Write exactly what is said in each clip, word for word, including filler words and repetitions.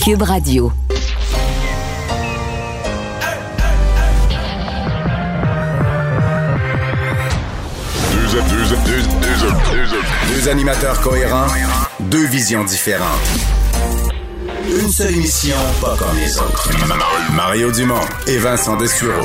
Cube Radio. Deux, deux, deux, deux, deux, deux animateurs cohérents, deux visions différentes. Une seule émission, pas comme les autres. Mario Dumont et Vincent Dessureau.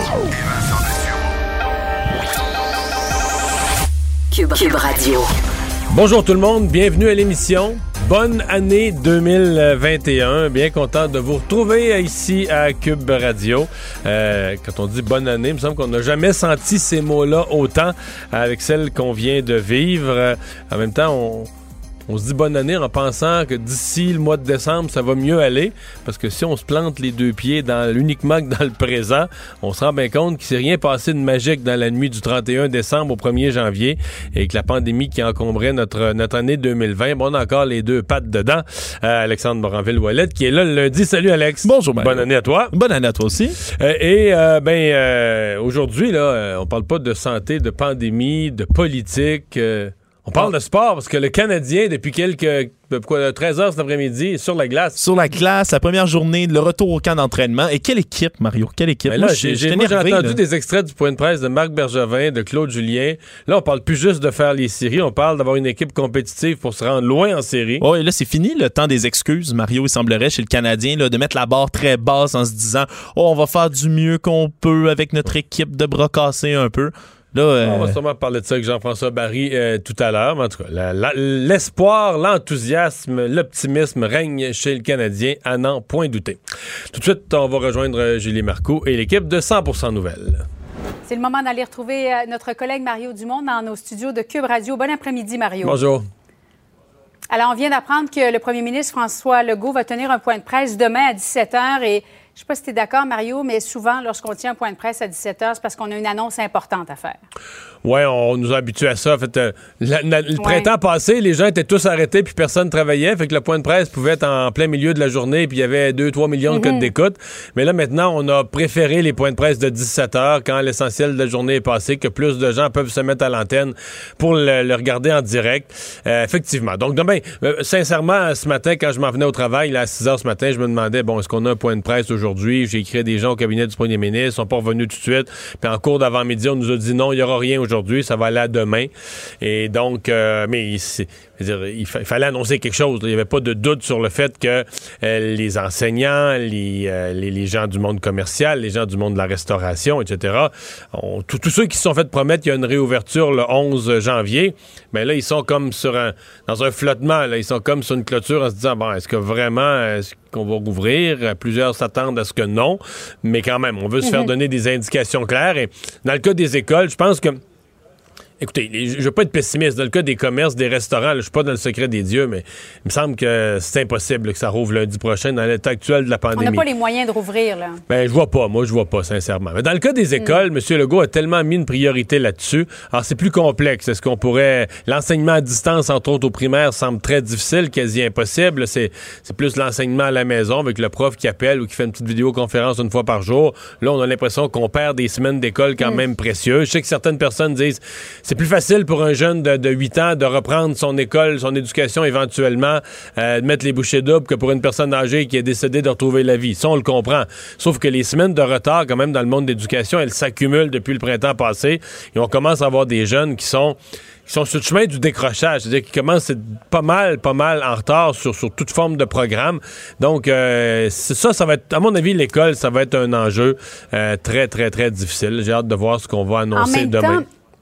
Cube, Cube Radio. Bonjour tout le monde, bienvenue à l'émission. Bonne année deux mille vingt et un. Bien content de vous retrouver ici à Cube Radio. Euh, quand on dit bonne année, il me semble qu'on n'a jamais senti ces mots-là autant avec celle qu'on vient de vivre. En même temps, on... On se dit bonne année en pensant que d'ici le mois de décembre, ça va mieux aller. Parce que si on se plante les deux pieds dans, uniquement que dans le présent, on se rend bien compte qu'il ne s'est rien passé de magique dans la nuit du trente et un décembre au premier janvier et que la pandémie qui encombrait notre, notre année deux mille vingt, bon, on a encore les deux pattes dedans. Euh, Alexandre Moranville-Ouellette qui est là le lundi. Salut Alex. Bonjour Mario. Bonne année à toi. Bonne année à toi aussi. Euh, et euh, ben euh, aujourd'hui, là, euh, on parle pas de santé, de pandémie, de politique... Euh, On parle de sport parce que le Canadien, depuis quelques quoi, treize heures cet après-midi, est sur la glace. Sur la glace, la première journée, le retour au camp d'entraînement. Et quelle équipe, Mario? Quelle équipe? Mais là, moi, j'ai, j'ai, j'ai, moi, j'ai énervé, entendu là. des extraits du point de presse de Marc Bergevin, de Claude Julien. Là, on parle plus juste de faire les séries, on parle d'avoir une équipe compétitive pour se rendre loin en série. Oh, et là, c'est fini le temps des excuses, Mario, il semblerait, chez le Canadien, là, de mettre la barre très basse en se disant « Oh, on va faire du mieux qu'on peut avec notre équipe, de bras cassés un peu. » Là, euh... On va sûrement parler de ça avec Jean-François Barry euh, tout à l'heure. Mais en tout cas, la, la, l'espoir, l'enthousiasme, l'optimisme règne chez le Canadien, à n'en point douter. Tout de suite, on va rejoindre Julie Marcoux et l'équipe de cent pour cent Nouvelles. C'est le moment d'aller retrouver euh, notre collègue Mario Dumont dans nos studios de Cube Radio. Bon après-midi, Mario. Bonjour. Alors, on vient d'apprendre que le premier ministre François Legault va tenir un point de presse demain à dix-sept heures et je ne sais pas si tu es d'accord, Mario, mais souvent, lorsqu'on tient un point de presse à dix-sept heures, c'est parce qu'on a une annonce importante à faire. Oui, on nous a habitués à ça. En fait, euh, la, la, le ouais. printemps passé, les gens étaient tous arrêtés puis personne ne travaillait. Fait que le point de presse pouvait être en plein milieu de la journée puis il y avait deux à trois millions de mm-hmm. codes d'écoute. Mais là, maintenant, on a préféré les points de presse de dix-sept heures quand l'essentiel de la journée est passé, que plus de gens peuvent se mettre à l'antenne pour le, le regarder en direct. Euh, effectivement. Donc, demain, euh, sincèrement, ce matin, quand je m'en venais au travail, là, à six heures ce matin, je me demandais, bon, est-ce qu'on a un point de presse aujourd'hui? J'ai écrit à des gens au cabinet du premier ministre, ils sont pas revenus tout de suite. Puis en cours d'avant-midi, on nous a dit non, il n'y aura rien aujourd'hui, ça va aller à demain. Et donc, euh, mais c'est, dire, il, fa- il fallait annoncer quelque chose. Il n'y avait pas de doute sur le fait que euh, les enseignants, les, euh, les, les gens du monde commercial, les gens du monde de la restauration, et cetera, on, tout, tous ceux qui se sont fait promettre qu'il y a une réouverture le onze janvier, mais là, ils sont comme sur un, dans un flottement. Là, ils sont comme sur une clôture en se disant, bon, est-ce que vraiment, est-ce qu'on va rouvrir? Plusieurs s'attendent à ce que non, mais quand même, on veut mm-hmm. se faire donner des indications claires. Et dans le cas des écoles, je pense que écoutez, je ne veux pas être pessimiste. Dans le cas des commerces, des restaurants, je ne suis pas dans le secret des dieux, mais il me semble que c'est impossible que ça rouvre lundi prochain dans l'état actuel de la pandémie. On n'a pas les moyens de rouvrir, là. Ben, je vois pas. Moi, je vois pas, sincèrement. Mais dans le cas des écoles, mm. M. Legault a tellement mis une priorité là-dessus. Alors, c'est plus complexe. Est-ce qu'on pourrait... L'enseignement à distance, entre autres au primaire, semble très difficile, quasi impossible. C'est, c'est plus l'enseignement à la maison avec le prof qui appelle ou qui fait une petite vidéoconférence une fois par jour. Là, on a l'impression qu'on perd des semaines d'école quand mm. même précieuses. Je sais que certaines personnes disent... C'est plus facile pour un jeune de, de huit ans de reprendre son école, son éducation éventuellement, euh, de mettre les bouchées doubles que pour une personne âgée qui est décédée de retrouver la vie. Ça, on le comprend. Sauf que les semaines de retard, quand même, dans le monde de l'éducation, elles s'accumulent depuis le printemps passé et on commence à avoir des jeunes qui sont... qui sont sur le chemin du décrochage, c'est-à-dire qu'ils commencent pas mal, pas mal en retard sur, sur toute forme de programme. Donc, euh, c'est ça, ça va être, à mon avis, l'école, ça va être un enjeu euh, très, très, très difficile. J'ai hâte de voir ce qu'on va annoncer demain.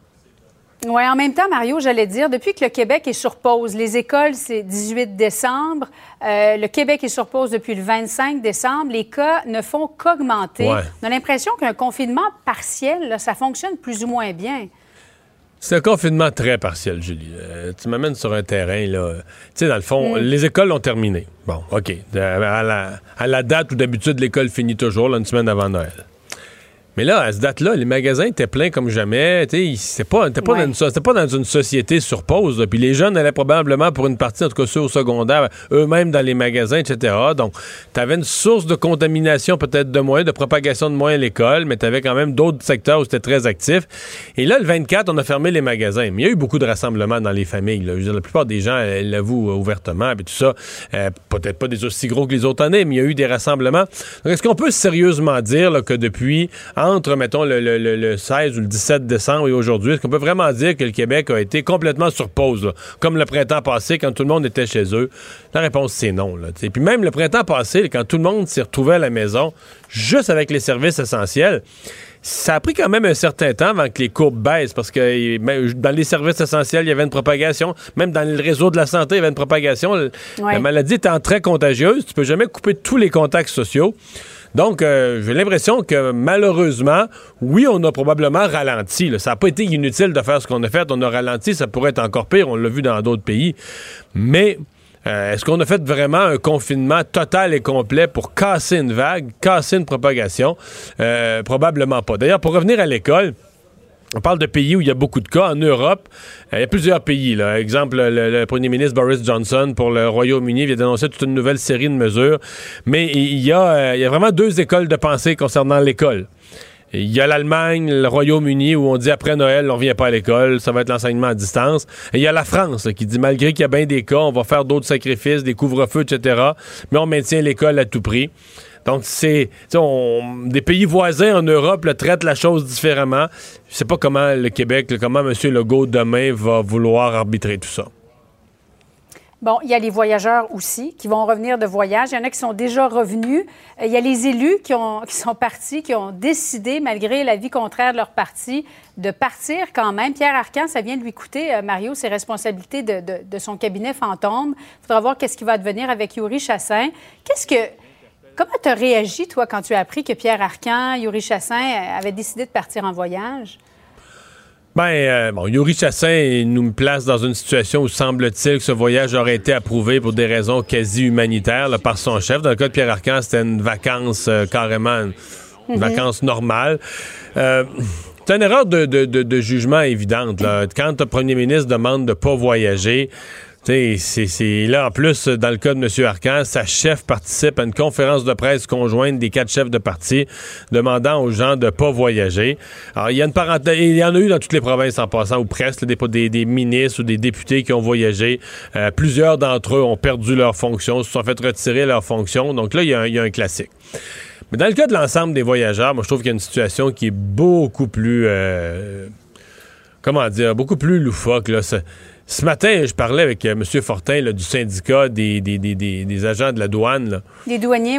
Oui, en même temps, Mario, j'allais dire, depuis que le Québec est sur pause, les écoles, c'est dix-huit décembre, euh, le Québec est sur pause depuis le vingt-cinq décembre, les cas ne font qu'augmenter. Ouais. On a l'impression qu'un confinement partiel, là, ça fonctionne plus ou moins bien. C'est un confinement très partiel, Julie. Euh, tu m'amènes sur un terrain, là. Tu sais, dans le fond, mm. les écoles ont terminé. Bon, OK. À la, à la date où d'habitude l'école finit toujours, là, une semaine avant Noël. Mais là, à cette date-là, les magasins étaient pleins comme jamais. C'était pas, pas, ouais. pas dans une société sur pause. Puis les jeunes allaient probablement pour une partie, en tout cas ceux au secondaire, eux-mêmes dans les magasins, et cetera. Donc, tu avais une source de contamination peut-être de moins, de propagation de moins à l'école, mais tu avais quand même d'autres secteurs où c'était très actif. Et là, le vingt-quatre, on a fermé les magasins. Mais il y a eu beaucoup de rassemblements dans les familles. Là. Je veux dire, la plupart des gens l'avouent ouvertement. Puis tout ça, euh, peut-être pas des aussi gros que les autres années, mais il y a eu des rassemblements. Donc, est-ce qu'on peut sérieusement dire là, que depuis... entre, mettons, le, le, le seize ou le dix-sept décembre et aujourd'hui, est-ce qu'on peut vraiment dire que le Québec a été complètement sur pause, là, comme le printemps passé, quand tout le monde était chez eux? La réponse, c'est non. Là, puis même le printemps passé, quand tout le monde s'est retrouvé à la maison, juste avec les services essentiels, ça a pris quand même un certain temps avant que les courbes baissent, parce que dans les services essentiels, il y avait une propagation. Même dans le réseau de la santé, il y avait une propagation. Ouais. La maladie étant très contagieuse, tu peux jamais couper tous les contacts sociaux. Donc, euh, j'ai l'impression que malheureusement, oui, on a probablement ralenti. Là. Ça n'a pas été inutile de faire ce qu'on a fait. On a ralenti, ça pourrait être encore pire. On l'a vu dans d'autres pays. Mais euh, est-ce qu'on a fait vraiment un confinement total et complet pour casser une vague, casser une propagation? Euh, probablement pas. D'ailleurs, pour revenir à l'école, on parle de pays où il y a beaucoup de cas. En Europe, euh, il y a plusieurs pays. Là. Exemple, le, le premier ministre Boris Johnson pour le Royaume-Uni vient d'annoncer toute une nouvelle série de mesures. Mais il y a, euh, il y a vraiment deux écoles de pensée concernant l'école. Il y a l'Allemagne, le Royaume-Uni, où on dit après Noël, on ne revient pas à l'école, ça va être l'enseignement à distance. Et il y a la France là, qui dit, malgré qu'il y a bien des cas, on va faire d'autres sacrifices, des couvre-feux, et cetera, mais on maintient l'école à tout prix. Donc, c'est on, des pays voisins en Europe là, traitent la chose différemment. Je sais pas comment le Québec, là, comment M. Legault demain va vouloir arbitrer tout ça. Bon, il y a les voyageurs aussi qui vont revenir de voyage. Il y en a qui sont déjà revenus. Il y a les élus qui, ont, qui sont partis, qui ont décidé, malgré l'avis contraire de leur parti, de partir quand même. Pierre Arcan, ça vient de lui coûter, euh, Mario, ses responsabilités de, de, de son cabinet fantôme. Il faudra voir qu'est-ce qui va advenir avec Yuri Chassin. Qu'est-ce que... Comment tu as réagi, toi, quand tu as appris que Pierre Arcan, Yuri Chassin avaient décidé de partir en voyage? Ben, euh, bon, Yuri Chassin nous place dans une situation où semble-t-il que ce voyage aurait été approuvé pour des raisons quasi humanitaires là, par son chef. Dans le cas de Pierre Arcan, c'était une vacance euh, carrément, une mm-hmm. vacance normale. Euh, c'est une erreur de, de, de, de jugement évidente. Là. Quand le premier ministre demande de ne pas voyager, c'est, c'est là, en plus, dans le cas de M. Arcan, sa chef participe à une conférence de presse conjointe des quatre chefs de parti demandant aux gens de ne pas voyager. Alors, il y a une parenthèse, il y en a eu dans toutes les provinces en passant, ou presque, des, des, des ministres ou des députés qui ont voyagé. Euh, plusieurs d'entre eux ont perdu leur fonction, se sont fait retirer leur fonction. Donc là, il y a un, il y a un classique. Mais dans le cas de l'ensemble des voyageurs, moi, je trouve qu'il y a une situation qui est beaucoup plus... Euh, comment dire? Beaucoup plus loufoque, là. C'est, Ce matin, je parlais avec euh, M. Fortin là, du syndicat des, des, des, des, des agents de la douane. Là. Des douaniers,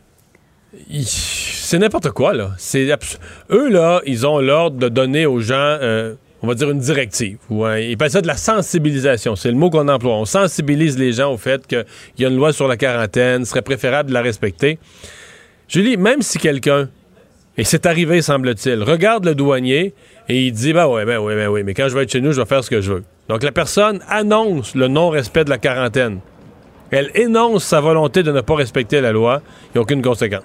oui. C'est n'importe quoi, là. C'est abs- Eux, là, ils ont l'ordre de donner aux gens, euh, on va dire, une directive. Ou, hein, ils appellent ça de la sensibilisation. C'est le mot qu'on emploie. On sensibilise les gens au fait qu'il y a une loi sur la quarantaine, ce serait préférable de la respecter. Julie, même si quelqu'un, et c'est arrivé, semble-t-il, regarde le douanier et il dit, ben ouais, ben ouais, ben oui, mais quand je vais être chez nous, je vais faire ce que je veux. Donc, la personne annonce le non-respect de la quarantaine. Elle énonce sa volonté de ne pas respecter la loi. Il n'y a aucune conséquence.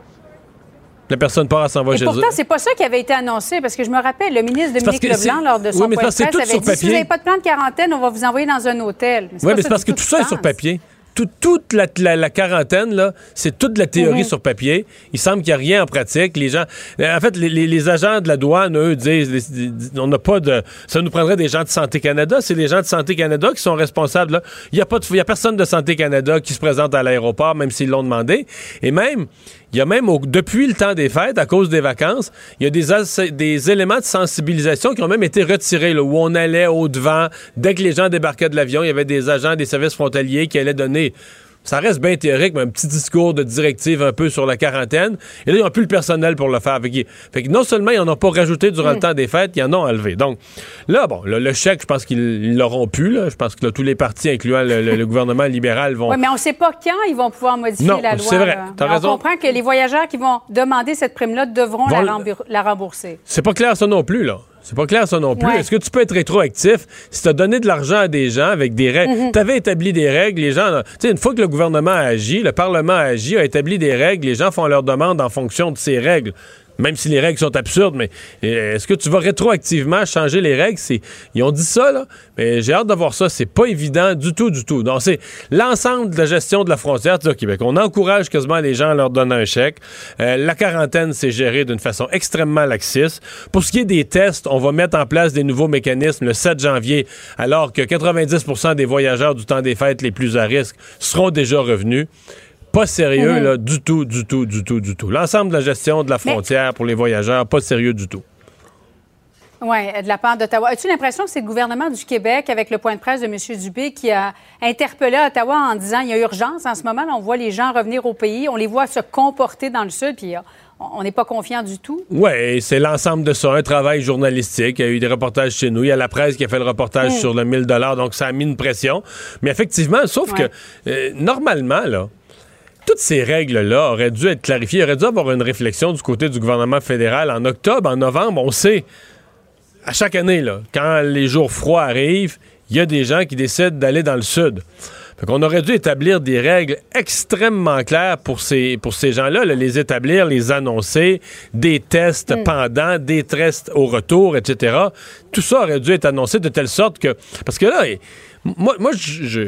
La personne part à s'en va chez eux. Pourtant, c'est pas ça qui avait été annoncé, parce que je me rappelle, le ministre Dominique Leblanc, lors de son oui, point de presse, avait dit, papier. si vous n'avez pas de plan de quarantaine, on va vous envoyer dans un hôtel. Oui, mais c'est parce que tout ça est sur papier. Tout, toute la, la, la quarantaine, là, c'est toute la théorie mm-hmm. sur papier. Il semble qu'il n'y a rien en pratique. Les gens, en fait, les, les, les agents de la douane, eux, disent, les, on n'a pas de, ça nous prendrait des gens de Santé Canada. C'est les gens de Santé Canada qui sont responsables. Là. Il n'y a pas de, il y a personne de Santé Canada qui se présente à l'aéroport, même s'ils l'ont demandé. Et même, il y a même, au, depuis le temps des fêtes, à cause des vacances, il y a des, as, des éléments de sensibilisation qui ont même été retirés, là, où on allait au-devant. Dès que les gens débarquaient de l'avion, il y avait des agents des services frontaliers qui allaient donner... Ça reste bien théorique, mais un petit discours de directive un peu sur la quarantaine. Et là, ils n'ont plus le personnel pour le faire. Fait que, fait que non seulement ils n'en ont pas rajouté durant mmh. le temps des fêtes, ils en ont enlevé. Donc là, bon, le, le chèque, je pense qu'ils l'auront pu. Là. Je pense que là, tous les partis, incluant le, le, le gouvernement libéral, vont... Oui, mais on ne sait pas quand ils vont pouvoir modifier non, la loi. C'est vrai, t'as raison. On comprend que les voyageurs qui vont demander cette prime-là devront la, rembur- la rembourser. C'est pas clair ça non plus, là. C'est pas clair ça non plus. Ouais. Est-ce que tu peux être rétroactif si tu as donné de l'argent à des gens avec des règles? Mm-hmm. Tu avais établi des règles, les gens... Tu sais, une fois que le gouvernement a agi, le Parlement a agi, a établi des règles, les gens font leur demande en fonction de ces règles. Même si les règles sont absurdes, mais est-ce que tu vas rétroactivement changer les règles? C'est, ils ont dit ça, là, mais j'ai hâte de voir ça. C'est pas évident du tout, du tout. Donc, c'est l'ensemble de la gestion de la frontière au Québec. On encourage quasiment les gens à leur donner un chèque. Euh, la quarantaine, c'est géré d'une façon extrêmement laxiste. Pour ce qui est des tests, on va mettre en place des nouveaux mécanismes le sept janvier, alors que quatre-vingt-dix pour cent des voyageurs du temps des fêtes les plus à risque seront déjà revenus. Pas sérieux, mm-hmm. là, du tout, du tout, du tout, du tout. L'ensemble de la gestion de la frontière Mais... pour les voyageurs, pas sérieux du tout. Oui, de la part d'Ottawa. As-tu l'impression que c'est le gouvernement du Québec, avec le point de presse de M. Dubé, qui a interpellé Ottawa en disant qu'il y a urgence en ce moment, là, on voit les gens revenir au pays, on les voit se comporter dans le Sud, puis on n'est pas confiant du tout? Oui, c'est l'ensemble de ça, un travail journalistique. Il y a eu des reportages chez nous. Il y a la presse qui a fait le reportage mm. sur le mille dollars, donc ça a mis une pression. Mais effectivement, sauf ouais. que, euh, normalement, là, toutes ces règles-là auraient dû être clarifiées. Il aurait dû avoir une réflexion du côté du gouvernement fédéral en octobre, en novembre. On sait, à chaque année, là, quand les jours froids arrivent, il y a des gens qui décident d'aller dans le sud. Fait qu'on aurait dû établir des règles extrêmement claires pour ces, pour ces gens-là, là, les établir, les annoncer, des tests mm. pendant, des tests au retour, et cetera. Tout ça aurait dû être annoncé de telle sorte que... Parce que là, moi, moi je... je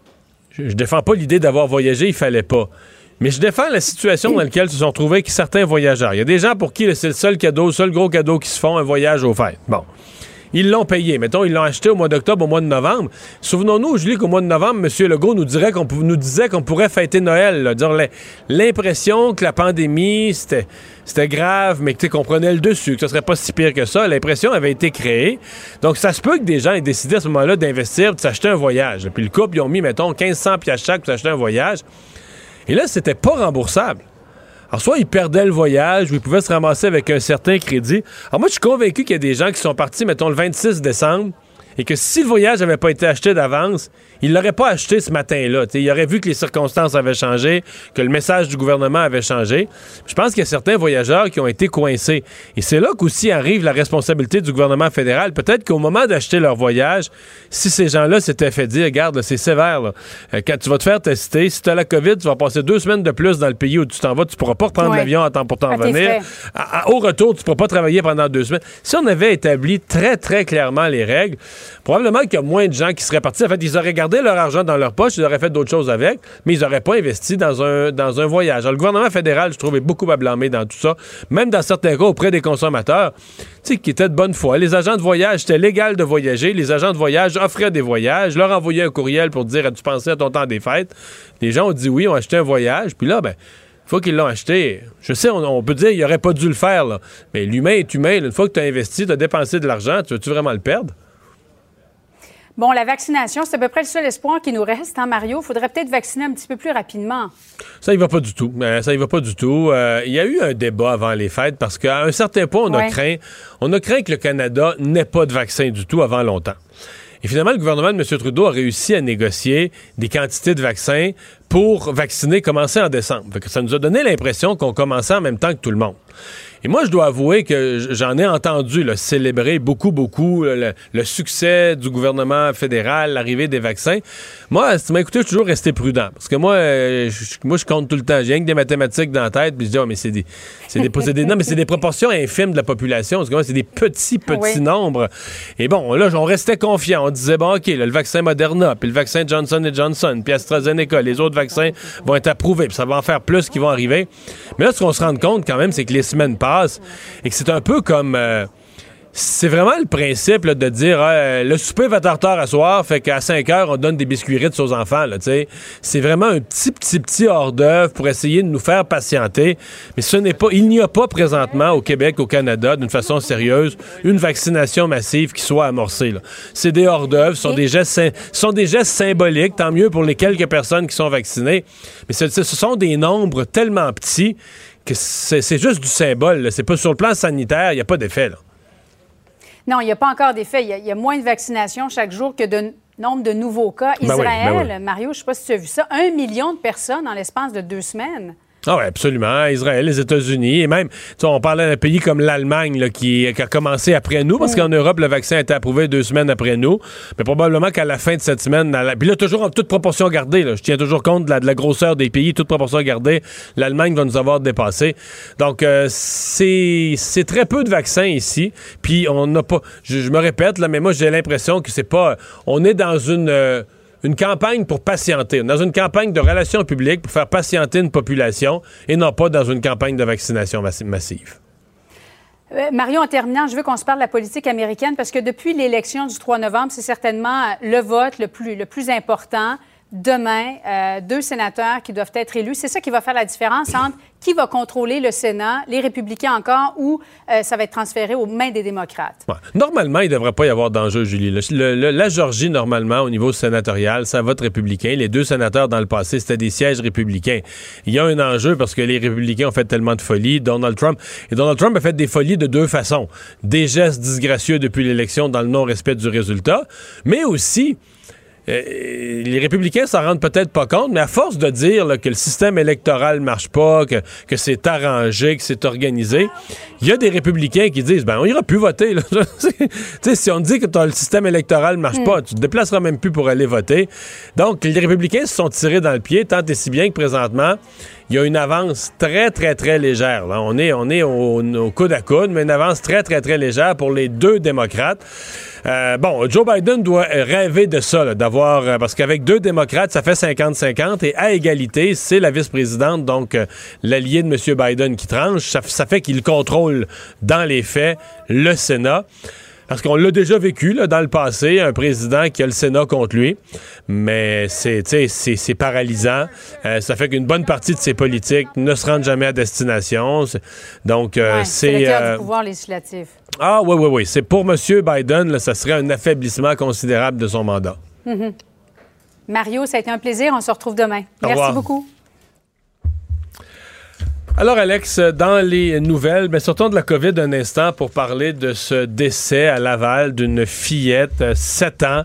Je, je défends pas l'idée d'avoir voyagé, il fallait pas. Mais je défends la situation dans laquelle se sont trouvés certains voyageurs. Il y a des gens pour qui c'est le seul cadeau, le seul gros cadeau qui se font, un voyage aux fêtes. Bon. Ils l'ont payé. Mettons, ils l'ont acheté au mois d'octobre, au mois de novembre. Souvenons-nous, Julie, qu'au mois de novembre, M. Legault nous, dirait qu'on, nous disait qu'on pourrait fêter Noël. Là. Dire, l'impression que la pandémie, c'était, c'était grave, mais que, qu'on prenait le dessus, que ce serait pas si pire que ça. L'impression avait été créée. Donc, ça se peut que des gens aient décidé à ce moment-là d'investir, de s'acheter un voyage. Puis le couple, ils ont mis, mettons, quinze cents piastres chaque pour s'acheter un voyage. Et là, c'était pas remboursable. Alors, soit ils perdaient le voyage, ou ils pouvaient se ramasser avec un certain crédit. Alors, moi, je suis convaincu qu'il y a des gens qui sont partis, mettons, le vingt-six décembre, et que si le voyage n'avait pas été acheté d'avance, ils ne l'auraient pas acheté ce matin-là. T'sais, ils auraient vu que les circonstances avaient changé, que le message du gouvernement avait changé. Je pense qu'il y a certains voyageurs qui ont été coincés. Et c'est là qu'aussi arrive la responsabilité du gouvernement fédéral. Peut-être qu'au moment d'acheter leur voyage, si ces gens-là s'étaient fait dire, regarde, là, c'est sévère, là. Euh, quand tu vas te faire tester, si tu as la COVID, tu vas passer deux semaines de plus dans le pays où tu t'en vas, tu ne pourras pas reprendre ouais. l'avion en temps pour t'en venir. À, à, au retour, tu ne pourras pas travailler pendant deux semaines. Si on avait établi très, très clairement les règles, probablement qu'il y a moins de gens qui seraient partis. En fait, ils auraient gardé leur argent dans leur poche, ils auraient fait d'autres choses avec, mais ils n'auraient pas investi dans un, dans un voyage. Alors, le gouvernement fédéral, je trouvais beaucoup à blâmer dans tout ça, même dans certains cas auprès des consommateurs, tu sais, qui étaient de bonne foi. Les agents de voyage, c'était légal de voyager. Les agents de voyage offraient des voyages, leur envoyaient un courriel pour dire, as-tu pensé à ton temps des fêtes? Les gens ont dit oui, ont acheté un voyage, puis là, ben, une fois qu'ils l'ont acheté, je sais, on, on peut dire qu'il n'aurait pas dû le faire, là, mais l'humain est humain. Une fois que tu as investi, tu as dépensé de l'argent, tu veux-tu vraiment le perdre? Bon, la vaccination, c'est à peu près le seul espoir qui nous reste, hein, Mario? Il faudrait peut-être vacciner un petit peu plus rapidement. Ça y va pas du tout. Euh, ça y va pas du tout. Euh, il y a eu un débat avant les fêtes parce qu'à un certain point, on ouais. a craint, on a craint que le Canada n'ait pas de vaccin du tout avant longtemps. Et finalement, le gouvernement de M. Trudeau a réussi à négocier des quantités de vaccins pour vacciner, commencer en décembre. Fait que ça nous a donné l'impression qu'on commençait en même temps que tout le monde. Et moi, je dois avouer que j'en ai entendu là, célébrer beaucoup, beaucoup le, le succès du gouvernement fédéral, l'arrivée des vaccins. Moi, si tu m'as écouté, je suis toujours resté prudent. Parce que moi, euh, je, moi, je compte tout le temps. J'ai rien que des mathématiques dans la tête, puis je dis, oh, mais c'est des, c'est des, c'est des, non, mais c'est des proportions infimes de la population. Parce que moi, c'est des petits, petits oui. nombres. Et bon, là, on restait confiant. On disait, bon, OK, là, le vaccin Moderna, puis le vaccin Johnson and Johnson, puis AstraZeneca, les autres vaccins vont être approuvés, puis ça va en faire plus qui vont arriver. Mais là, ce qu'on se rend compte quand même, c'est que les semaines passent et que c'est un peu comme... Euh, c'est vraiment le principe là, de dire euh, le souper va être en retard à soir, fait qu'à cinq heures, on donne des biscuits Ritz aux enfants. Là, c'est vraiment un petit, petit, petit hors-d'œuvre pour essayer de nous faire patienter. Mais ce n'est pas, il n'y a pas présentement au Québec, au Canada, d'une façon sérieuse, une vaccination massive qui soit amorcée. Là. C'est des hors-d'œuvre, ce sont des gestes, sont des gestes symboliques, tant mieux pour les quelques personnes qui sont vaccinées. Mais ce, ce sont des nombres tellement petits que c'est, c'est juste du symbole. Là. C'est pas sur le plan sanitaire, il n'y a pas d'effet. Là. Non, il n'y a pas encore d'effet. Il y, y a moins de vaccinations chaque jour que de n- nombre de nouveaux cas. Ben Israël, oui, ben oui. Mario, je ne sais pas si tu as vu ça, un million de personnes en l'espace de deux semaines. Ah oui, absolument. Israël, les États-Unis, et même, on parlait d'un pays comme l'Allemagne là, qui, qui a commencé après nous, parce mmh. qu'en Europe, le vaccin a été approuvé deux semaines après nous. Mais probablement qu'à la fin de cette semaine, la... puis là, toujours en toute proportion gardée, là, je tiens toujours compte de la, de la grosseur des pays, toute proportion gardée, l'Allemagne va nous avoir dépassé. Donc, euh, c'est, c'est très peu de vaccins ici. Puis, on n'a pas, je, je me répète, là, mais moi, j'ai l'impression que c'est pas, on est dans une... Euh, une campagne pour patienter, dans une campagne de relations publiques pour faire patienter une population et non pas dans une campagne de vaccination massive. Euh, Mario, en terminant, je veux qu'on se parle de la politique américaine parce que depuis l'élection du trois novembre, c'est certainement le vote le plus, le plus important. Demain, euh, deux sénateurs qui doivent être élus. C'est ça qui va faire la différence entre qui va contrôler le Sénat, les républicains encore, ou euh, ça va être transféré aux mains des démocrates. Ouais. Normalement, il ne devrait pas y avoir d'enjeu, Julie. Le, le, la Georgie, normalement, au niveau sénatorial, ça vote républicain. Les deux sénateurs, dans le passé, c'était des sièges républicains. Il y a un enjeu parce que les républicains ont fait tellement de folies. Donald Trump, et Donald Trump a fait des folies de deux façons. Des gestes disgracieux depuis l'élection dans le non-respect du résultat, mais aussi... Euh, les républicains s'en rendent peut-être pas compte, mais à force de dire là, que le système électoral marche pas, que, que c'est arrangé, que c'est organisé, il y a des républicains qui disent ben on ira plus voter. Là. T'sais, si on dit que le système électoral marche mm. pas, tu te déplaceras même plus pour aller voter. Donc les républicains se sont tirés dans le pied, tant et si bien que présentement il y a une avance très, très, très légère. Là. On est, on est au, au coude à coude, mais une avance très, très, très légère pour les deux démocrates. Euh, bon, Joe Biden doit rêver de ça, là, d'avoir... Euh, parce qu'avec deux démocrates, ça fait cinquante cinquante, et à égalité, c'est la vice-présidente, donc euh, l'allié de M. Biden qui tranche. Ça, ça fait qu'il contrôle, dans les faits, le Sénat. Parce qu'on l'a déjà vécu là, dans le passé, un président qui a le Sénat contre lui, mais c'est, c'est, c'est paralysant. Euh, ça fait qu'une bonne partie de ses politiques ne se rendent jamais à destination. C'est, donc, euh, ouais, c'est... C'est le cœur euh, du pouvoir législatif. Ah oui, oui, oui. C'est pour M. Biden, là, ça serait un affaiblissement considérable de son mandat. Mm-hmm. Mario, ça a été un plaisir. On se retrouve demain. Au Merci revoir. Beaucoup. Alors, Alex, dans les nouvelles, bien, sortons de la COVID un instant pour parler de ce décès à Laval d'une fillette, sept ans.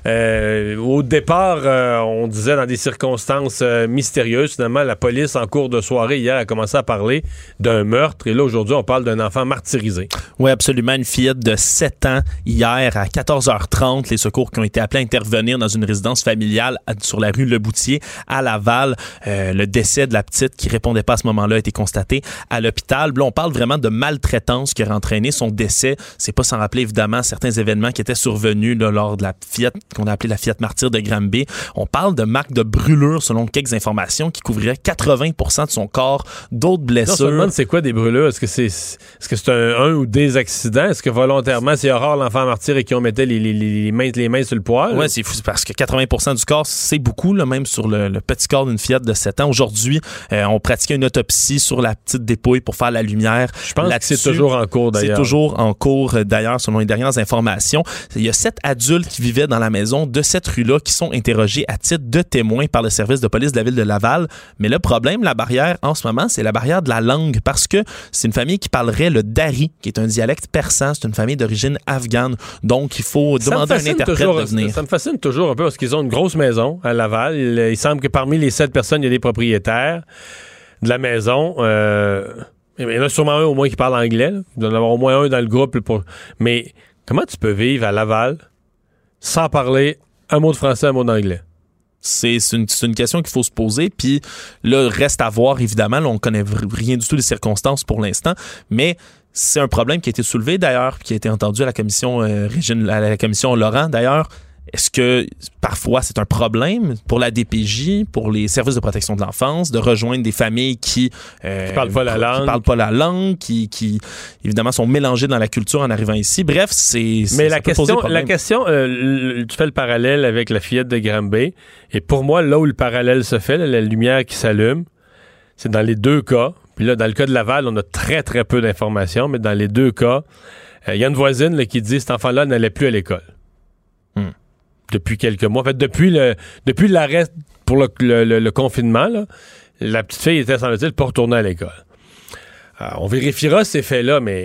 Euh, au départ, euh, on disait dans des circonstances euh, mystérieuses. Finalement, la police, en cours de soirée, hier, a commencé à parler d'un meurtre. Et là, aujourd'hui, on parle d'un enfant martyrisé. Oui, absolument. Une fillette de sept ans, hier, à quatorze heures trente, les secours qui ont été appelés à intervenir dans une résidence familiale sur la rue Leboutier, à Laval. Euh, le décès de la petite qui répondait pas à ce moment-là a été constaté à l'hôpital. Là, on parle vraiment de maltraitance qui aurait entraîné son décès. C'est pas sans rappeler évidemment certains événements qui étaient survenus là, lors de la fillette qu'on a appelée la fillette martyre de Granby. On parle de marques de brûlures selon quelques informations qui couvriraient quatre-vingts pour cent de son corps, d'autres blessures. Non, on se demande c'est quoi des brûlures? Est-ce que c'est est-ce que c'est un, un ou des accidents? Est-ce que volontairement c'est Aurore l'enfant martyr et qui ont mettait les, les, les, mains, les mains sur le poêle? Oui, c'est fou parce que quatre-vingts pour cent du corps, c'est beaucoup, là, même sur le, le petit corps d'une fillette de sept ans. Aujourd'hui, euh, on pratiquait une autopsie sur la petite dépouille pour faire la lumière. Je pense là-dessus. Que c'est toujours en cours, d'ailleurs. C'est toujours en cours, d'ailleurs, selon les dernières informations. Il y a sept adultes qui vivaient dans la maison de cette rue-là qui sont interrogés à titre de témoins par le service de police de la ville de Laval. Mais le problème, la barrière, en ce moment, c'est la barrière de la langue parce que c'est une famille qui parlerait le dari, qui est un dialecte persan. C'est une famille d'origine afghane. Donc, il faut ça demander à un interprète toujours, de venir. Ça, ça me fascine toujours un peu parce qu'ils ont une grosse maison à Laval. Il, il semble que parmi les sept personnes, il y a des propriétaires de la maison. Euh, il y en a sûrement un au moins qui parle anglais. Là. Il doit y en avoir au moins un dans le groupe. Pour... Mais comment tu peux vivre à Laval sans parler un mot de français, un mot d'anglais? C'est, c'est, une, c'est une question qu'il faut se poser. Puis là, reste à voir, évidemment. Là, on ne connaît rien du tout des circonstances pour l'instant. Mais c'est un problème qui a été soulevé, d'ailleurs, qui a été entendu à la commission, euh, Régine, à la commission Laurent, d'ailleurs. Est-ce que parfois c'est un problème pour la D P J, pour les services de protection de l'enfance, de rejoindre des familles qui euh, qui parlent pas la langue, qui parlent pas la langue, qui, qui évidemment sont mélangées dans la culture en arrivant ici. Bref, c'est. Mais la question, la question, euh, tu fais le parallèle avec la fillette de Granby, et pour moi là où le parallèle se fait, là, la lumière qui s'allume, c'est dans les deux cas. Puis là, dans le cas de Laval, on a très très peu d'informations, mais dans les deux cas, il euh, y a une voisine là, qui dit cet enfant-là n'allait plus à l'école. Hmm. Depuis quelques mois. En fait, depuis le depuis l'arrêt pour le, le, le, le confinement, là, la petite fille était, semble-t-il, pas retournée à l'école. Alors, on vérifiera ces faits-là, mais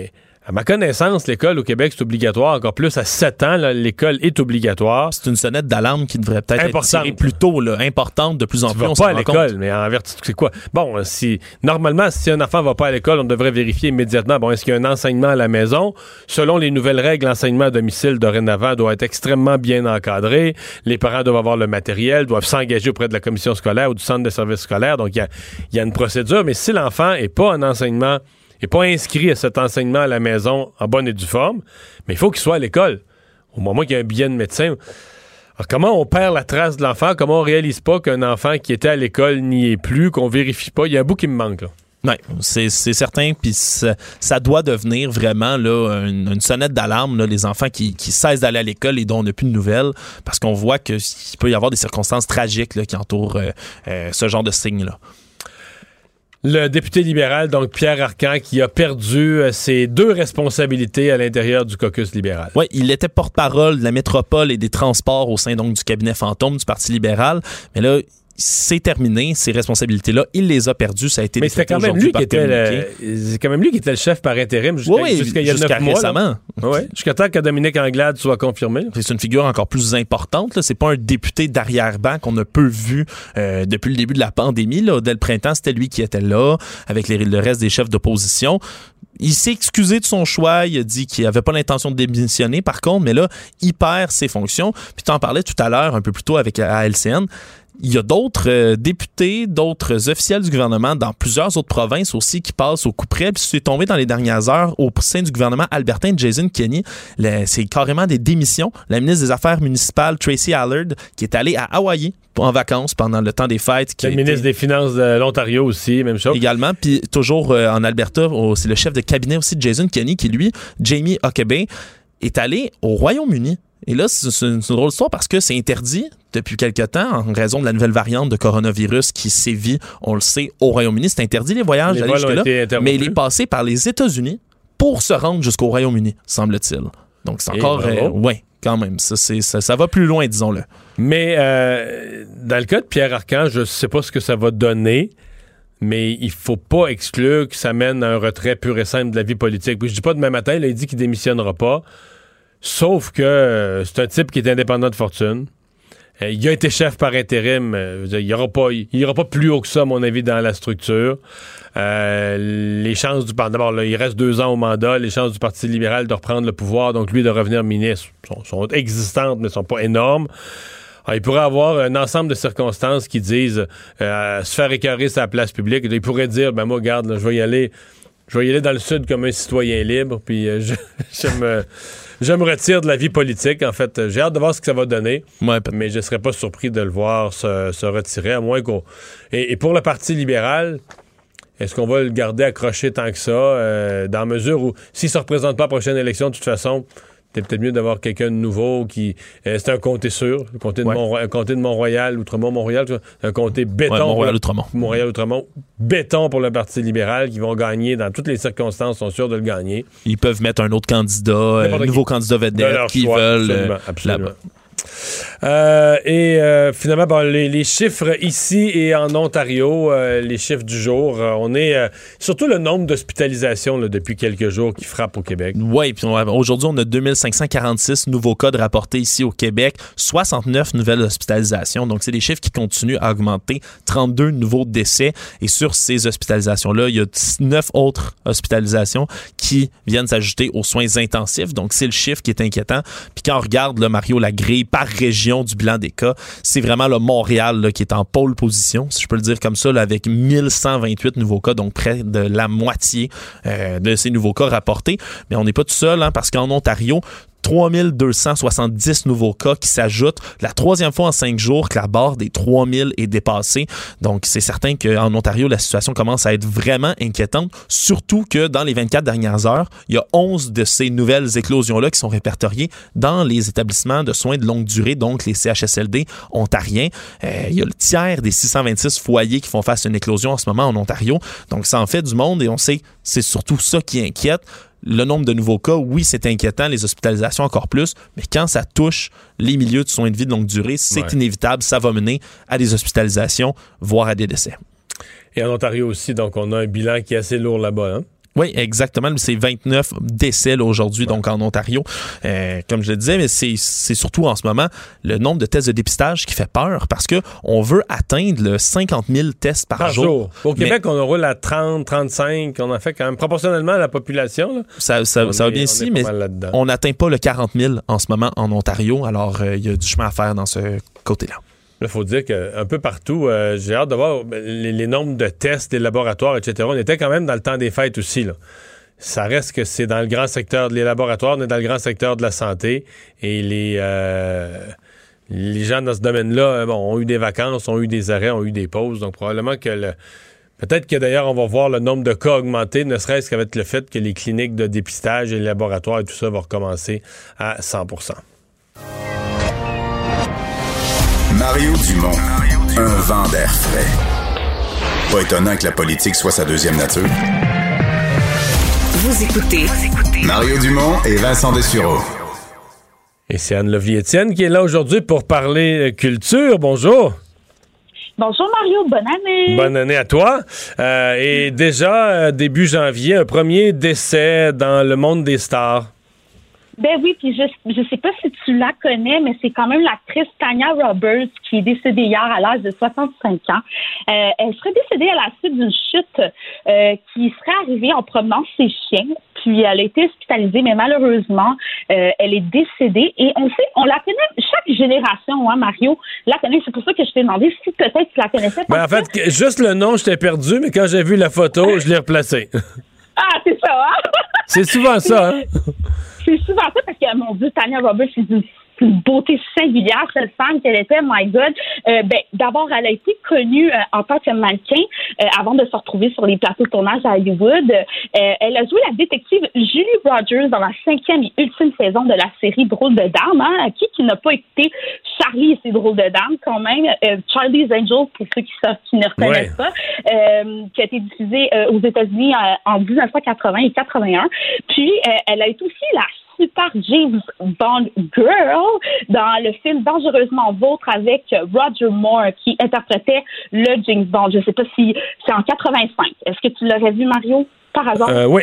À ma connaissance, l'école au Québec, c'est obligatoire. Encore plus à sept ans, là, l'école est obligatoire. C'est une sonnette d'alarme qui devrait peut-être Importante. être tirée plus tôt, là, importante de plus en Tu plus. vas On pas s'en à rend l'école, compte. mais en vertu, c'est quoi? Bon, si normalement, si un enfant va pas à l'école, on devrait vérifier immédiatement. Bon, est-ce qu'il y a un enseignement à la maison? Selon les nouvelles règles, l'enseignement à domicile dorénavant doit être extrêmement bien encadré. Les parents doivent avoir le matériel, doivent s'engager auprès de la commission scolaire ou du centre de services scolaires. Donc, il y a, il y a une procédure. Mais si l'enfant est pas en enseignement, n'est pas inscrit à cet enseignement à la maison en bonne et due forme, mais il faut qu'il soit à l'école. Au moment qu'il y a un billet de médecin. Alors, comment on perd la trace de l'enfant? Comment on réalise pas qu'un enfant qui était à l'école n'y est plus, qu'on vérifie pas? Il y a un bout qui me manque, là. Oui, c'est, c'est certain. Puis ça, ça doit devenir vraiment là, une, une sonnette d'alarme, là, les enfants qui, qui cessent d'aller à l'école et dont on n'a plus de nouvelles, parce qu'on voit qu'il peut y avoir des circonstances tragiques là, qui entourent euh, euh, ce genre de signes-là. Le député libéral, donc Pierre Arcan, qui a perdu euh, ses deux responsabilités à l'intérieur du caucus libéral. Oui, il était porte-parole de la métropole et des transports au sein donc du cabinet fantôme du Parti libéral. Mais là, c'est terminé, ces responsabilités-là. Il les a perdues. Ça a été Mais c'était quand même lui qui était le, c'est quand même lui qui était le chef par intérim jusqu'à, oui, jusqu'à il y a jusqu'à neuf mois. récemment. Ouais, jusqu'à temps que Dominique Anglade soit confirmé. C'est une figure encore plus importante. Là. C'est pas un député d'arrière-ban qu'on a peu vu euh, depuis le début de la pandémie. Là. Dès le printemps, c'était lui qui était là avec les, le reste des chefs d'opposition. Il s'est excusé de son choix. Il a dit qu'il n'avait pas l'intention de démissionner, par contre, mais là, il perd ses fonctions. Puis tu en parlais tout à l'heure, un peu plus tôt avec à L C N. Il y a d'autres euh, députés, d'autres officiels du gouvernement dans plusieurs autres provinces aussi qui passent au coup près. Puis c'est tombé dans les dernières heures au sein du gouvernement albertain de Jason Kenney. Le, c'est carrément des démissions. La ministre des Affaires municipales, Tracy Allard, qui est allée à Hawaï en vacances pendant le temps des fêtes. Qui le ministre été... des Finances de l'Ontario aussi, même chose. Également. Puis toujours euh, en Alberta, oh, c'est le chef de cabinet aussi de Jason Kenney qui, lui, Jamie Huckabee, est allé au Royaume-Uni. Et là, c'est, c'est une drôle d'histoire parce que c'est interdit depuis quelque temps en raison de la nouvelle variante de coronavirus qui sévit, on le sait, au Royaume-Uni. C'est interdit les voyages les d'aller jusque-là, mais il est passé par les États-Unis pour se rendre jusqu'au Royaume-Uni, semble-t-il. Donc c'est encore... Euh, ouais, quand même. Ça, c'est, ça, ça va plus loin, disons-le. Mais euh, dans le cas de Pierre Arcan, je sais pas ce que ça va donner, mais il faut pas exclure que ça mène à un retrait pur et simple de la vie politique. Puis je dis pas demain matin, là, il dit qu'il démissionnera pas. Sauf que euh, c'est un type qui est indépendant de fortune. Euh, il a été chef par intérim. Euh, il n'y aura pas, il ira pas plus haut que ça, à mon avis, dans la structure. Euh, les chances du d'abord, là, il reste deux ans au mandat. Les chances du Parti libéral de reprendre le pouvoir, donc lui de revenir ministre, sont, sont existantes, mais sont pas énormes. Alors, il pourrait avoir un ensemble de circonstances qui disent euh, se faire écœurer sa place publique. Il pourrait dire, ben moi, regarde, là, je vais y aller. Je vais y aller dans le Sud comme un citoyen libre, puis euh, je, je, me, je me retire de la vie politique. En fait, j'ai hâte de voir ce que ça va donner, ouais, mais je ne serais pas surpris de le voir se, se retirer, à moins qu'on... Et, et pour le Parti libéral, est-ce qu'on va le garder accroché tant que ça, euh, dans la mesure où, s'il ne se représente pas à la prochaine élection, de toute façon... C'est peut-être mieux d'avoir quelqu'un de nouveau qui... Euh, c'est un comté sûr, le comté de, ouais. Mont, un comté de Mont-Royal, Outremont-Montréal, un comté béton... Ouais, Montréal-Outremont. Montréal-Outremont. Béton pour le Parti libéral, qui vont gagner dans toutes les circonstances, sont sûrs de le gagner. Ils peuvent mettre un autre candidat, un euh, nouveau candidat vedette qui choix, veulent... Absolument, absolument. Là-bas. Euh, et euh, finalement, bon, les, les chiffres ici et en Ontario, euh, les chiffres du jour, euh, on est euh, surtout le nombre d'hospitalisations là, depuis quelques jours qui frappe au Québec. Oui, puis aujourd'hui, on a deux mille cinq cent quarante-six nouveaux cas de rapportés ici au Québec, soixante-neuf nouvelles hospitalisations. Donc, c'est des chiffres qui continuent à augmenter, trente-deux nouveaux décès. Et sur ces hospitalisations-là, il y a dix-neuf autres hospitalisations qui viennent s'ajouter aux soins intensifs. Donc, c'est le chiffre qui est inquiétant. Puis quand on regarde, là, Mario, la grille par région du bilan des cas, c'est vraiment le Montréal là, qui est en pôle position, si je peux le dire comme ça, là, avec mille cent vingt-huit nouveaux cas, donc près de la moitié euh, de ces nouveaux cas rapportés. Mais on n'est pas tout seul, hein, parce qu'en Ontario, trois mille deux cent soixante-dix nouveaux cas qui s'ajoutent. La troisième fois en cinq jours que la barre des trois mille est dépassée. Donc, c'est certain qu'en Ontario, la situation commence à être vraiment inquiétante. Surtout que dans les vingt-quatre dernières heures, il y a onze de ces nouvelles éclosions-là qui sont répertoriées dans les établissements de soins de longue durée, donc les C H S L D ontariens. Euh, il y a le tiers des six cent vingt-six foyers qui font face à une éclosion en ce moment en Ontario. Donc, ça en fait du monde et on sait que c'est surtout ça qui inquiète. Le nombre de nouveaux cas, oui, c'est inquiétant, les hospitalisations encore plus, mais quand ça touche les milieux de soins de vie de longue durée, c'est ouais. inévitable, ça va mener à des hospitalisations, voire à des décès. Et en Ontario aussi, donc on a un bilan qui est assez lourd là-bas, hein? Oui, exactement. C'est vingt-neuf décès là, aujourd'hui, ouais. donc en Ontario. Euh, comme je le disais, mais c'est, c'est surtout en ce moment le nombre de tests de dépistage qui fait peur parce que on veut atteindre le cinquante mille tests par, par jour. jour. Au Québec, mais, on roule à trente, trente-cinq. On en fait quand même proportionnellement à la population. Là. Ça, ça, ça va bien ici, mais on n'atteint pas le quarante mille en ce moment en Ontario. Alors, il euh, y a du chemin à faire dans ce côté-là. Il faut dire qu'un peu partout, euh, j'ai hâte de voir les, les nombres de tests des laboratoires, et cetera. On était quand même dans le temps des fêtes aussi, là. Ça reste que c'est dans le grand secteur des laboratoires, on est dans le grand secteur de la santé. Et les, euh, les gens dans ce domaine-là bon, ont eu des vacances, ont eu des arrêts, ont eu des pauses. Donc probablement que le, peut-être que d'ailleurs on va voir le nombre de cas augmenter, ne serait-ce qu'avec le fait que les cliniques de dépistage et les laboratoires et tout ça vont recommencer à cent pour cent. Mario Dumont, un vent d'air frais. Pas étonnant que la politique soit sa deuxième nature. Vous écoutez Mario Dumont et Vincent Dessureau. Et c'est Anne Lovie-Étienne qui est là aujourd'hui pour parler culture. Bonjour. Bonjour Mario, bonne année. Bonne année à toi. Euh, et déjà, euh, début janvier, un premier décès dans le monde des stars. Ben oui, puis je je sais pas si tu la connais, mais c'est quand même l'actrice Tanya Roberts qui est décédée hier à l'âge de soixante-cinq ans. Euh, elle serait décédée à la suite d'une chute euh, qui serait arrivée en promenant ses chiens. Puis elle a été hospitalisée, mais malheureusement, euh, elle est décédée. Et on sait, on la connaît, chaque génération, hein, Mario, la connaît. C'est pour ça que je t'ai demandé si peut-être tu la connaissais. Ben en fait, que... juste le nom, je t'ai perdu, mais quand j'ai vu la photo, je l'ai replacée. Ah, c'est ça, hein? C'est souvent ça, hein? C'est souvent ça parce que, mon Dieu, Tanya Roberts, c'est une, une beauté singulière, cette femme qu'elle était, my God. Euh, ben, d'abord, elle a été connue euh, en tant que mannequin euh, avant de se retrouver sur les plateaux de tournage à Hollywood. Euh, elle a joué la détective Julie Rogers dans la cinquième et ultime saison de la série Drôles de dames. Hein, qui qui n'a pas été Charlie et ses Drôles de dames, quand même. Euh, Charlie's Angels, pour ceux qui, savent, qui ne reconnaissent ouais. pas, euh, qui a été diffusée euh, aux États-Unis euh, en dix-neuf cent quatre-vingts et quatre-vingt-un. Puis, euh, elle a été aussi la super James Bond girl dans le film Dangereusement Vôtre avec Roger Moore qui interprétait le James Bond. Je ne sais pas si c'est en quatre-vingt-cinq. Est-ce que tu l'aurais vu, Mario, par hasard? Euh, oui.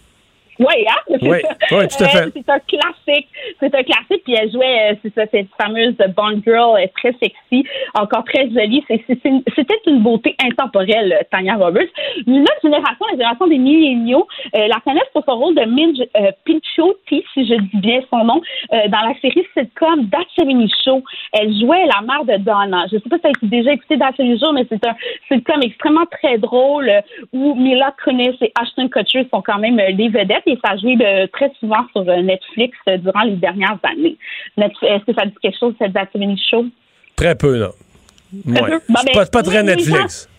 Oui, hein? Oui, oui, tout à fait. Euh, c'est un classique. C'est un classique. Puis elle jouait, euh, c'est ça, cette fameuse Bond girl, euh, très sexy, encore très jolie. C'est, c'est, c'est, c'était une beauté intemporelle, Tanya Roberts. Notre génération, la génération des milléniaux, euh, la connaissent pour son rôle de Minge euh, Pinchoti, si je dis bien son nom, euh, dans la série sitcom That seventies Show. Elle jouait la mère de Donna. Je ne sais pas si tu as déjà écouté That seventies Show, mais c'est un sitcom extrêmement très drôle euh, où Mila Kunis et Ashton Kutcher sont quand même euh, les vedettes. Et ça a joué euh, très souvent sur euh, Netflix euh, durant les dernières années. Netflix, est-ce que ça dit quelque chose, cette That seventies Show? Très peu, non. Ouais. Bon, c'est pas, pas très Netflix.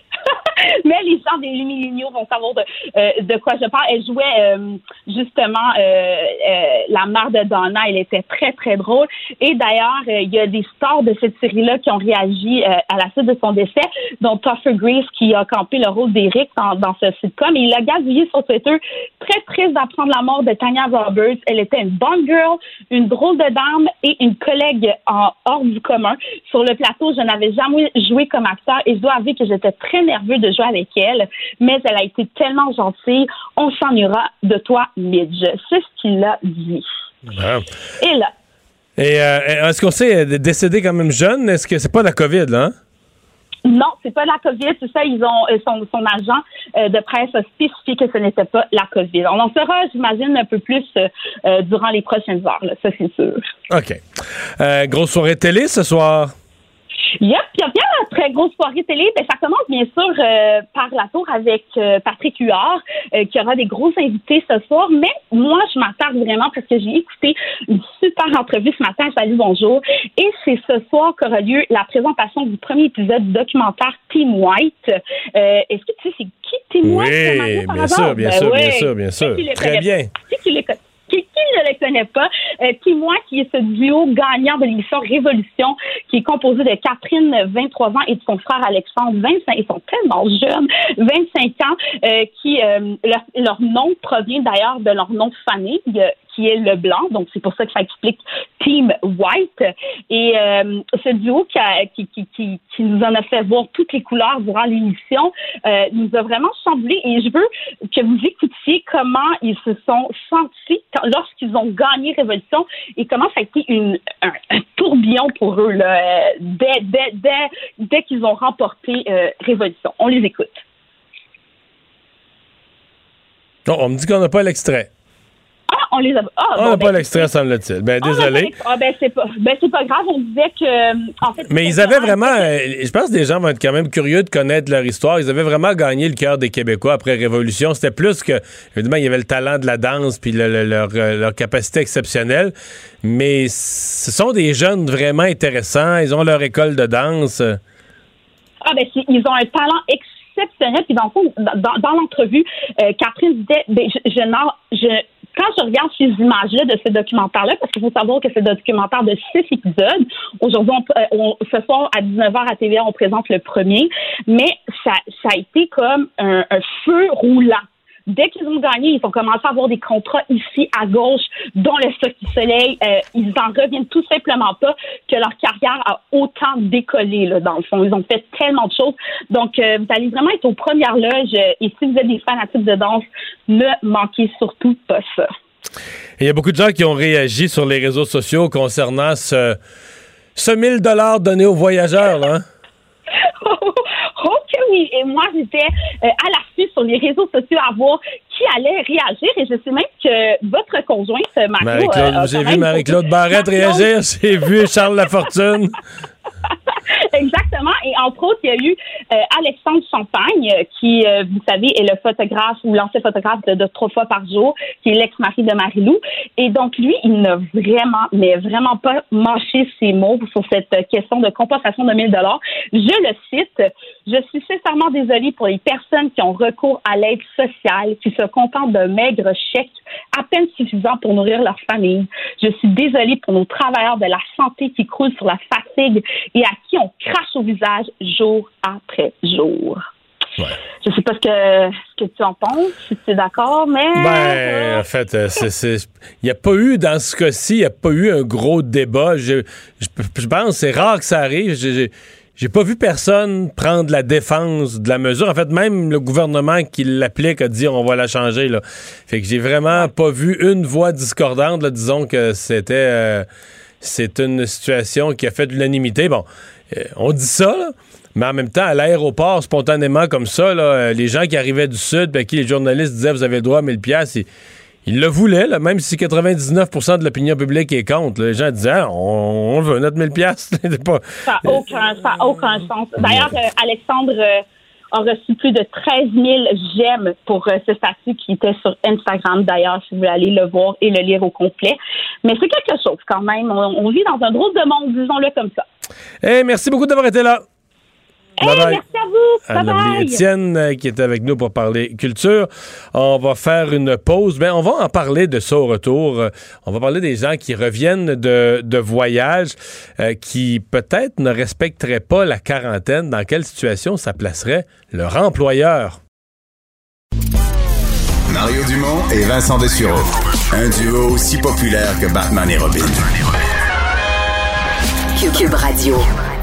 Mais les gens des milléniaux vont savoir de, euh, de quoi je parle. Elle jouait euh, justement euh, euh, la mère de Donna. Elle était très, très drôle. Et d'ailleurs, il euh, y a des stars de cette série-là qui ont réagi euh, à la suite de son décès, dont Topher Grace qui a campé le rôle d'Eric dans, dans ce sitcom. Et il a gazouillé sur Twitter, très triste d'apprendre la mort de Tanya Roberts. Elle était une bonne girl, une drôle de dame et une collègue en hors du commun. Sur le plateau, je n'avais jamais joué comme acteur et je dois avouer que j'étais très nerveux de jouer avec elle, mais elle a été tellement gentille. On s'en ira de toi, Midge. C'est ce qu'il a dit. Wow. Et là. Et euh, est-ce qu'on sait décédé quand même jeune? Est-ce que c'est pas la COVID, là? Hein? Non, c'est pas la COVID, c'est ça. Ils ont son, son agent euh, de presse a spécifié que ce n'était pas la COVID. On en saura, j'imagine, un peu plus euh, durant les prochaines heures. Là, ça, c'est sûr. OK. Euh, grosse soirée télé ce soir? Yep, il y a bien une très grosse soirée télé. Ben, ça commence bien sûr euh, par la tour avec euh, Patrick Huard, euh, qui aura des gros invités ce soir. Mais moi, je m'attarde vraiment parce que j'ai écouté une super entrevue ce matin. Salut, bonjour. Et c'est ce soir qu'aura lieu la présentation du premier épisode du documentaire Team White. Euh, est-ce que tu sais c'est qui Team White? Oui, bien sûr, bien, ben, sûr, ouais. bien sûr, bien sûr, bien sûr. Très bien. Qui, qui les connaît? Qui, qui ne le connaît pas? Euh, Team White, qui est ce duo gagnant de l'émission Révolution, qui est composé de Catherine, vingt-trois ans, et de son frère Alexandre, vingt-cinq, ils sont tellement jeunes, vingt-cinq ans, euh, qui, euh, leur, leur nom provient d'ailleurs de leur nom de famille, qui est le blanc. Donc, c'est pour ça que ça explique Team White. Et euh, ce duo qui, a, qui, qui, qui, qui nous en a fait voir toutes les couleurs durant l'émission euh, nous a vraiment chamboulé. Et je veux que vous écoutiez comment ils se sont sentis quand, lorsqu'ils ont gagné Révolution et comment ça a été une, un, un tourbillon pour eux là, dès, dès, dès, dès qu'ils ont remporté euh, Révolution. On les écoute. Non, on me dit qu'on n'a pas l'extrait. Ah, on les a. Ah, on bon, n'a ben, pas l'extrait, semble-t-il. Ben, ah, désolé. Ah, ben, c'est pas, ben, c'est pas grave. On disait que, en fait. Mais ils avaient vraiment. Euh, je pense que les gens vont être quand même curieux de connaître leur histoire. Ils avaient vraiment gagné le cœur des Québécois après Révolution. C'était plus que. Évidemment, il y avait le talent de la danse puis le, le, leur, leur capacité exceptionnelle. Mais ce sont des jeunes vraiment intéressants. Ils ont leur école de danse. Ah, ben, c'est, ils ont un talent exceptionnel. Puis, dans le fond, dans, dans l'entrevue, euh, Catherine disait, ben, je, je, je, quand je regarde ces images-là de ce documentaire-là, parce qu'il faut savoir que c'est un documentaire de six épisodes, aujourd'hui, on, on, ce soir, à dix-neuf heures à T V A, on présente le premier, mais ça, ça a été comme un, un feu roulant. Dès qu'ils ont gagné, ils ont commencé à avoir des contrats ici à gauche, dont le Cirque du Soleil. Euh, ils en reviennent tout simplement pas que leur carrière a autant décollé, là, dans le fond. Ils ont fait tellement de choses. Donc, euh, vous allez vraiment être aux premières loges. Et si vous êtes des fanatiques de danse, ne manquez surtout pas ça. Il y a beaucoup de gens qui ont réagi sur les réseaux sociaux concernant ce, ce mille dollars donné aux voyageurs, là, hein? Oh que oui! Et moi, j'étais euh, à l'affût sur les réseaux sociaux à voir qui allait réagir. Et je sais même que votre conjointe, Mario... Marie-Claude, euh, j'ai vu Marie-Claude Barrette réagir. J'ai vu Charles Lafortune. Exactement. Et entre autres, il y a eu euh, Alexandre Champagne, qui, euh, vous savez, est le photographe ou l'ancien photographe de, de Trois fois par jour, qui est l'ex-mari de Marie-Lou. Et donc, lui, il n'a vraiment, mais vraiment pas mâché ses mots sur cette question de compensation de mille dollars. Je le cite. « Je suis sincèrement désolée pour les personnes qui ont recours à l'aide sociale, qui se contentent d'un maigre chèque à peine suffisant pour nourrir leur famille. Je suis désolée pour nos travailleurs de la santé qui croulent sur la fatigue et à qui on crache au visage jour après jour. » Ouais. Je sais pas ce que, ce que tu en penses, si tu es d'accord, mais... Ben, en fait, il n'y a pas eu, dans ce cas-ci, il n'y a pas eu un gros débat. Je, je, je pense que c'est rare que ça arrive. J'ai, j'ai, j'ai pas vu personne prendre la défense de la mesure. En fait, même le gouvernement qui l'applique a dit on va la changer, là. Fait que j'ai vraiment pas vu une voix discordante, là. Disons que c'était... Euh, c'est une situation qui a fait de l'unanimité. Bon, euh, on dit ça, là. Mais en même temps, à l'aéroport, spontanément comme ça, là, les gens qui arrivaient du Sud, ben, qui les journalistes disaient vous avez le droit à mille piastres, ils, ils le voulaient, là, même si quatre-vingt-dix-neuf pour cent de l'opinion publique est contre. Là, les gens disaient ah, on, on veut notre mille piastres. pas... Ça n'a aucun, ça a aucun sens. D'ailleurs, euh, Alexandre euh, a reçu plus de treize mille j'aime pour euh, ce statut qui était sur Instagram, d'ailleurs, si vous voulez aller le voir et le lire au complet. Mais c'est quelque chose quand même. On, on vit dans un drôle de monde, disons-le comme ça. Hey, merci beaucoup d'avoir été là. Hey, merci à vous. Bye bye. Étienne euh, qui est avec nous pour parler culture. On va faire une pause. Ben, on va en parler de ça au retour. Euh, on va parler des gens qui reviennent de, de voyage, euh, qui peut-être ne respecteraient pas la quarantaine. Dans quelle situation ça placerait leur employeur? Mario Dumont et Vincent Dessureau. Un duo aussi populaire que Batman et Robin. Cube Radio.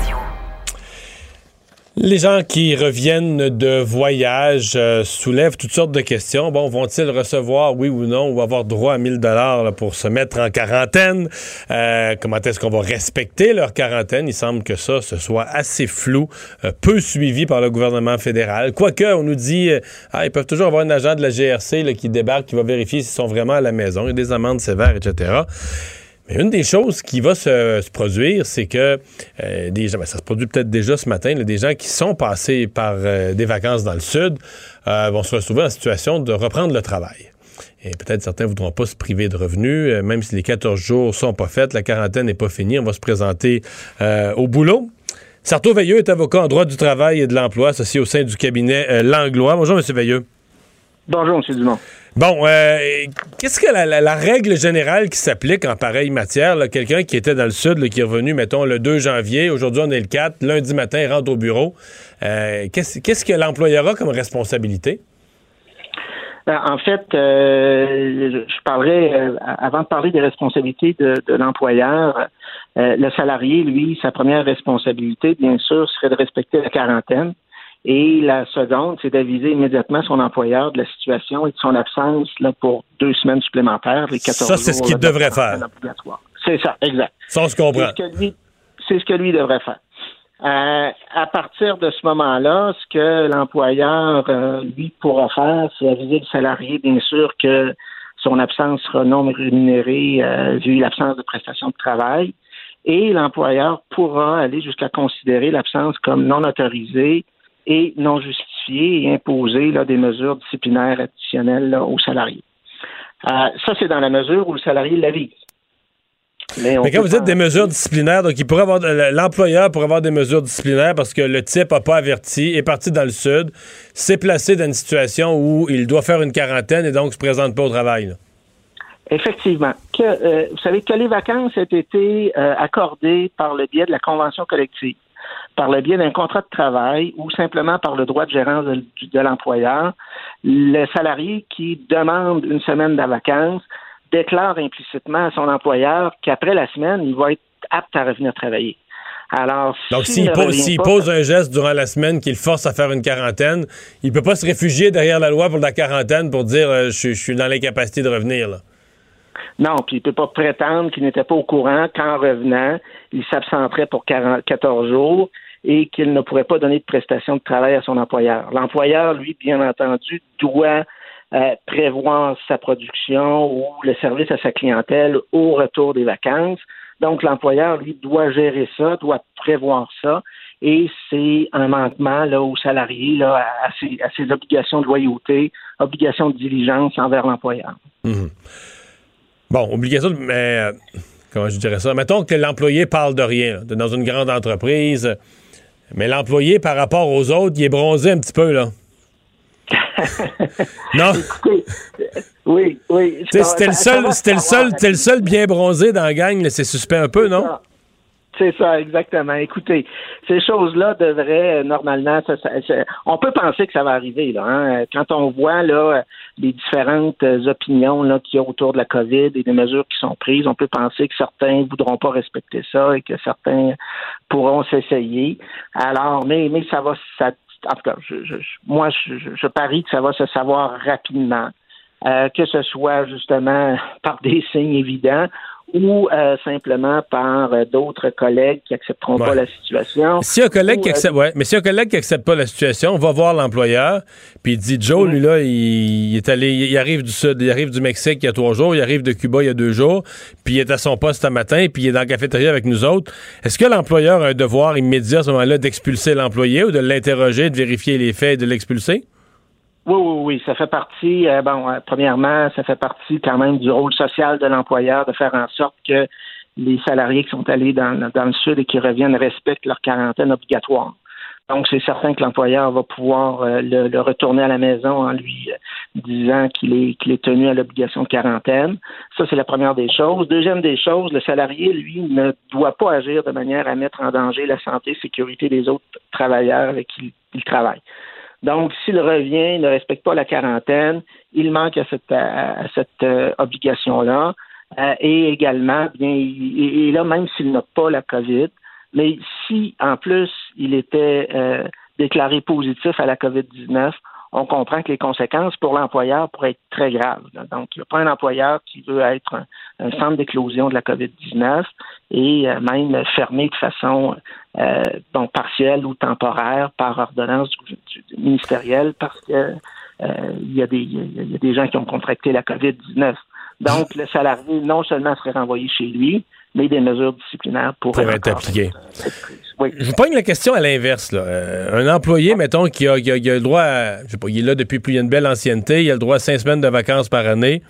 Les gens qui reviennent de voyage euh, soulèvent toutes sortes de questions. Bon, vont-ils recevoir, oui ou non, ou avoir droit à mille dollars là, pour se mettre en quarantaine? Euh, comment est-ce qu'on va respecter leur quarantaine? Il semble que ça, ce soit assez flou, euh, peu suivi par le gouvernement fédéral. Quoique, on nous dit, euh, ah, ils peuvent toujours avoir un agent de la G R C là, qui débarque, qui va vérifier s'ils sont vraiment à la maison. Il y a des amendes sévères, et cetera. Mais une des choses qui va se, se produire, c'est que euh, des gens, ben ça se produit peut-être déjà ce matin, là, des gens qui sont passés par euh, des vacances dans le Sud euh, vont se retrouver en situation de reprendre le travail. Et peut-être certains ne voudront pas se priver de revenus, euh, même si les quatorze jours sont pas faits, la quarantaine n'est pas finie, on va se présenter euh, au boulot. Sarto Veilleux est avocat en droit du travail et de l'emploi, associé au sein du cabinet euh, Langlois. Bonjour, M. Veilleux. Bonjour, M. Dumont. Bon, euh, qu'est-ce que la, la, la règle générale qui s'applique en pareille matière? Là, quelqu'un qui était dans le Sud, là, qui est revenu, mettons, le deux janvier, aujourd'hui on est le quatre, lundi matin, il rentre au bureau. Euh, qu'est-ce, qu'est-ce que l'employeur a comme responsabilité? En fait, euh, je parlerai, euh, avant de parler des responsabilités de, de l'employeur, euh, le salarié, lui, sa première responsabilité, bien sûr, serait de respecter la quarantaine. Et la seconde, c'est d'aviser immédiatement son employeur de la situation et de son absence là, pour deux semaines supplémentaires, les quatorze Ça, c'est jours, ce qu'il là, devrait faire. C'est ça, exact. Ça, on se comprend. C'est ce que lui, c'est ce que lui devrait faire. Euh, à partir de ce moment-là, ce que l'employeur, euh, lui, pourra faire, c'est aviser le salarié, bien sûr, que son absence sera non rémunérée euh, vu l'absence de prestation de travail. Et l'employeur pourra aller jusqu'à considérer l'absence comme non autorisée et non justifiée et imposer là, des mesures disciplinaires additionnelles là, aux salariés. Euh, ça, c'est dans la mesure où le salarié l'avise. Mais, Mais quand vous dites des mesures disciplinaires, donc il pourrait avoir l'employeur pourrait avoir des mesures disciplinaires parce que le type n'a pas averti, est parti dans le sud, s'est placé dans une situation où il doit faire une quarantaine et donc se présente pas au travail. Là. Effectivement. Que, euh, vous savez que les vacances ont été euh, accordées par le biais de la convention collective, par le biais d'un contrat de travail ou simplement par le droit de gérance de, de l'employeur. Le salarié qui demande une semaine de vacances déclare implicitement à son employeur qu'après la semaine, il va être apte à revenir travailler. Alors, Donc, s'il, s'il, pose, s'il pose un geste durant la semaine qui le force à faire une quarantaine, il peut pas se réfugier derrière la loi pour la quarantaine pour dire euh, je, je suis dans l'incapacité de revenir. Là. Non, puis il peut pas prétendre qu'il n'était pas au courant qu'en revenant, il s'absenterait pour quarante, quatorze jours et qu'il ne pourrait pas donner de prestation de travail à son employeur. L'employeur, lui, bien entendu, doit Euh, prévoir sa production ou le service à sa clientèle au retour des vacances. Donc, l'employeur, lui, doit gérer ça, doit prévoir ça, et c'est un manquement là, aux salariés là, à, à, ses, à ses obligations de loyauté, obligations de diligence envers l'employeur. Mmh. Bon, obligation de... Mais, euh, comment je dirais ça? Mettons que l'employé parle de rien, là, dans une grande entreprise, mais l'employé, par rapport aux autres, il est bronzé un petit peu, là. Non. Écoutez, oui, oui. C'était le seul, c'était le seul, c'était le seul bien bronzé dans la gang, là, c'est suspect un peu, non? C'est ça, exactement. Écoutez, ces choses-là devraient normalement, ça, ça, ça, on peut penser que ça va arriver là. Hein? Quand on voit là les différentes opinions là qu'il y a autour de la COVID et des mesures qui sont prises, on peut penser que certains voudront pas respecter ça et que certains pourront s'essayer. Alors, mais mais ça va, ça, en tout cas, je, je, moi, je, je parie que ça va se savoir rapidement, euh, que ce soit justement par des signes évidents ou euh, simplement par euh, d'autres collègues qui accepteront ouais. pas la situation. Si un collègue ou, qui accepte, euh, ouais, mais si un collègue qui accepte pas la situation, on va voir l'employeur, puis il dit Joe, mmh. lui là, il, il est allé, il arrive du sud, il arrive du Mexique il y a trois jours, il arrive de Cuba il y a deux jours, puis il est à son poste un matin, puis il est dans la cafétéria avec nous autres. Est-ce que l'employeur a un devoir immédiat à ce moment-là d'expulser l'employé ou de l'interroger, de vérifier les faits et de l'expulser? Oui, oui, oui, ça fait partie, euh, bon, euh, premièrement, ça fait partie quand même du rôle social de l'employeur de faire en sorte que les salariés qui sont allés dans, dans le sud et qui reviennent respectent leur quarantaine obligatoire. Donc, c'est certain que l'employeur va pouvoir euh, le, le retourner à la maison en lui euh, disant qu'il est, qu'il est tenu à l'obligation de quarantaine. Ça, c'est la première des choses. Deuxième des choses, le salarié, lui, ne doit pas agir de manière à mettre en danger la santé et la sécurité des autres travailleurs avec qui il travaille. Donc, s'il revient, il ne respecte pas la quarantaine, il manque à cette, à, à cette euh, obligation-là. Euh, et également, bien, et, et là, même s'il n'a pas la COVID, mais si, en plus, il était euh, déclaré positif à la COVID dix-neuf, on comprend que les conséquences pour l'employeur pourraient être très graves. Là. Donc, il n'y a pas un employeur qui veut être un, un centre d'éclosion de la COVID dix-neuf et euh, même fermé de façon euh, bon, partielle ou temporaire par ordonnance du, du, du ministérielle parce que euh, il y a des il y a des gens qui ont contracté la COVID dix-neuf. Donc, le salarié non seulement serait renvoyé chez lui, mais des mesures disciplinaires pourraient pour être appliquées. Oui. Je vous pose la question à l'inverse. Là. Euh, un employé, mettons, qui a, qui, a, qui a le droit à, je sais pas, il est là depuis plus, il y a une belle ancienneté, il a le droit à cinq semaines de vacances par année,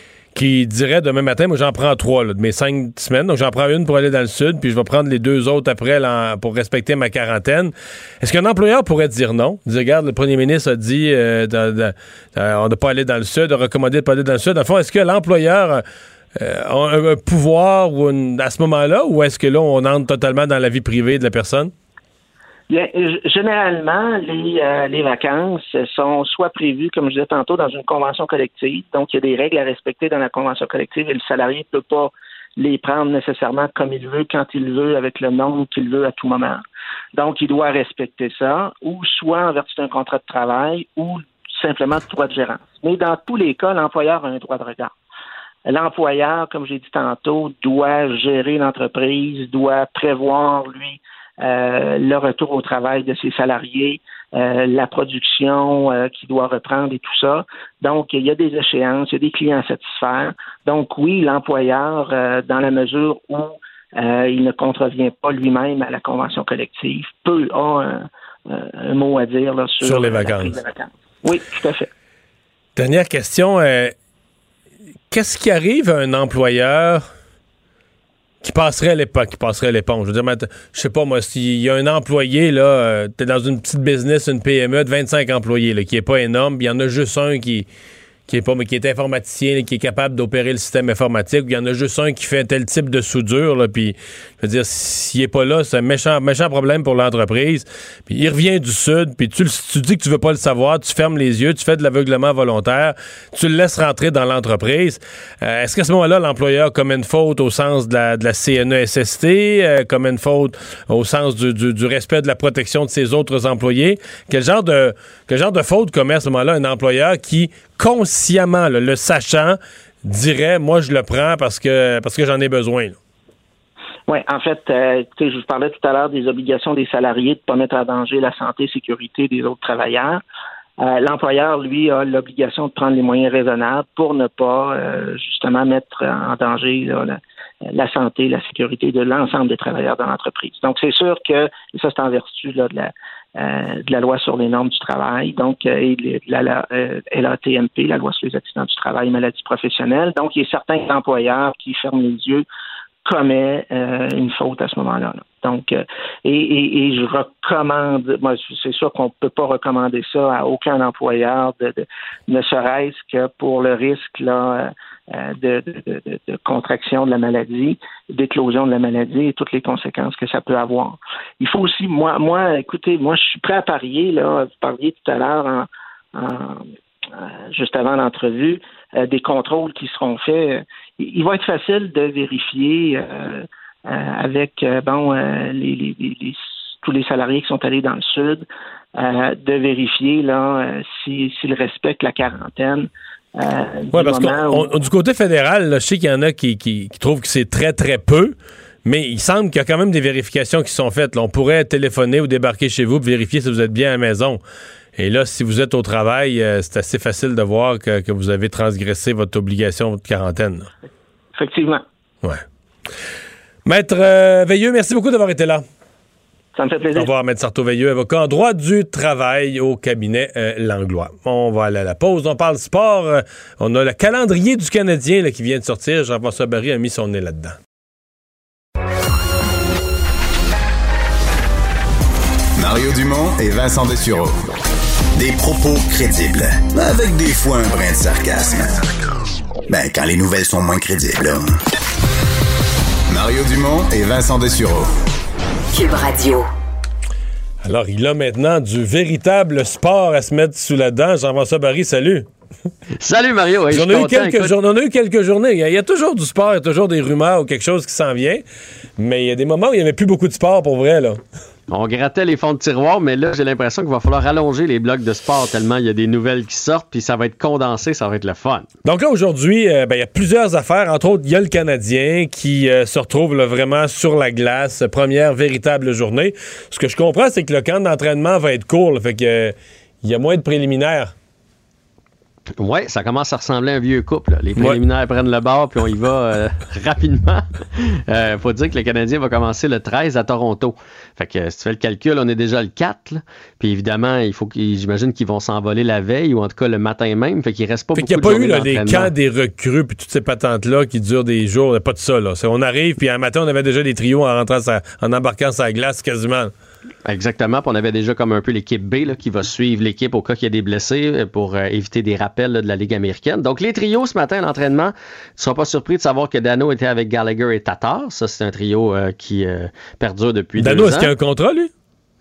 qui dirait demain matin, moi j'en prends trois là, de mes cinq semaines, donc j'en prends une pour aller dans le sud, puis je vais prendre les deux autres après là, pour respecter ma quarantaine. Est-ce qu'un employeur pourrait dire non? Dire, regarde, le premier ministre a dit euh, de, de, de, on ne doit pas aller dans le sud, a recommandé de ne pas aller dans le sud. Dans le fond, est-ce que l'employeur euh, a un, un pouvoir ou une, à ce moment-là, ou est-ce que là, on entre totalement dans la vie privée de la personne? Bien, généralement, les, euh, les vacances sont soit prévues, comme je disais tantôt, dans une convention collective. Donc, il y a des règles à respecter dans la convention collective et le salarié ne peut pas les prendre nécessairement comme il veut, quand il veut, avec le nombre qu'il veut à tout moment. Donc, il doit respecter ça, ou soit en vertu d'un contrat de travail, ou simplement de droit de gérance. Mais dans tous les cas, l'employeur a un droit de regard. L'employeur, comme j'ai dit tantôt, doit gérer l'entreprise, doit prévoir, lui, euh, le retour au travail de ses salariés, euh, la production euh, qui doit reprendre et tout ça. Donc, il y a des échéances, il y a des clients à satisfaire. Donc, oui, l'employeur, euh, dans la mesure où euh, il ne contrevient pas lui-même à la convention collective, peut avoir un, un mot à dire là, sur, sur les la vacances. prise de vacances. Oui, tout à fait. Dernière question. Euh, qu'est-ce qui arrive à un employeur qui passerait l'éponge, qui passerait l'éponge? Je veux dire, je sais pas, moi, s'il y a un employé, là, euh, t'es dans une petite business, une P M E de vingt-cinq employés, là, qui est pas énorme, puis il y en a juste un qui, qui est pas, mais qui est informaticien, là, qui est capable d'opérer le système informatique, puis il y en a juste un qui fait tel type de soudure, là, puis, je veux dire, s'il est pas là, c'est un méchant, méchant problème pour l'entreprise, puis il revient du Sud, puis tu, tu dis que tu veux pas le savoir, tu fermes les yeux, tu fais de l'aveuglement volontaire, tu le laisses rentrer dans l'entreprise. Euh, est-ce qu'à ce moment-là, l'employeur commet une faute au sens de la, de la C N E S S T, euh, commet une faute au sens du, du, du respect de la protection de ses autres employés? Quel genre de, quel genre de faute commet à ce moment-là un employeur qui, consciemment, là, le sachant, dirait, moi, je le prends parce que, parce que j'en ai besoin, là? Oui, en fait, euh, écoutez, je vous parlais tout à l'heure des obligations des salariés de ne pas mettre en danger la santé et sécurité des autres travailleurs. Euh, l'employeur, lui, a l'obligation de prendre les moyens raisonnables pour ne pas, euh, justement, mettre en danger là, la, la santé et la sécurité de l'ensemble des travailleurs de l'entreprise. Donc, c'est sûr que, et ça, c'est en vertu là, de la Euh, de la loi sur les normes du travail, donc euh, et de la, la euh, L A T M P, la loi sur les accidents du travail et maladies professionnelles. Donc, il y a certains employeurs qui ferment les yeux, commet euh, une faute à ce moment-là. Là. Donc, euh, et, et, et je recommande, moi, c'est sûr qu'on ne peut pas recommander ça à aucun employeur, de, de, ne serait-ce que pour le risque là. Euh, De, de, de, de contraction de la maladie, d'éclosion de la maladie et toutes les conséquences que ça peut avoir. Il faut aussi, moi, moi, écoutez, moi, je suis prêt à parier, là, vous parliez tout à l'heure, en, en, euh, juste avant l'entrevue, euh, des contrôles qui seront faits. Il, il va être facile de vérifier euh, euh, avec, euh, bon, euh, les, les, les, les, tous les salariés qui sont allés dans le Sud, euh, de vérifier, là, euh, si, s'ils respectent la quarantaine. Euh, oui, parce que où... du côté fédéral, là, je sais qu'il y en a qui, qui, qui trouvent que c'est très, très peu, mais il semble qu'il y a quand même des vérifications qui sont faites. Là, on pourrait téléphoner ou débarquer chez vous pour vérifier si vous êtes bien à la maison. Et là, si vous êtes au travail, euh, c'est assez facile de voir que, que vous avez transgressé votre obligation de quarantaine. Là. Effectivement. Ouais. Maître euh, Veilleux, merci beaucoup d'avoir été là. Ça me fait plaisir. Au revoir, Maître Sarto-Veilleux, avocat en droit du travail au cabinet euh, Langlois. On va aller à la pause. On parle sport. Euh, on a le calendrier du Canadien là, qui vient de sortir. Jean-François Barry a mis son nez là-dedans. Mario Dumont et Vincent Dessureau. Des propos crédibles, avec des fois un brin de sarcasme. Ben, quand les nouvelles sont moins crédibles. Hein. Mario Dumont et Vincent Dessureau. Cube Radio. Alors, il a maintenant du véritable sport à se mettre sous la dent. Jean-François Barry, salut. Salut Mario. Ouais, on, a eu quelques jour- on a eu quelques journées. Il y, a, il y a toujours du sport, il y a toujours des rumeurs ou quelque chose qui s'en vient. Mais il y a des moments où il n'y avait plus beaucoup de sport pour vrai, là. On grattait les fonds de tiroir, mais là, j'ai l'impression qu'il va falloir allonger les blocs de sport tellement il y a des nouvelles qui sortent, puis ça va être condensé, ça va être le fun. Donc là, aujourd'hui, euh, ben, il y a plusieurs affaires. Entre autres, il y a le Canadien qui euh, se retrouve là, vraiment sur la glace. Première véritable journée. Ce que je comprends, c'est que le camp d'entraînement va être court. Là, fait que euh, il y a moins de préliminaires. Oui, ça commence à ressembler à un vieux couple. Là. Les préliminaires ouais. prennent le bord, puis on y va euh, rapidement. Il euh, faut dire que le Canadien va commencer le treize à Toronto. Fait que si tu fais le calcul, on est déjà le quatre. Là. Puis évidemment, il faut qu'ils, j'imagine qu'ils vont s'envoler la veille ou en tout cas le matin même. Fait qu'il reste pas fait beaucoup de journées d'entraînement. Fait qu'il n'y a pas eu là, des camps des recrues puis toutes ces patentes-là qui durent des jours. Il n'y a pas de ça. Là. On arrive, puis un matin, on avait déjà des trios en, rentrant sa, en embarquant sa glace quasiment. Exactement. Puis on avait déjà comme un peu l'équipe B là, qui va suivre l'équipe au cas qu'il y a des blessés pour euh, éviter des rappels là, de la Ligue américaine. Donc les trios ce matin à l'entraînement, tu ne seras pas surpris de savoir que Dano était avec Gallagher et Tatar. Ça, c'est un trio euh, qui euh, perdure depuis Dano, deux ans. Dano, est-ce qu'il y a un contrat, lui?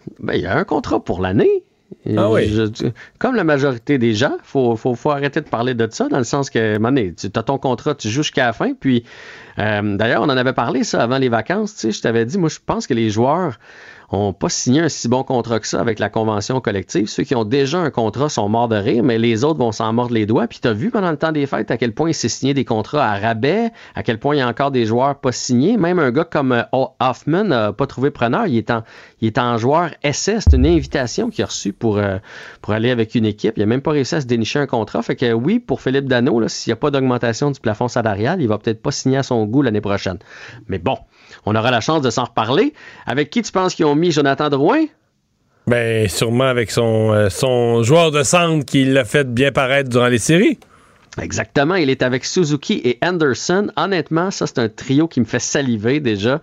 Ben, il y a un contrat pour l'année. Ah oui. Je, comme la majorité des gens, il faut, faut, faut arrêter de parler de ça, dans le sens que, mané, tu as ton contrat, tu joues jusqu'à la fin. Puis, euh, d'ailleurs, on en avait parlé, ça, avant les vacances. Tu sais, je t'avais dit, moi, je pense que les joueurs n'ont pas signé un si bon contrat que ça avec la convention collective. Ceux qui ont déjà un contrat sont morts de rire, mais les autres vont s'en mordre les doigts. Puis tu as vu pendant le temps des fêtes à quel point il s'est signé des contrats à rabais, à quel point il y a encore des joueurs pas signés. Même un gars comme euh, Hoffman n'a pas trouvé preneur. Il est en, il est en joueur essai. C'est une invitation qu'il a reçue pour, euh, pour aller avec une équipe. Il n'a même pas réussi à se dénicher un contrat. Fait que oui, pour Philippe Danault, là, s'il n'y a pas d'augmentation du plafond salarial, il va peut-être pas signer à son goût l'année prochaine. Mais bon, on aura la chance de s'en reparler. Avec qui tu penses qu'ils ont mis Jonathan Drouin? Ben, sûrement avec son, euh, son joueur de centre qui l'a fait bien paraître durant les séries. Exactement, il est avec Suzuki et Anderson. Honnêtement, ça, c'est un trio qui me fait saliver déjà.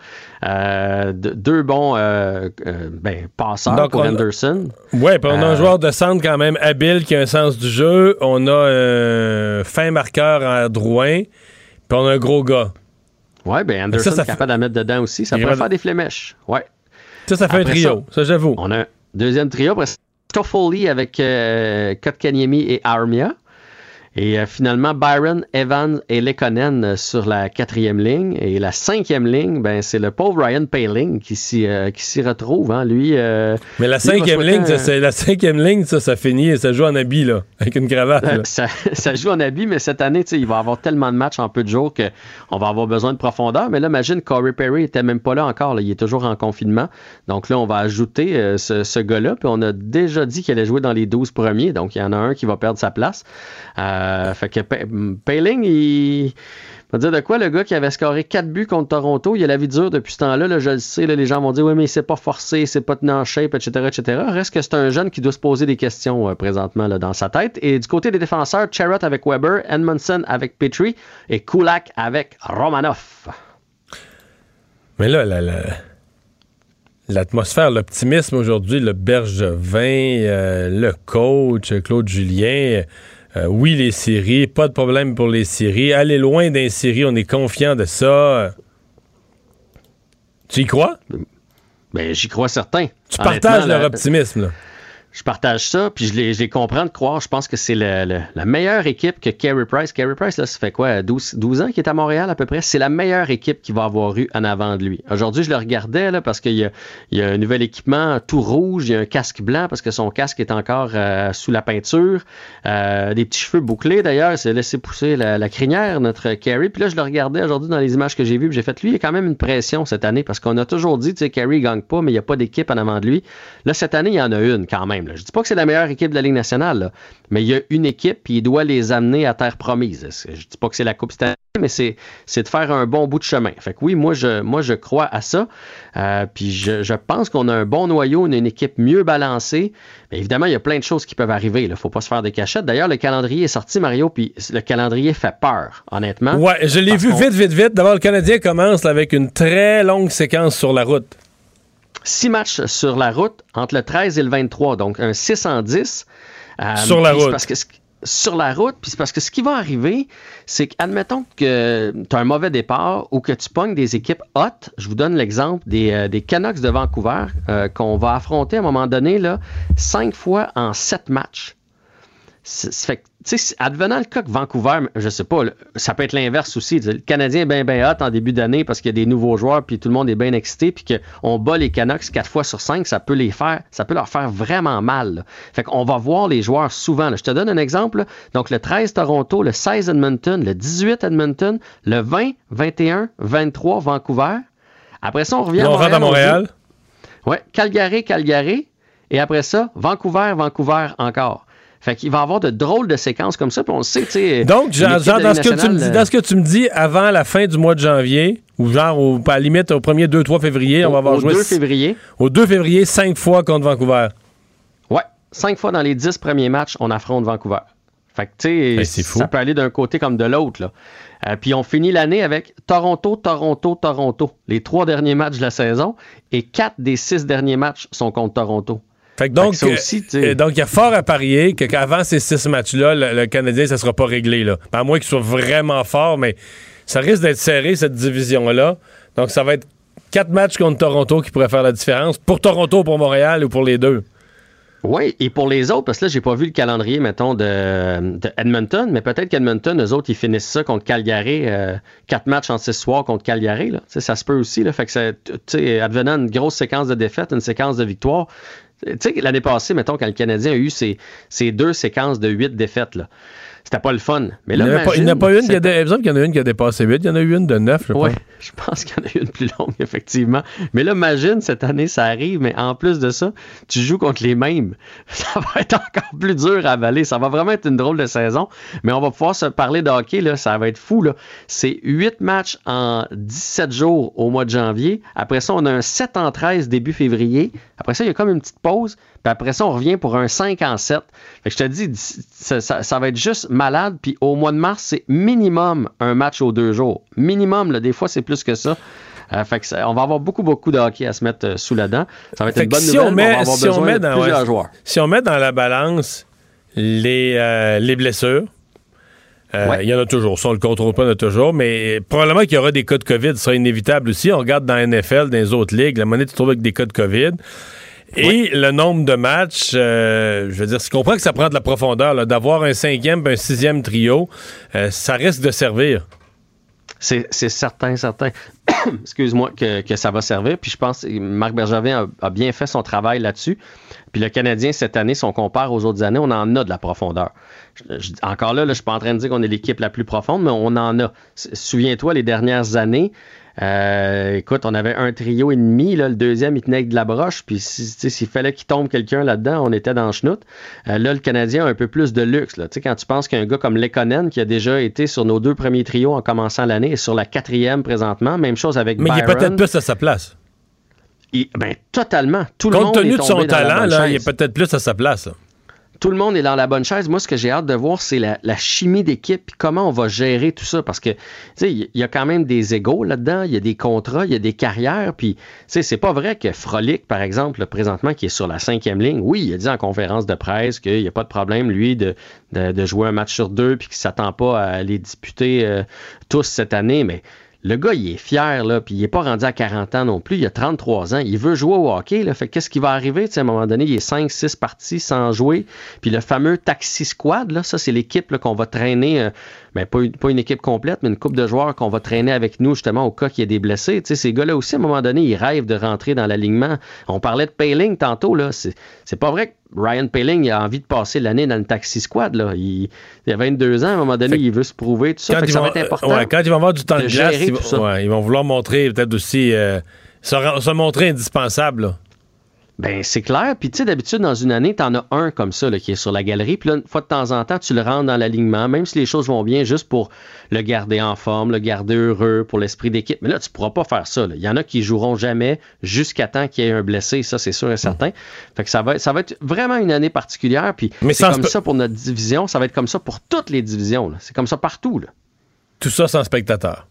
Euh, de, deux bons euh, euh, ben, passeurs Donc, pour on... Anderson. Oui, puis on a euh... un joueur de centre quand même habile qui a un sens du jeu. On a un euh, fin marqueur en Drouin, puis on a un gros gars. Oui, bien Anderson ça, ça est capable fait... d'en mettre dedans aussi. Ça pourrait faire des flémèches. Ouais. Ça, ça fait Après un trio, ça, ça j'avoue. On a un deuxième trio. Après, Toffoli avec euh, Kotkaniemi et Armia. Et euh, finalement, Byron, Evans et Lekonen sur la quatrième ligne. Et la cinquième ligne, ben, c'est le pauvre Ryan Poehling qui s'y, euh, qui s'y retrouve. Hein. Lui, euh, Mais la cinquième ligne, un... ça, c'est, la cinquième ligne, ça, ça finit, ça joue en habit, là, avec une cravate. Là. ça, ça joue en habit, mais cette année, il va y avoir tellement de matchs en peu de jours qu'on va avoir besoin de profondeur. Mais là, imagine, Corey Perry n'était même pas là encore. Là. Il est toujours en confinement. Donc là, on va ajouter euh, ce, ce gars-là. Puis on a déjà dit qu'il allait jouer dans les douze premiers. Donc il y en a un qui va perdre sa place. Euh, Euh, fait que Poehling, il va dire de quoi, le gars qui avait scoré quatre buts contre Toronto, il a la vie dure depuis ce temps-là, là, je le sais, là, les gens vont dire oui, mais il s'est pas forcé, il s'est pas tenu en shape, et cetera, et cetera. Reste que c'est un jeune qui doit se poser des questions euh, présentement là, dans sa tête. Et du côté des défenseurs, Charrot avec Weber, Edmondson avec Petrie et Kulak avec Romanov. Mais là, la, la, l'atmosphère, l'optimisme aujourd'hui, le Bergevin, euh, le coach, Claude Julien... Euh, oui, les séries, pas de problème pour les séries. Aller loin dans les séries, on est confiant de ça. Tu y crois? Ben, j'y crois certain. Tu partages leur optimisme, là. Je partage ça, puis je les, je les comprends de croire. Je pense que c'est le, le, la meilleure équipe que Carey Price. Carey Price, là, ça fait quoi, douze, douze ans qu'il est à Montréal à peu près? C'est la meilleure équipe qu'il va avoir eu en avant de lui. Aujourd'hui, je le regardais là, parce qu'il y a, il y a un nouvel équipement tout rouge, il y a un casque blanc parce que son casque est encore euh, sous la peinture. Euh, des petits cheveux bouclés d'ailleurs, il s'est laissé pousser la, la crinière, notre Carey. Puis là, je le regardais aujourd'hui dans les images que j'ai vues, puis j'ai fait, lui, il y a quand même une pression cette année parce qu'on a toujours dit, tu sais, Carey ne gagne pas, mais il n'y a pas d'équipe en avant de lui. Là, cette année, il y en a une quand même. Là. Je dis pas que c'est la meilleure équipe de la Ligue nationale, là, mais il y a une équipe puis il doit les amener à terre promise. Je dis pas que c'est la Coupe Stanley, mais c'est, c'est de faire un bon bout de chemin. Fait que oui, moi je, moi, je crois à ça. Euh, puis je, je pense qu'on a un bon noyau, une, une équipe mieux balancée. Mais évidemment, il y a plein de choses qui peuvent arriver. Il ne faut pas se faire des cachettes. D'ailleurs, le calendrier est sorti, Mario, puis le calendrier fait peur, honnêtement. Ouais, je l'ai vu qu'on... vite, vite, vite. D'abord, le Canadien commence là, avec une très longue séquence sur la route. Six matchs sur la route entre le treize et le vingt-trois, donc un six en dix. Euh, sur la route. Parce que, sur la route, puis c'est parce que ce qui va arriver, c'est qu'admettons que tu as un mauvais départ ou que tu pognes des équipes hautes. Je vous donne l'exemple des, euh, des Canucks de Vancouver euh, qu'on va affronter à un moment donné, là, cinq fois en sept matchs. C'est, c'est fait que, tu sais, advenant le cas que Vancouver, je sais pas, là, ça peut être l'inverse aussi. Le Canadien est bien, bien hot en début d'année parce qu'il y a des nouveaux joueurs puis tout le monde est bien excité puis qu'on bat les Canucks quatre fois sur cinq, ça peut les faire, ça peut leur faire vraiment mal. Là. Fait qu'on va voir les joueurs souvent. Là. Je te donne un exemple. Là. Donc, le treize Toronto, le seize Edmonton, le dix-huit Edmonton, le vingt, vingt et un, vingt-trois Vancouver. Après ça, on revient Là, on à Montréal. On rentre à Montréal. Oui, Calgary, Calgary. Et après ça, Vancouver, Vancouver encore. Fait qu'il va y avoir de drôles de séquences comme ça, puis on le sait, tu sais... Donc, genre, genre dans, ce que tu me dis, dans ce que tu me dis, avant la fin du mois de janvier, ou genre, au, à la limite, au premier deux trois février, au, on va avoir au joué... deux février. Au deux février, cinq fois contre Vancouver. Ouais, cinq fois dans les dix premiers matchs, on affronte Vancouver. Fait que, tu sais, ben, c'est fou. Ça peut aller d'un côté comme de l'autre, là. Euh, puis on finit l'année avec Toronto, Toronto, Toronto. Les trois derniers matchs de la saison, et quatre des six derniers matchs sont contre Toronto. Fait que donc, fait que aussi, euh, donc, il y a fort à parier que, qu'avant ces six matchs-là, le, le Canadien, ça ne sera pas réglé. Là. À moins qu'il soit vraiment fort, mais ça risque d'être serré, cette division-là. Donc, ça va être quatre matchs contre Toronto qui pourraient faire la différence. Pour Toronto ou pour Montréal ou pour les deux? Oui, et pour les autres, parce que là, j'ai pas vu le calendrier, mettons, de, de Edmonton, mais peut-être qu'Edmonton, eux autres, ils finissent ça contre Calgary, euh, quatre matchs en six soirs contre Calgary, là. T'sais, ça se peut aussi, là. Fait que c'est, advenant une grosse séquence de défaites, une séquence de victoires. Tu sais, l'année passée, mettons, quand le Canadien a eu ses, ses deux séquences de huit défaites, là. C'était pas le fun. Mais là, il n'y en a pas une, il y a des, il me semble qu'il y en a une qui a dépassé huit, il y en a eu une de neuf, je pense. Oui, je pense qu'il y en a eu une plus longue, effectivement. Mais là, imagine, cette année, ça arrive, mais en plus de ça, tu joues contre les mêmes. Ça va être encore plus dur à avaler. Ça va vraiment être une drôle de saison. Mais on va pouvoir se parler de hockey, là, ça va être fou, là. C'est huit matchs en dix-sept jours au mois de janvier. Après ça, on a un sept en treize début février. Après ça, il y a comme une petite pause. Puis après ça, on revient pour un cinq en sept. Fait que je te dis, ça, ça, ça va être juste malade. Puis au mois de mars, c'est minimum un match aux deux jours. Minimum, là, des fois, c'est plus que ça. Euh, fait que ça, on va avoir beaucoup, beaucoup de hockey à se mettre euh, sous la dent. Ça va être fait une bonne si nouvelle, on met, mais on va avoir si besoin on met de dans, plusieurs ouais, joueurs. Si on met dans la balance les, euh, les blessures, euh, ouais. il y en a toujours. Ça, on le contrôle pas, il y en a toujours. Mais probablement qu'il y aura des cas de COVID. Ce sera inévitable aussi. On regarde dans la N F L, dans les autres ligues, la monnaie, tu trouves avec des cas de COVID. Et oui. Le nombre de matchs, euh, je veux dire, je comprends que ça prend de la profondeur, là, d'avoir un cinquième et un sixième trio, euh, ça risque de servir. C'est, c'est certain, certain. Excuse-moi, que, que ça va servir. Puis je pense que Marc Bergevin a, a bien fait son travail là-dessus. Puis le Canadien, cette année, si on compare aux autres années, on en a de la profondeur. Je, je, encore là, là je ne suis pas en train de dire qu'on est l'équipe la plus profonde, mais on en a. Souviens-toi, les dernières années, Euh, écoute, on avait un trio et demi, là, le deuxième, il tenait avec de la broche, puis si, s'il fallait qu'il tombe quelqu'un là-dedans, on était dans le chenoute. Euh, là, le Canadien a un peu plus de luxe. Là. Quand tu penses qu'un gars comme Lekonen, qui a déjà été sur nos deux premiers trios en commençant l'année, est sur la quatrième présentement, même chose avec Mais Byron. Mais il est peut-être plus à sa place. Il, ben, totalement. Tout Compte le monde tenu est de son talent, là, il est chaise. peut-être plus à sa place. Là. Tout le monde est dans la bonne chaise. Moi, ce que j'ai hâte de voir, c'est la, la chimie d'équipe et comment on va gérer tout ça. Parce que, tu sais, il y a quand même des égos là-dedans, il y a des contrats, il y a des carrières. Puis, tu sais, c'est pas vrai que Frolic, par exemple, là, présentement, qui est sur la cinquième ligne, oui, il a dit en conférence de presse qu'il n'y a pas de problème, lui, de, de, de jouer un match sur deux puis qu'il ne s'attend pas à les disputer euh, tous cette année. Mais le gars, il est fier, là, puis il n'est pas rendu à quarante ans non plus, il a trente-trois ans, il veut jouer au hockey, là, fait qu'est-ce qui va arriver, tu sais, à un moment donné, il est cinq six parties sans jouer, puis le fameux Taxi Squad, là, ça, c'est l'équipe là, qu'on va traîner, euh, ben, pas, pas une équipe complète, mais une couple de joueurs qu'on va traîner avec nous, justement, au cas qu'il y ait des blessés, tu sais, ces gars-là aussi, à un moment donné, ils rêvent de rentrer dans l'alignement. On parlait de Poehling tantôt, là, c'est, c'est pas vrai que Ryan Poehling, il a envie de passer l'année dans le Taxi Squad. Là. Il, il a vingt-deux ans, à un moment donné, fait, il veut se prouver, tout ça. Fait que ça va être important. Ouais, quand ils vont avoir du temps de, de glace, ils, ouais, ils vont vouloir montrer peut-être aussi, euh, se, se montrer indispensable. Là. Ben c'est clair. Puis tu sais, d'habitude, dans une année, t'en as un comme ça là, qui est sur la galerie. Puis là, une fois de temps en temps, tu le rentres dans l'alignement, même si les choses vont bien, juste pour le garder en forme, le garder heureux, pour l'esprit d'équipe. Mais là, tu pourras pas faire ça. Là. Il y en a qui joueront jamais jusqu'à temps qu'il y ait un blessé. Ça, c'est sûr et certain. Mmh. Fait que ça va, ça va être vraiment une année particulière. Puis Mais c'est comme spe... ça pour notre division. Ça va être comme ça pour toutes les divisions. Là. C'est comme ça partout. Là. Tout ça sans spectateurs.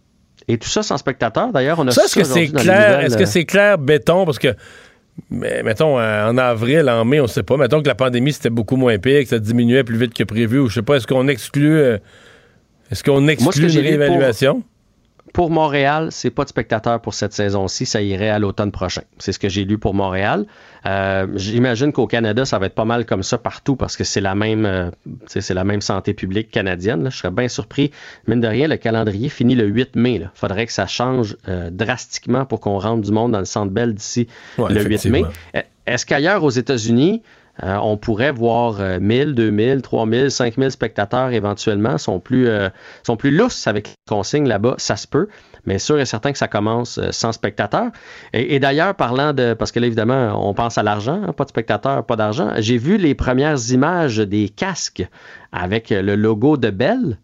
Et tout ça sans spectateurs. D'ailleurs, on a ça, est-ce ça que c'est clair, nouvelles... Est-ce que c'est clair béton? Parce que mais mettons, en avril, en mai, on ne sait pas. Mettons que la pandémie, c'était beaucoup moins pire, que ça diminuait plus vite que prévu, ou je sais pas, est-ce qu'on exclut euh, est-ce qu'on exclut Moi, ce que une réévaluation? Pour, pour Montréal, c'est pas de spectateurs pour cette saison-ci, ça irait à l'automne prochain. C'est ce que j'ai lu pour Montréal. Euh, j'imagine qu'au Canada, ça va être pas mal comme ça partout parce que c'est la même, euh, c'est la même santé publique canadienne. Là. Je serais bien surpris. Mine de rien, le calendrier finit le huit mai. Il faudrait que ça change euh, drastiquement pour qu'on rentre du monde dans le Centre Bell d'ici ouais, le huit mai. Est-ce qu'ailleurs aux États-Unis, Euh, on pourrait voir euh, mille, deux mille, trois mille, cinq mille spectateurs éventuellement, sont plus, euh, sont plus lousses avec les consignes là-bas, ça se peut, mais sûr et certain que ça commence euh, sans spectateurs. Et, et d'ailleurs, parlant de, parce que là évidemment, on pense à l'argent, hein, pas de spectateurs, pas d'argent, j'ai vu les premières images des casques avec le logo de Bell.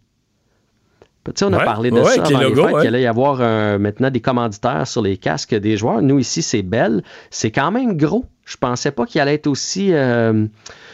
Tu sais, on a ouais, parlé de ouais, ça avant les, logos, les fêtes, ouais. qu'il allait y avoir euh, maintenant des commanditaires sur les casques des joueurs. Nous, ici, c'est Bell. C'est quand même gros. Je pensais pas qu'il allait être aussi euh,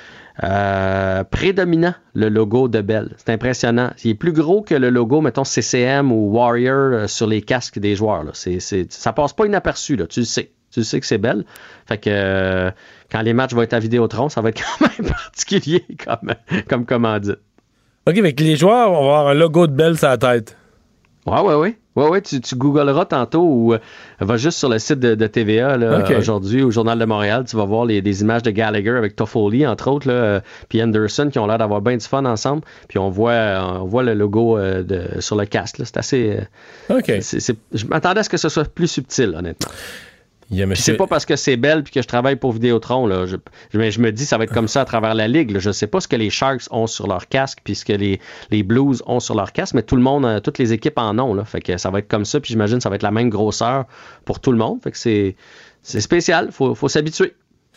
euh, prédominant, le logo de Bell. C'est impressionnant. Il est plus gros que le logo, mettons, C C M ou Warrior euh, sur les casques des joueurs. Là. C'est, c'est, ça passe pas inaperçu, là. Tu le sais. Tu le sais que c'est Bell. Fait que euh, quand les matchs vont être à Vidéotron, ça va être quand même particulier comme, comme commandite. OK, avec les joueurs vont avoir un logo de Bell sur la tête. Oui, oui, oui. Oui, oui, tu, tu googleras tantôt ou euh, va juste sur le site de, de T V A là, okay. Aujourd'hui, au Journal de Montréal, tu vas voir les, des images de Gallagher avec Toffoli, entre autres, là, euh, puis Anderson, qui ont l'air d'avoir bien du fun ensemble. Puis on voit, on voit le logo euh, de, sur le casque. Là. C'est assez... Euh, OK. C'est, c'est, je m'attendais à ce que ce soit plus subtil, honnêtement. Yeah, monsieur... C'est pas parce que c'est Bell puis que je travaille pour Vidéotron. Là. Je, je, je me dis que ça va être comme ça à travers la Ligue. Là. Je sais pas ce que les Sharks ont sur leur casque puis ce que les, les Blues ont sur leur casque, mais tout le monde, toutes les équipes en ont. Là. Fait que ça va être comme ça, puis j'imagine que ça va être la même grosseur pour tout le monde. Fait que c'est, c'est spécial. Faut, faut s'habituer.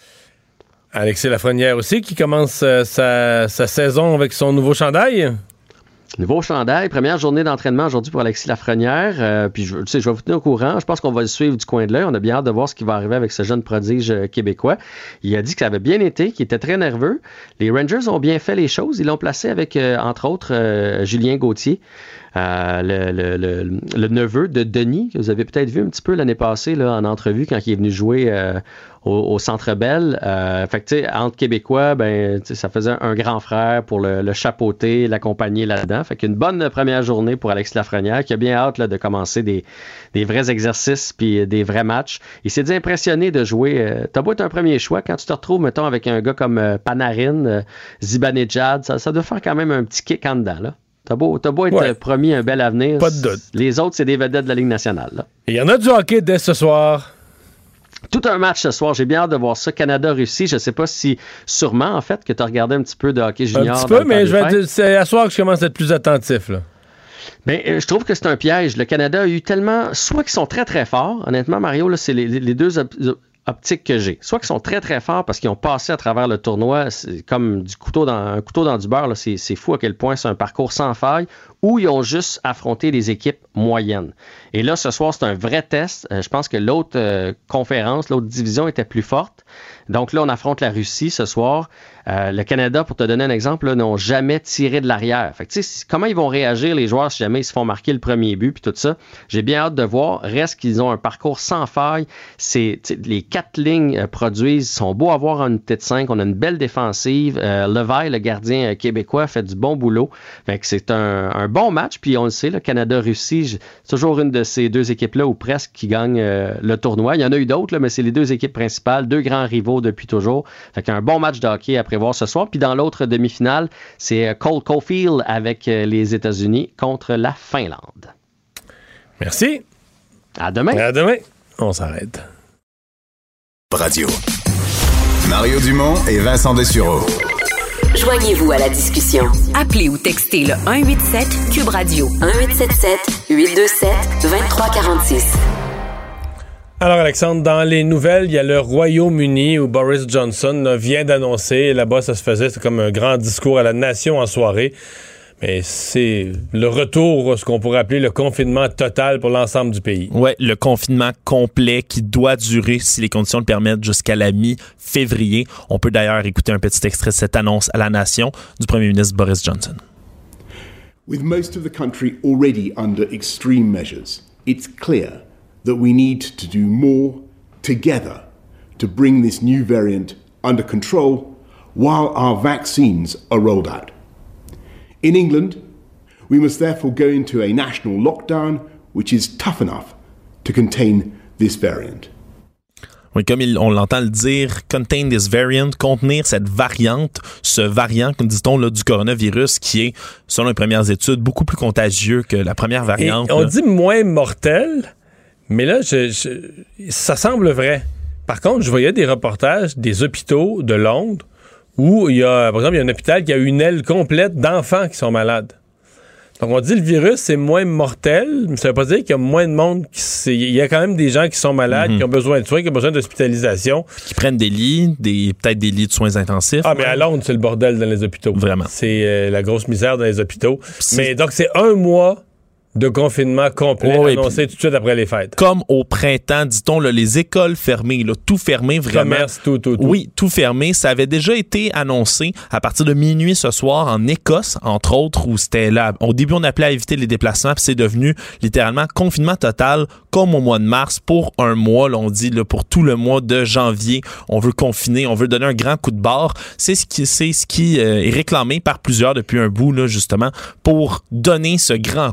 Alexis Lafrenière aussi qui commence euh, sa, sa saison avec son nouveau chandail. Nouveau chandail, première journée d'entraînement aujourd'hui pour Alexis Lafrenière. Euh, puis je, tu sais, je vais vous tenir au courant. Je pense qu'on va le suivre du coin de l'œil. On a bien hâte de voir ce qui va arriver avec ce jeune prodige euh, québécois. Il a dit que ça avait bien été, qu'il était très nerveux. Les Rangers ont bien fait les choses. Ils l'ont placé avec, euh, entre autres, euh, Julien Gauthier. Euh, le, le, le, le neveu de Denis, que vous avez peut-être vu un petit peu l'année passée là, en entrevue quand il est venu jouer euh, au, au Centre Bell. Euh, fait que tu sais, entre Québécois, ben, ça faisait un grand frère pour le, le chapeauter, l'accompagner là-dedans. Fait qu'une bonne première journée pour Alexis Lafrenière, qui a bien hâte là, de commencer des, des vrais exercices puis des vrais matchs. Il s'est dit impressionné de jouer. Euh, t'as beau être un premier choix, quand tu te retrouves, mettons, avec un gars comme euh, Panarin, euh, Zibanejad, ça, ça doit faire quand même un petit kick en dedans, là. T'as beau, t'as beau être ouais. promis un bel avenir. Pas de doute. Les autres, c'est des vedettes de la Ligue nationale. Là. Il y en a du hockey dès ce soir. Tout un match ce soir. J'ai bien hâte de voir ça. Canada-Russie. Je ne sais pas si, sûrement, en fait, que tu as regardé un petit peu de hockey junior. Un petit peu, mais je vais dire, c'est à soir que je commence à être plus attentif. Là. Bien, euh, je trouve que c'est un piège. Le Canada a eu tellement... Soit qu'ils sont très, très forts. Honnêtement, Mario, là, c'est les, les deux... Op- optique que j'ai. Soit qu'ils sont très, très forts parce qu'ils ont passé à travers le tournoi c'est comme du couteau dans, un couteau dans du beurre. Là, c'est, c'est fou à quel point c'est un parcours sans faille, ou ils ont juste affronté des équipes moyennes. Et là, ce soir, c'est un vrai test. Euh, je pense que l'autre euh, conférence, l'autre division était plus forte. Donc là, on affronte la Russie ce soir. Euh, le Canada, pour te donner un exemple, là, n'ont jamais tiré de l'arrière. Fait que, tu sais, comment ils vont réagir, les joueurs, si jamais ils se font marquer le premier but, puis tout ça. J'ai bien hâte de voir. Reste qu'ils ont un parcours sans faille. C'est, les quatre lignes euh, produisent, sont beaux à voir en unité de cinq. On a une belle défensive. Euh, Levaille, le gardien euh, québécois, fait du bon boulot. Fait que c'est un, un bon match. Puis on le sait, le Canada-Russie, c'est toujours une de ces deux équipes-là, ou presque, qui gagne euh, le tournoi. Il y en a eu d'autres, là, mais c'est les deux équipes principales, deux grands rivaux depuis toujours. Fait qu'un bon match de hockey à prévoir ce soir. Puis dans l'autre demi-finale, c'est Cole Caulfield avec les États-Unis contre la Finlande. Merci. À demain. À demain. On s'arrête. Radio. Mario Dumont et Vincent Dessureau. Joignez-vous à la discussion. Appelez ou textez le un huit sept Cube Radio un huit sept sept huit deux sept deux trois quatre six. Alors, Alexandre, dans les nouvelles, il y a le Royaume-Uni où Boris Johnson là, vient d'annoncer, là-bas, ça se faisait, c'est comme un grand discours à la nation en soirée, mais c'est le retour, ce qu'on pourrait appeler le confinement total pour l'ensemble du pays. Oui, le confinement complet qui doit durer, si les conditions le permettent, jusqu'à la mi-février. On peut d'ailleurs écouter un petit extrait de cette annonce à la nation du premier ministre Boris Johnson. With most of the country already under extreme measures, it's clear that we need to do more together to bring this new variant under control while our vaccines are rolled out. In England, we must therefore go into a national lockdown which is tough enough to contain this variant. Oui, comme il, on l'entend le dire, contain this variant, contenir cette variante, ce variant, comme dit-on, là, du coronavirus, qui est, selon les premières études, beaucoup plus contagieux que la première variante. Et on là. dit moins mortel, mais là, je, je, ça semble vrai. Par contre, je voyais des reportages des hôpitaux de Londres où il y a, par exemple, il y a un hôpital qui a une aile complète d'enfants qui sont malades. Donc, on dit le virus, c'est moins mortel, mais ça veut pas dire qu'il y a moins de monde. Qui, il y a quand même des gens qui sont malades, mm-hmm. qui ont besoin de soins, qui ont besoin d'hospitalisation. Qui prennent des lits, des, peut-être des lits de soins intensifs. Ah, ouais. mais à Londres, c'est le bordel dans les hôpitaux. Vraiment. C'est euh, la grosse misère dans les hôpitaux. C'est... Mais donc, c'est un mois de confinement complet oh, annoncé tout de suite après les fêtes. Comme au printemps, dit-on, là, les écoles fermées, là, tout fermé, vraiment. Commerce, tout, tout, tout. Oui, tout fermé. Ça avait déjà été annoncé à partir de minuit ce soir en Écosse, entre autres, où c'était là. Au début, on appelait à éviter les déplacements, puis c'est devenu littéralement confinement total, comme au mois de mars, pour un mois. Là, on dit là, pour tout le mois de janvier, on veut confiner, on veut donner un grand coup de barre. C'est ce qui, c'est ce qui euh, est réclamé par plusieurs depuis un bout, là, justement, pour donner ce grand coup, pour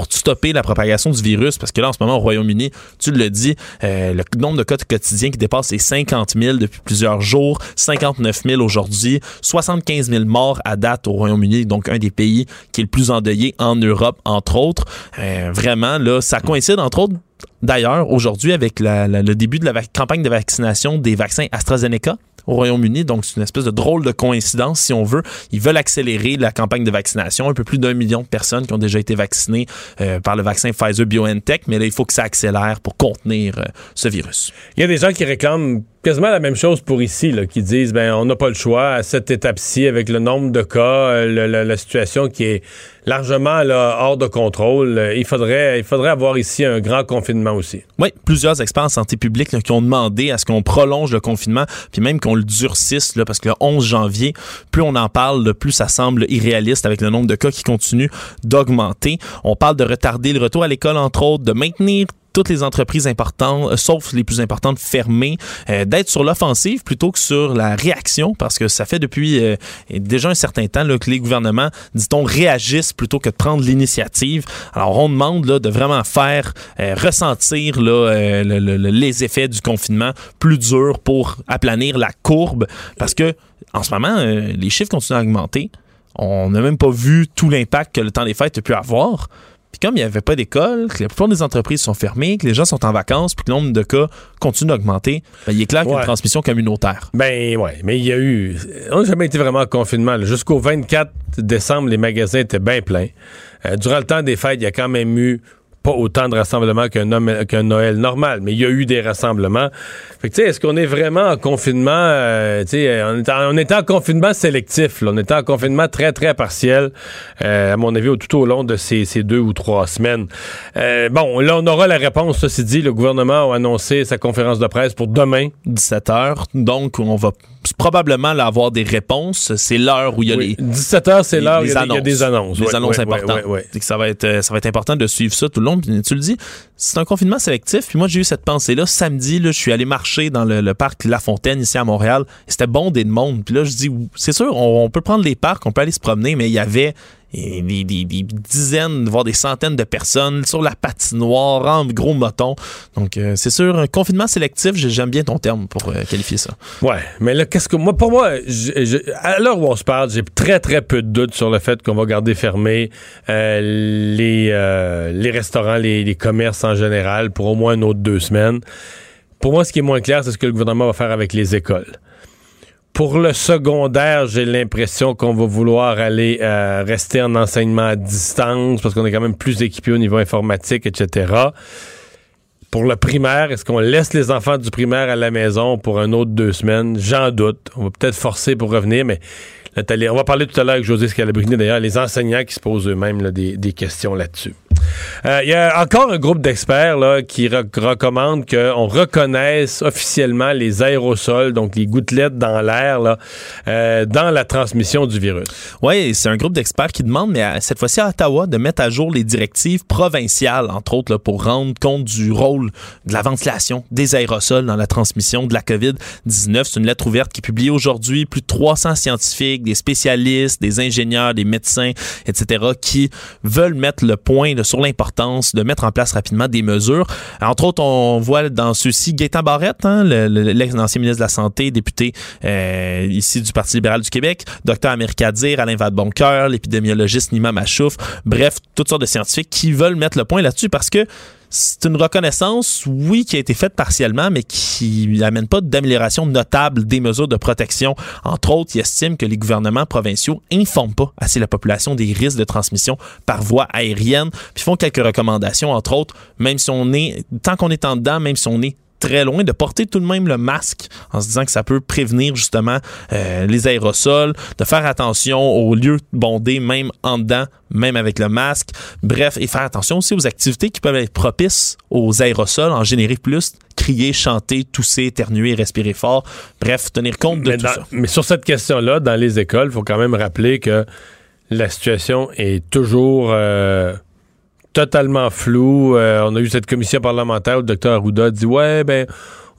pour stopper la propagation du virus, parce que là, en ce moment, au Royaume-Uni, tu le dis, euh, le nombre de cas quotidiens qui dépasse les cinquante mille depuis plusieurs jours, cinquante-neuf mille aujourd'hui, soixante-quinze mille morts à date au Royaume-Uni, donc un des pays qui est le plus endeuillé en Europe, entre autres. Euh, vraiment, là, ça coïncide, entre autres, d'ailleurs, aujourd'hui, avec la, la, le début de la vac- campagne de vaccination des vaccins AstraZeneca au Royaume-Uni. Donc, c'est une espèce de drôle de coïncidence, si on veut. Ils veulent accélérer la campagne de vaccination. Un peu plus d'un million de personnes qui ont déjà été vaccinées euh, par le vaccin Pfizer-BioNTech. Mais là, il faut que ça accélère pour contenir euh, ce virus. Il y a des gens qui réclament quasiment la même chose pour ici, là, qui disent, ben on n'a pas le choix à cette étape-ci, avec le nombre de cas, le, la, la situation qui est largement là, hors de contrôle. Euh, il faudrait, il faudrait avoir ici un grand confinement aussi. Oui, plusieurs experts en santé publique là, qui ont demandé à ce qu'on prolonge le confinement, puis même qu'on le durcisse, là, parce que le onze janvier, plus on en parle, là, plus ça semble irréaliste avec le nombre de cas qui continue d'augmenter. On parle de retarder le retour à l'école, entre autres, de maintenir toutes les entreprises importantes, euh, sauf les plus importantes, fermées, euh, d'être sur l'offensive plutôt que sur la réaction, parce que ça fait depuis euh, déjà un certain temps là, que les gouvernements, dit-on, réagissent plutôt que de prendre l'initiative. Alors, on demande là, de vraiment faire euh, ressentir là, euh, le, le, les effets du confinement plus durs pour aplanir la courbe, parce que en ce moment, euh, les chiffres continuent à augmenter. On n'a même pas vu tout l'impact que le temps des fêtes a pu avoir. Puis comme il n'y avait pas d'école, que la plupart des entreprises sont fermées, que les gens sont en vacances, puis que le nombre de cas continue d'augmenter, ben, il est clair qu'il y a une transmission communautaire. Ben oui, mais il y a eu... On n'a jamais été vraiment en confinement. Là. Jusqu'au vingt-quatre décembre, les magasins étaient bien pleins. Euh, durant le temps des fêtes, il y a quand même eu pas autant de rassemblements qu'un, homme, qu'un Noël normal, mais il y a eu des rassemblements. Fait que, tu sais, est-ce qu'on est vraiment en confinement, euh, tu sais, on, on était en confinement sélectif, là. On était en confinement très, très partiel, euh, à mon avis, tout au long de ces, ces deux ou trois semaines. Euh, bon, là, on aura la réponse, ceci dit, le gouvernement a annoncé sa conférence de presse pour demain. dix-sept heures, donc on va probablement là, avoir des réponses. C'est l'heure où il y a oui. les... dix-sept heures, c'est l'heure où il y, y a des annonces. Les ouais, annonces ouais, importantes. Ouais, ouais, ouais. Ça va être, ça va être important de suivre ça tout le long. Puis, tu le dis, c'est un confinement sélectif. Puis moi, j'ai eu cette pensée-là. Samedi, là, je suis allé marcher dans le, le parc La Fontaine, ici à Montréal. Et c'était bondé de monde. Puis là, je dis, c'est sûr, on, on peut prendre les parcs, on peut aller se promener, mais il y avait... Et des, des, des dizaines, voire des centaines de personnes sur la patinoire, en gros moton. Donc, euh, c'est sûr, un confinement sélectif, j'aime bien ton terme pour euh, qualifier ça. Ouais, mais là, qu'est-ce que... Moi, pour moi, je, je, à l'heure où on se parle, j'ai très, très peu de doutes sur le fait qu'on va garder fermés euh, les, euh, les restaurants, les, les commerces en général pour au moins une autre deux semaines. Pour moi, ce qui est moins clair, c'est ce que le gouvernement va faire avec les écoles. Pour le secondaire, j'ai l'impression qu'on va vouloir aller euh, rester en enseignement à distance parce qu'on est quand même plus équipé au niveau informatique, et cetera. Pour le primaire, est-ce qu'on laisse les enfants du primaire à la maison pour un autre deux semaines? J'en doute. On va peut-être forcer pour revenir, mais là, les, on va parler tout à l'heure avec José Scalabrini, d'ailleurs, les enseignants qui se posent eux-mêmes là, des, des questions là-dessus. Il euh, y a encore un groupe d'experts là, qui re- recommande qu'on reconnaisse officiellement les aérosols, donc les gouttelettes dans l'air, là, euh, dans la transmission du virus. Oui, c'est un groupe d'experts qui demande, mais à, cette fois-ci à Ottawa, de mettre à jour les directives provinciales, entre autres, là, pour rendre compte du rôle de la ventilation des aérosols dans la transmission de la covid dix-neuf. C'est une lettre ouverte qui est publiée aujourd'hui. Plus de trois cents scientifiques, des spécialistes, des ingénieurs, des médecins, et cetera, qui veulent mettre le point là, sur l'importance de mettre en place rapidement des mesures. Entre autres, on voit dans ceux-ci Gaétan Barrette, hein, le, le, l'ancien ministre de la Santé, député euh, ici du Parti libéral du Québec, Dr Amir Kadir, Alain Vadeboncoeur, l'épidémiologiste Nima Machouf, bref, toutes sortes de scientifiques qui veulent mettre le point là-dessus parce que c'est une reconnaissance, oui, qui a été faite partiellement, mais qui n'amène pas d'amélioration notable des mesures de protection. Entre autres, ils estiment que les gouvernements provinciaux n'informent pas assez la population des risques de transmission par voie aérienne, puis font quelques recommandations, entre autres, même si on est, tant qu'on est en dedans, même si on est très loin, de porter tout de même le masque en se disant que ça peut prévenir justement euh, les aérosols, de faire attention aux lieux bondés même en dedans, même avec le masque. Bref, et faire attention aussi aux activités qui peuvent être propices aux aérosols, en générer plus, crier, chanter, tousser, éternuer, respirer fort. Bref, tenir compte de mais tout dans, ça. Mais sur cette question-là, dans les écoles, il faut quand même rappeler que la situation est toujours... Euh totalement flou. Euh, on a eu cette commission parlementaire où le docteur Arruda dit « Ouais, ben,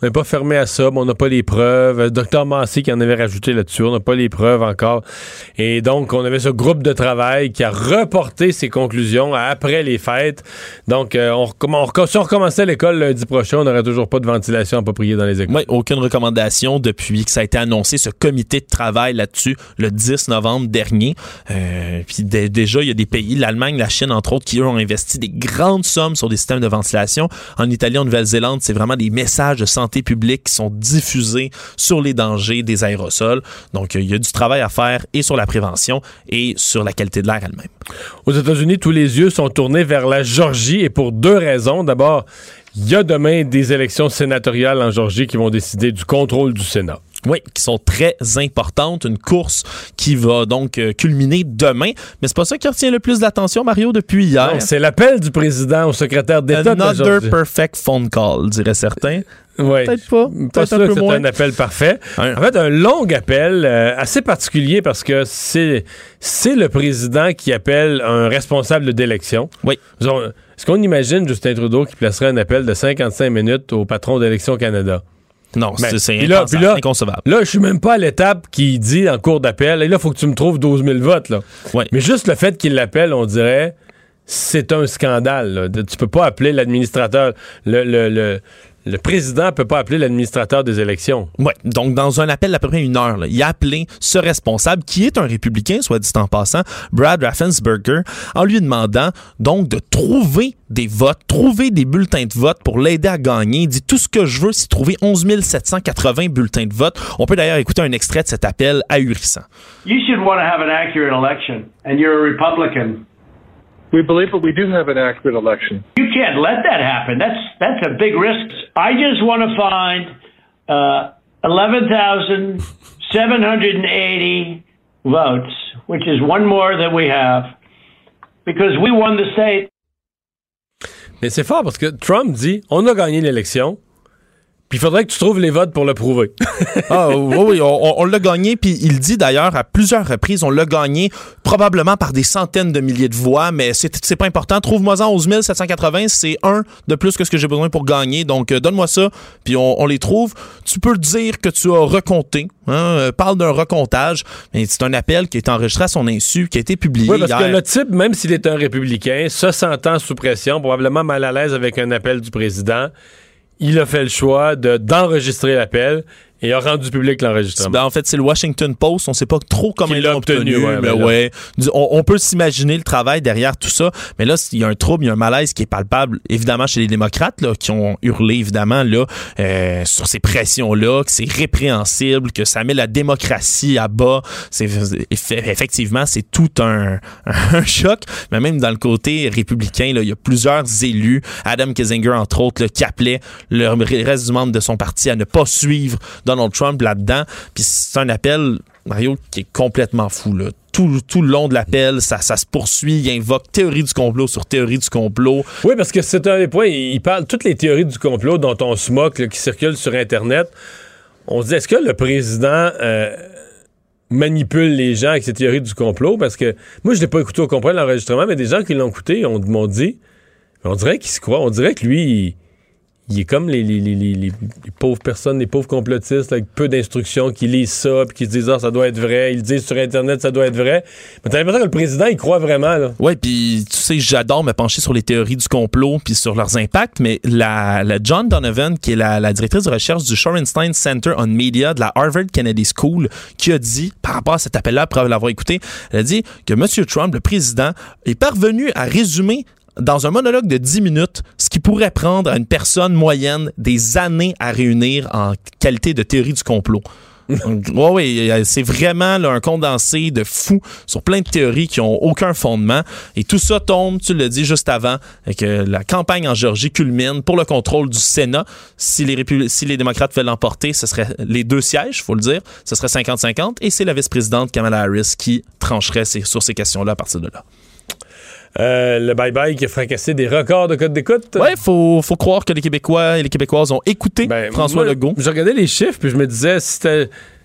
On n'est pas fermé à ça, mais on n'a pas les preuves. Docteur Massé qui en avait rajouté là-dessus, on n'a pas les preuves encore. Et donc, on avait ce groupe de travail qui a reporté ses conclusions à après les fêtes. Donc, euh, on, on, si on recommençait l'école lundi prochain, on n'aurait toujours pas de ventilation appropriée dans les écoles. Oui, aucune recommandation depuis que ça a été annoncé, ce comité de travail là-dessus, le dix novembre dernier. Euh, puis d- déjà, il y a des pays, l'Allemagne, la Chine, entre autres, qui, eux, ont investi des grandes sommes sur des systèmes de ventilation. En Italie, en Nouvelle-Zélande, c'est vraiment des messages de santé publique qui sont diffusés sur les dangers des aérosols. Donc, il y a du travail à faire et sur la prévention et sur la qualité de l'air elle-même. Aux États-Unis, tous les yeux sont tournés vers la Georgie et pour deux raisons. D'abord, il y a demain des élections sénatoriales en Georgie qui vont décider du contrôle du Sénat. Oui, qui sont très importantes. Une course qui va donc euh, culminer demain. Mais c'est pas ça qui retient le plus d'attention, Mario, depuis hier. Non, c'est l'appel du président au secrétaire d'État de la Georgie. Another perfect phone call, diraient certains. Oui. Peut-être pas. Pas Peut-être sûr un que peu c'est moins. un appel parfait. Un... En fait, un long appel euh, assez particulier parce que c'est, c'est le président qui appelle un responsable d'élection. Oui. Disons, est-ce qu'on imagine Justin Trudeau qui placerait un appel de cinquante-cinq minutes au patron d'Élections Canada? Non, Ben, c'est, c'est puis là, puis là, inconcevable. Là, je suis même pas à l'étape qui dit en cours d'appel, et là, il faut que tu me trouves douze mille votes. Là. Ouais. Mais juste le fait qu'il l'appelle, on dirait, c'est un scandale. Là. Tu peux pas appeler l'administrateur, le, le, le, le président peut pas appeler l'administrateur des élections. Oui, donc dans un appel d'à peu près une heure, là, il a appelé ce responsable, qui est un républicain, soit dit en passant, Brad Raffensperger, en lui demandant donc de trouver des votes, trouver des bulletins de vote pour l'aider à gagner. Il dit tout ce que je veux, c'est trouver onze mille sept cent quatre-vingts bulletins de vote. On peut d'ailleurs écouter un extrait de cet appel ahurissant. You should want to have an accurate election, and you're a Republican. We believe that we do have an accurate election. You can't let that happen. That's that's a big risk. I just want to find uh, eleven thousand seven hundred eighty votes, which is one more than we have, because we won the state. Mais c'est fort parce que Trump dit, on a gagné l'élection, puis il faudrait que tu trouves les votes pour le prouver. Ah oui, oui, on, on l'a gagné, puis il dit d'ailleurs à plusieurs reprises, on l'a gagné probablement par des centaines de milliers de voix, mais c'est, c'est pas important. Trouve-moi-en onze mille sept cent quatre-vingts, c'est un de plus que ce que j'ai besoin pour gagner, donc euh, donne-moi ça, puis on, on les trouve. Tu peux dire que tu as recompté, hein, euh, parle d'un recomptage, mais c'est un appel qui est enregistré à son insu, qui a été publié Oui, parce hier. que le type, même s'il est un républicain, se sentant sous pression, probablement mal à l'aise avec un appel du président, il a fait le choix de, d'enregistrer l'appel et a rendu public l'enregistrement. Ben, en fait, c'est le Washington Post. On ne sait pas trop comment il l'a obtenu. obtenu ouais, mais ben ouais, on, on peut s'imaginer le travail derrière tout ça. Mais là, il y a un trouble, il y a un malaise qui est palpable, évidemment, chez les démocrates, là, qui ont hurlé, évidemment, là, euh, sur ces pressions-là, que c'est répréhensible, que ça met la démocratie à bas. C'est, effectivement, c'est tout un, un choc. Mais même dans le côté républicain, là, il y a plusieurs élus, Adam Kinzinger, entre autres, là, qui appelaient le reste du membre de son parti à ne pas suivre Donald Trump là-dedans. Puis c'est un appel, Mario, qui est complètement fou, là. Tout, tout le long de l'appel, ça, ça se poursuit. Il invoque théorie du complot sur théorie du complot. Oui, parce que c'est un des points. Il parle toutes les théories du complot dont on se moque, là, qui circulent sur Internet. On se dit, est-ce que le président euh, manipule les gens avec ces théories du complot? Parce que moi, je l'ai pas écouté au complet l'enregistrement, mais des gens qui l'ont écouté on, m'ont dit, on dirait qu'il se croit. On dirait que lui, il, il est comme les, les, les, les, les pauvres personnes, les pauvres complotistes là, avec peu d'instructions, qui lisent ça, puis qui se disent ah, ça doit être vrai. Ils le disent sur Internet, ça doit être vrai. Mais t'as l'impression que le président, il croit vraiment. Là. Oui, puis tu sais, j'adore me pencher sur les théories du complot puis sur leurs impacts, mais la, la John Donovan, qui est la, la directrice de recherche du Shorenstein Center on Media de la Harvard Kennedy School, qui a dit, par rapport à cet appel-là, après l'avoir écouté, elle a dit que M. Trump, le président, est parvenu à résumer dans un monologue de dix minutes, ce qui pourrait prendre à une personne moyenne des années à réunir en qualité de théorie du complot. Oui, oui, c'est vraiment là, un condensé de fou sur plein de théories qui n'ont aucun fondement. Et tout ça tombe, tu l'as dit juste avant, que la campagne en Géorgie culmine pour le contrôle du Sénat. Si les, Républi- si les démocrates veulent l'emporter, ce serait les deux sièges, il faut le dire. Ce serait cinquante cinquante. Et c'est la vice-présidente Kamala Harris qui trancherait ces, sur ces questions-là à partir de là. Euh, le bye-bye qui a fracassé des records de code d'écoute. Oui, il faut, faut croire que les Québécois et les Québécoises ont écouté ben, François moi, Legault. J'ai regardé les chiffres puis je me disais, si c'était,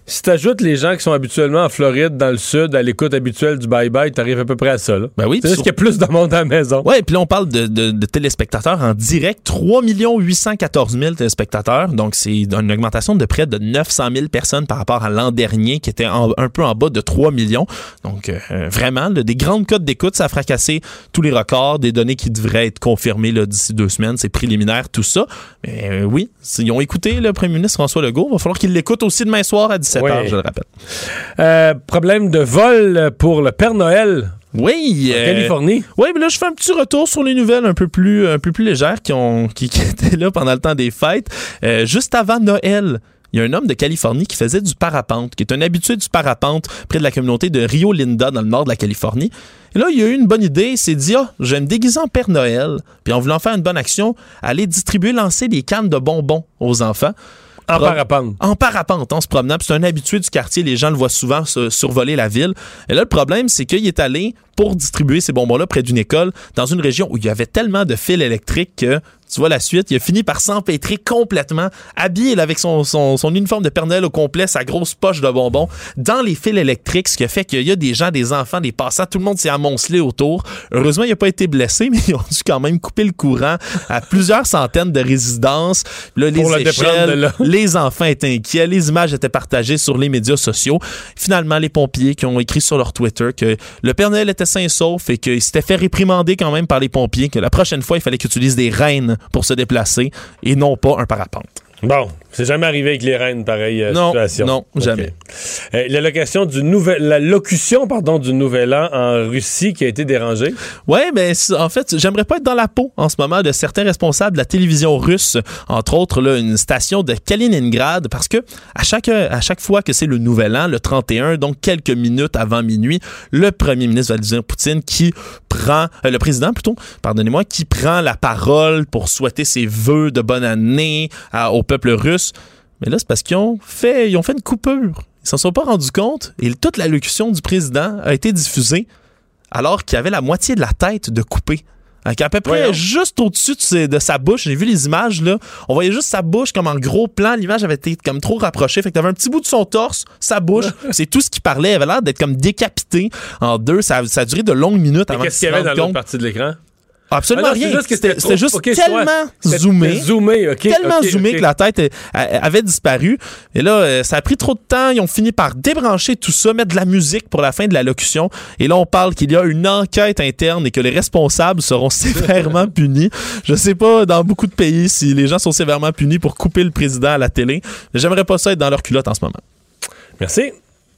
Si t'ajoutes les gens qui sont habituellement en Floride, dans le sud, à l'écoute habituelle du bye-bye, t'arrives à peu près à ça. Là. Ben oui, c'est juste sur... qu'il y a plus de monde à la maison. Oui, puis là, on parle de, de, de téléspectateurs en direct. trois millions huit cent quatorze mille téléspectateurs. Donc, c'est une augmentation de près de neuf cent mille personnes par rapport à l'an dernier, qui était en, un peu en bas de trois millions. Donc, euh, vraiment, là, des grandes cotes d'écoute, ça a fracassé tous les records, des données qui devraient être confirmées là, d'ici deux semaines. C'est préliminaire, tout ça. Mais euh, oui, ils ont écouté le premier ministre François Legault. Il va falloir qu'ils l'écoutent aussi demain soir à dix-sept heures, oui. Je le rappelle. Euh, problème de vol pour le Père Noël. Oui, en euh, Californie. Oui, mais là, je fais un petit retour sur les nouvelles un peu plus, un peu plus légères qui, ont, qui, qui étaient là pendant le temps des fêtes. Euh, juste avant Noël, il y a un homme de Californie qui faisait du parapente, qui est un habitué du parapente près de la communauté de Rio Linda, dans le nord de la Californie. Et là, il a eu une bonne idée. Il s'est dit, ah, je vais me déguiser en Père Noël. Puis en voulant faire une bonne action, aller distribuer, lancer des cannes de bonbons aux enfants. En parapente. En parapente, en se promenant. Puis c'est un habitué du quartier. Les gens le voient souvent se survoler la ville. Et là, le problème, c'est qu'il est allé pour distribuer ces bonbons-là près d'une école dans une région où il y avait tellement de fils électriques que, tu vois la suite, il a fini par s'empêtrer complètement, habillé là, avec son, son, son uniforme de Père Noël au complet, sa grosse poche de bonbons, dans les fils électriques, ce qui a fait qu'il y a des gens, des enfants, des passants, tout le monde s'est amoncelé autour. Heureusement, il n'a pas été blessé, mais ils ont dû quand même couper le courant à plusieurs centaines de résidences. Là, les échelles, de là. Les enfants étaient inquiets, les images étaient partagées sur les médias sociaux. Finalement, les pompiers qui ont écrit sur leur Twitter que le Père Noël était sain et sauf et qu'il s'était fait réprimander quand même par les pompiers, que la prochaine fois, il fallait qu'ils utilisent des rennes pour se déplacer et non pas un parapente. Bon, c'est jamais arrivé avec les rennes, pareille euh, non, situation. Non, okay. Jamais. Euh, la location du nouvel, la locution, pardon, du Nouvel An en Russie qui a été dérangée. Oui, mais en fait, j'aimerais pas être dans la peau en ce moment de certains responsables de la télévision russe, entre autres là, une station de Kaliningrad, parce que à chaque, à chaque fois que c'est le Nouvel An, le trente et un, donc quelques minutes avant minuit, le premier ministre Vladimir Poutine qui prend, euh, le président plutôt, pardonnez-moi, qui prend la parole pour souhaiter ses vœux de bonne année à, au peuple russe. Mais là, c'est parce qu'ils ont fait, ils ont fait une coupure. Ils s'en sont pas rendus compte et toute l'allocution du président a été diffusée alors qu'il y avait la moitié de la tête de coupée. Donc, à peu près ouais, juste au-dessus de, ses, de sa bouche. J'ai vu les images, là. On voyait juste sa bouche comme en gros plan. L'image avait été comme trop rapprochée. Fait que t'avais un petit bout de son torse, sa bouche. C'est tout ce qui parlait. Il avait l'air d'être comme décapité en deux. Ça, ça a duré de longues minutes. Mais avant qu'est-ce qu'il y avait dans l'autre partie de l'écran? Absolument ah non, rien. Juste c'était, c'était juste okay, tellement c'était zoomé. zoomé okay, tellement okay, zoomé okay. que la tête euh, avait disparu. Et là, ça a pris trop de temps. Ils ont fini par débrancher tout ça, mettre de la musique pour la fin de la locution. Et là, on parle qu'il y a une enquête interne et que les responsables seront sévèrement punis. Je sais pas, dans beaucoup de pays, si les gens sont sévèrement punis pour couper le président à la télé. Mais j'aimerais pas ça être dans leur culotte en ce moment. Merci.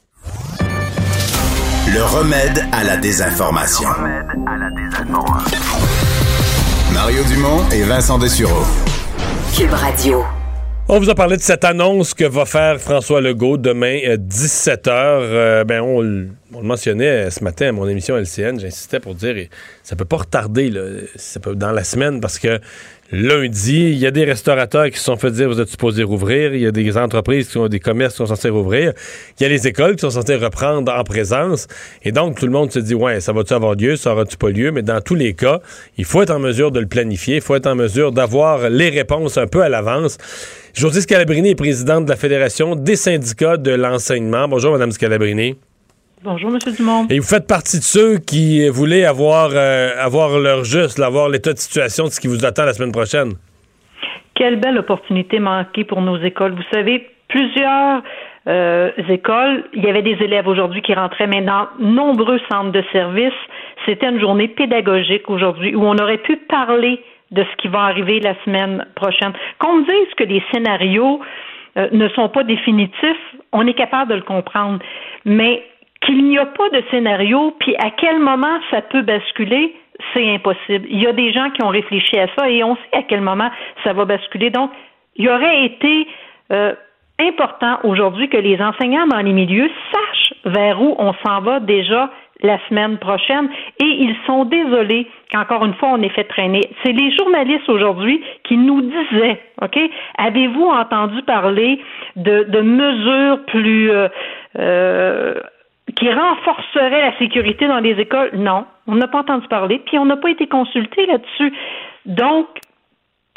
Le remède à la désinformation. Le remède à la désinformation. Mario Dumont et Vincent Dessureau. Cube Radio. On vous a parlé de cette annonce que va faire François Legault demain à dix-sept heures. Euh, ben on, on le mentionnait ce matin à mon émission L C N. J'insistais pour dire ça peut pas retarder là, ça peut, dans la semaine parce que lundi, il y a des restaurateurs qui se sont fait dire vous êtes supposés rouvrir. Il y a des entreprises, qui ont des commerces qui sont censés rouvrir. Il y a les écoles qui sont censées reprendre en présence. Et donc, tout le monde se dit ouais, ça va-tu avoir lieu, ça aura-tu pas lieu? Mais dans tous les cas, il faut être en mesure de le planifier. Il faut être en mesure d'avoir les réponses un peu à l'avance. Josée Scalabrini est présidente de la Fédération des syndicats de l'enseignement. Bonjour, Mme Scalabrini. Bonjour, M. Dumont. Et vous faites partie de ceux qui voulaient avoir, euh, avoir leur juste, avoir l'état de situation de ce qui vous attend la semaine prochaine. Quelle belle opportunité manquée pour nos écoles. Vous savez, plusieurs euh, écoles, il y avait des élèves aujourd'hui qui rentraient, mais dans nombreux centres de services, c'était une journée pédagogique aujourd'hui où on aurait pu parler de ce qui va arriver la semaine prochaine. Qu'on me dise que les scénarios euh, ne sont pas définitifs, on est capable de le comprendre. Mais qu'il n'y a pas de scénario, puis à quel moment ça peut basculer, c'est impossible. Il y a des gens qui ont réfléchi à ça et on sait à quel moment ça va basculer. Donc, il aurait été euh, important aujourd'hui que les enseignants dans les milieux sachent vers où on s'en va déjà la semaine prochaine et ils sont désolés qu'encore une fois on ait fait traîner. C'est les journalistes aujourd'hui qui nous disaient, OK, avez-vous entendu parler de, de mesures plus euh, euh, qui renforcerait la sécurité dans les écoles? Non, on n'a pas entendu parler, puis on n'a pas été consulté là-dessus. Donc,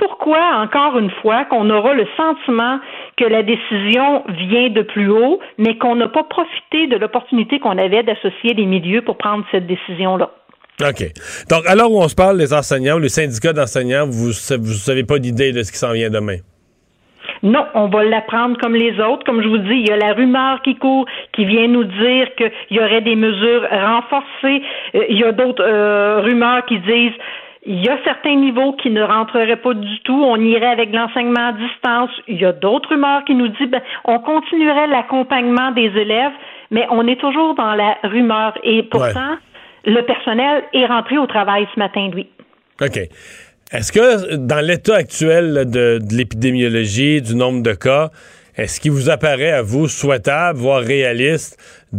pourquoi, encore une fois, qu'on aura le sentiment que la décision vient de plus haut, mais qu'on n'a pas profité de l'opportunité qu'on avait d'associer les milieux pour prendre cette décision-là. OK. Donc, à l'heure où on se parle, les enseignants ou les syndicats d'enseignants, vous vous n'avez pas d'idée de ce qui s'en vient demain? Non, on va l'apprendre comme les autres. Comme je vous dis, il y a la rumeur qui court, qui vient nous dire qu'il y aurait des mesures renforcées. Il y a d'autres euh, rumeurs qui disent il y a certains niveaux qui ne rentreraient pas du tout. On irait avec l'enseignement à distance. Il y a d'autres rumeurs qui nous disent ben, on continuerait l'accompagnement des élèves, mais on est toujours dans la rumeur. Et pourtant, ouais. le personnel est rentré au travail ce matin, lui. OK. Est-ce que dans l'état actuel de, de l'épidémiologie, du nombre de cas, est-ce qu'il vous apparaît à vous souhaitable, voire réaliste,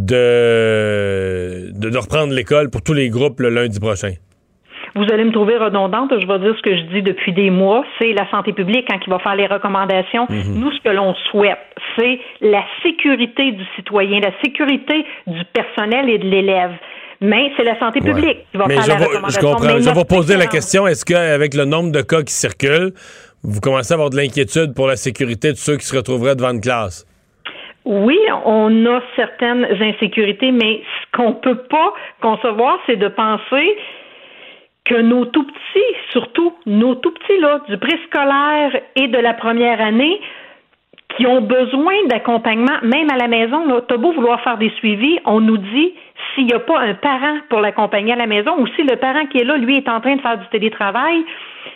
de, de, de reprendre l'école pour tous les groupes le lundi prochain? Vous allez me trouver redondante, je vais dire ce que je dis depuis des mois, c'est la santé publique quand il va faire les recommandations. Mm-hmm. Nous, ce que l'on souhaite, c'est la sécurité du citoyen, la sécurité du personnel et de l'élève. Mais c'est la santé publique ouais. qui va mais faire la vais, recommandation. Je comprends. Mais je vais vous poser la question, est-ce qu'avec le nombre de cas qui circulent, vous commencez à avoir de l'inquiétude pour la sécurité de ceux qui se retrouveraient devant une classe? Oui, on a certaines insécurités, mais ce qu'on peut pas concevoir, c'est de penser que nos tout-petits, surtout nos tout-petits là, du préscolaire et de la première année, qui ont besoin d'accompagnement, même à la maison, là, t'as beau vouloir faire des suivis, on nous dit s'il n'y a pas un parent pour l'accompagner à la maison ou si le parent qui est là, lui, est en train de faire du télétravail,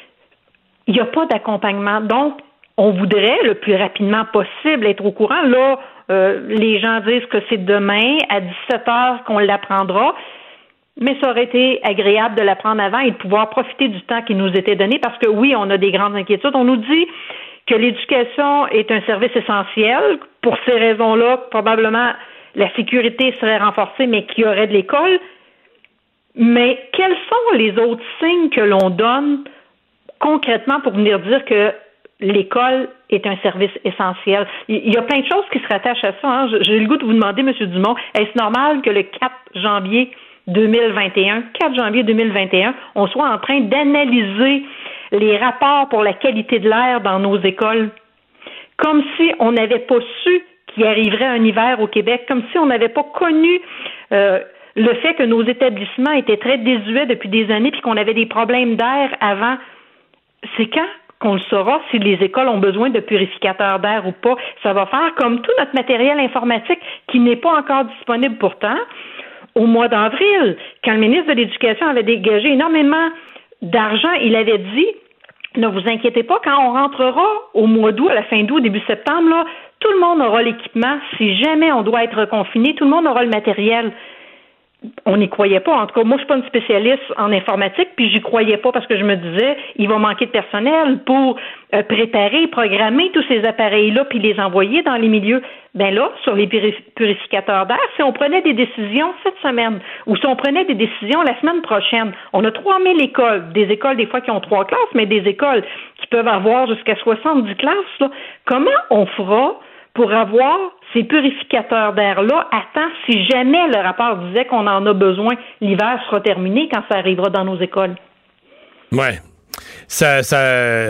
il n'y a pas d'accompagnement. Donc, on voudrait le plus rapidement possible être au courant. Là, euh, les gens disent que c'est demain à dix-sept heures qu'on l'apprendra, mais ça aurait été agréable de l'apprendre avant et de pouvoir profiter du temps qui nous était donné parce que oui, on a des grandes inquiétudes. On nous dit que l'éducation est un service essentiel. Pour ces raisons-là, probablement, la sécurité serait renforcée, mais qu'il y aurait de l'école. Mais quels sont les autres signes que l'on donne concrètement pour venir dire que l'école est un service essentiel? Il y a plein de choses qui se rattachent à ça. Hein. J'ai le goût de vous demander, M. Dumont, est-ce normal que le quatre janvier deux mille vingt et un, quatre janvier deux mille vingt et un, on soit en train d'analyser les rapports pour la qualité de l'air dans nos écoles, comme si on n'avait pas su qu'il arriverait un hiver au Québec, comme si on n'avait pas connu euh, le fait que nos établissements étaient très désuets depuis des années puis qu'on avait des problèmes d'air avant. C'est quand qu'on le saura si les écoles ont besoin de purificateurs d'air ou pas. Ça va faire comme tout notre matériel informatique qui n'est pas encore disponible pourtant. Au mois d'avril, quand le ministre de l'Éducation avait dégagé énormément d'argent, il avait dit « Ne vous inquiétez pas, quand on rentrera au mois d'août, à la fin d'août, début septembre, là, tout le monde aura l'équipement. Si jamais on doit être confiné, tout le monde aura le matériel. » On n'y croyait pas. En tout cas, moi, je suis pas une spécialiste en informatique, puis j'y croyais pas parce que je me disais, il va manquer de personnel pour euh, préparer, programmer tous ces appareils-là, puis les envoyer dans les milieux. Ben là, sur les purificateurs d'air, si on prenait des décisions cette semaine, ou si on prenait des décisions la semaine prochaine, on a trois mille écoles, des écoles des fois qui ont trois classes, mais des écoles qui peuvent avoir jusqu'à soixante-dix classes, là. Comment on fera pour avoir ces purificateurs d'air-là à temps si jamais le rapport disait qu'on en a besoin, l'hiver sera terminé quand ça arrivera dans nos écoles? Ouais. Ça, ça,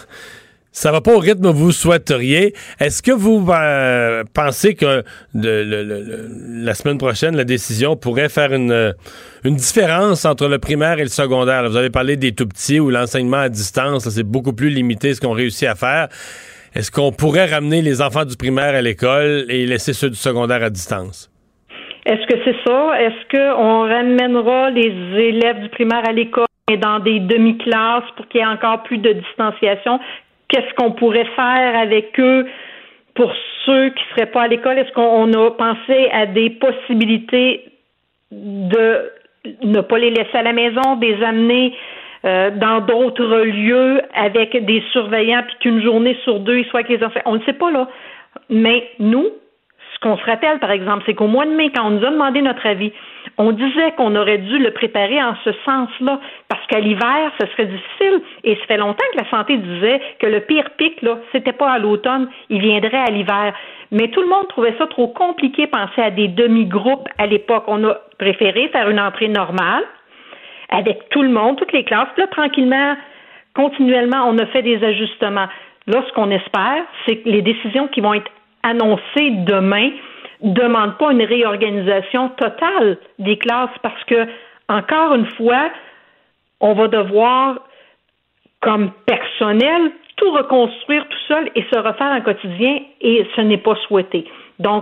ça va pas au rythme que vous souhaiteriez. Est-ce que vous euh, pensez que le, le, le, la semaine prochaine, la décision pourrait faire une, une différence entre le primaire et le secondaire? Là, vous avez parlé des tout-petits où l'enseignement à distance, là, c'est beaucoup plus limité ce qu'on réussit à faire. Est-ce qu'on pourrait ramener les enfants du primaire à l'école et laisser ceux du secondaire à distance? Est-ce que c'est ça? Est-ce qu'on ramènera les élèves du primaire à l'école et dans des demi-classes pour qu'il y ait encore plus de distanciation? Qu'est-ce qu'on pourrait faire avec eux pour ceux qui ne seraient pas à l'école? Est-ce qu'on a pensé à des possibilités de ne pas les laisser à la maison, de les amener Euh, dans d'autres lieux avec des surveillants puis qu'une journée sur deux, ils soient avec les enfants? On ne sait pas, là. Mais nous, ce qu'on se rappelle, par exemple, c'est qu'au mois de mai, quand on nous a demandé notre avis, on disait qu'on aurait dû le préparer en ce sens-là, parce qu'à l'hiver, ce serait difficile. Et ça fait longtemps que la santé disait que le pire pic, là, c'était pas à l'automne, il viendrait à l'hiver. Mais tout le monde trouvait ça trop compliqué, penser à des demi-groupes à l'époque. On a préféré faire une entrée normale, avec tout le monde, toutes les classes. Puis là, tranquillement, continuellement, on a fait des ajustements. Là, ce qu'on espère, c'est que les décisions qui vont être annoncées demain ne demandent pas une réorganisation totale des classes parce que, encore une fois, on va devoir, comme personnel, tout reconstruire tout seul et se refaire un quotidien et ce n'est pas souhaité. Donc,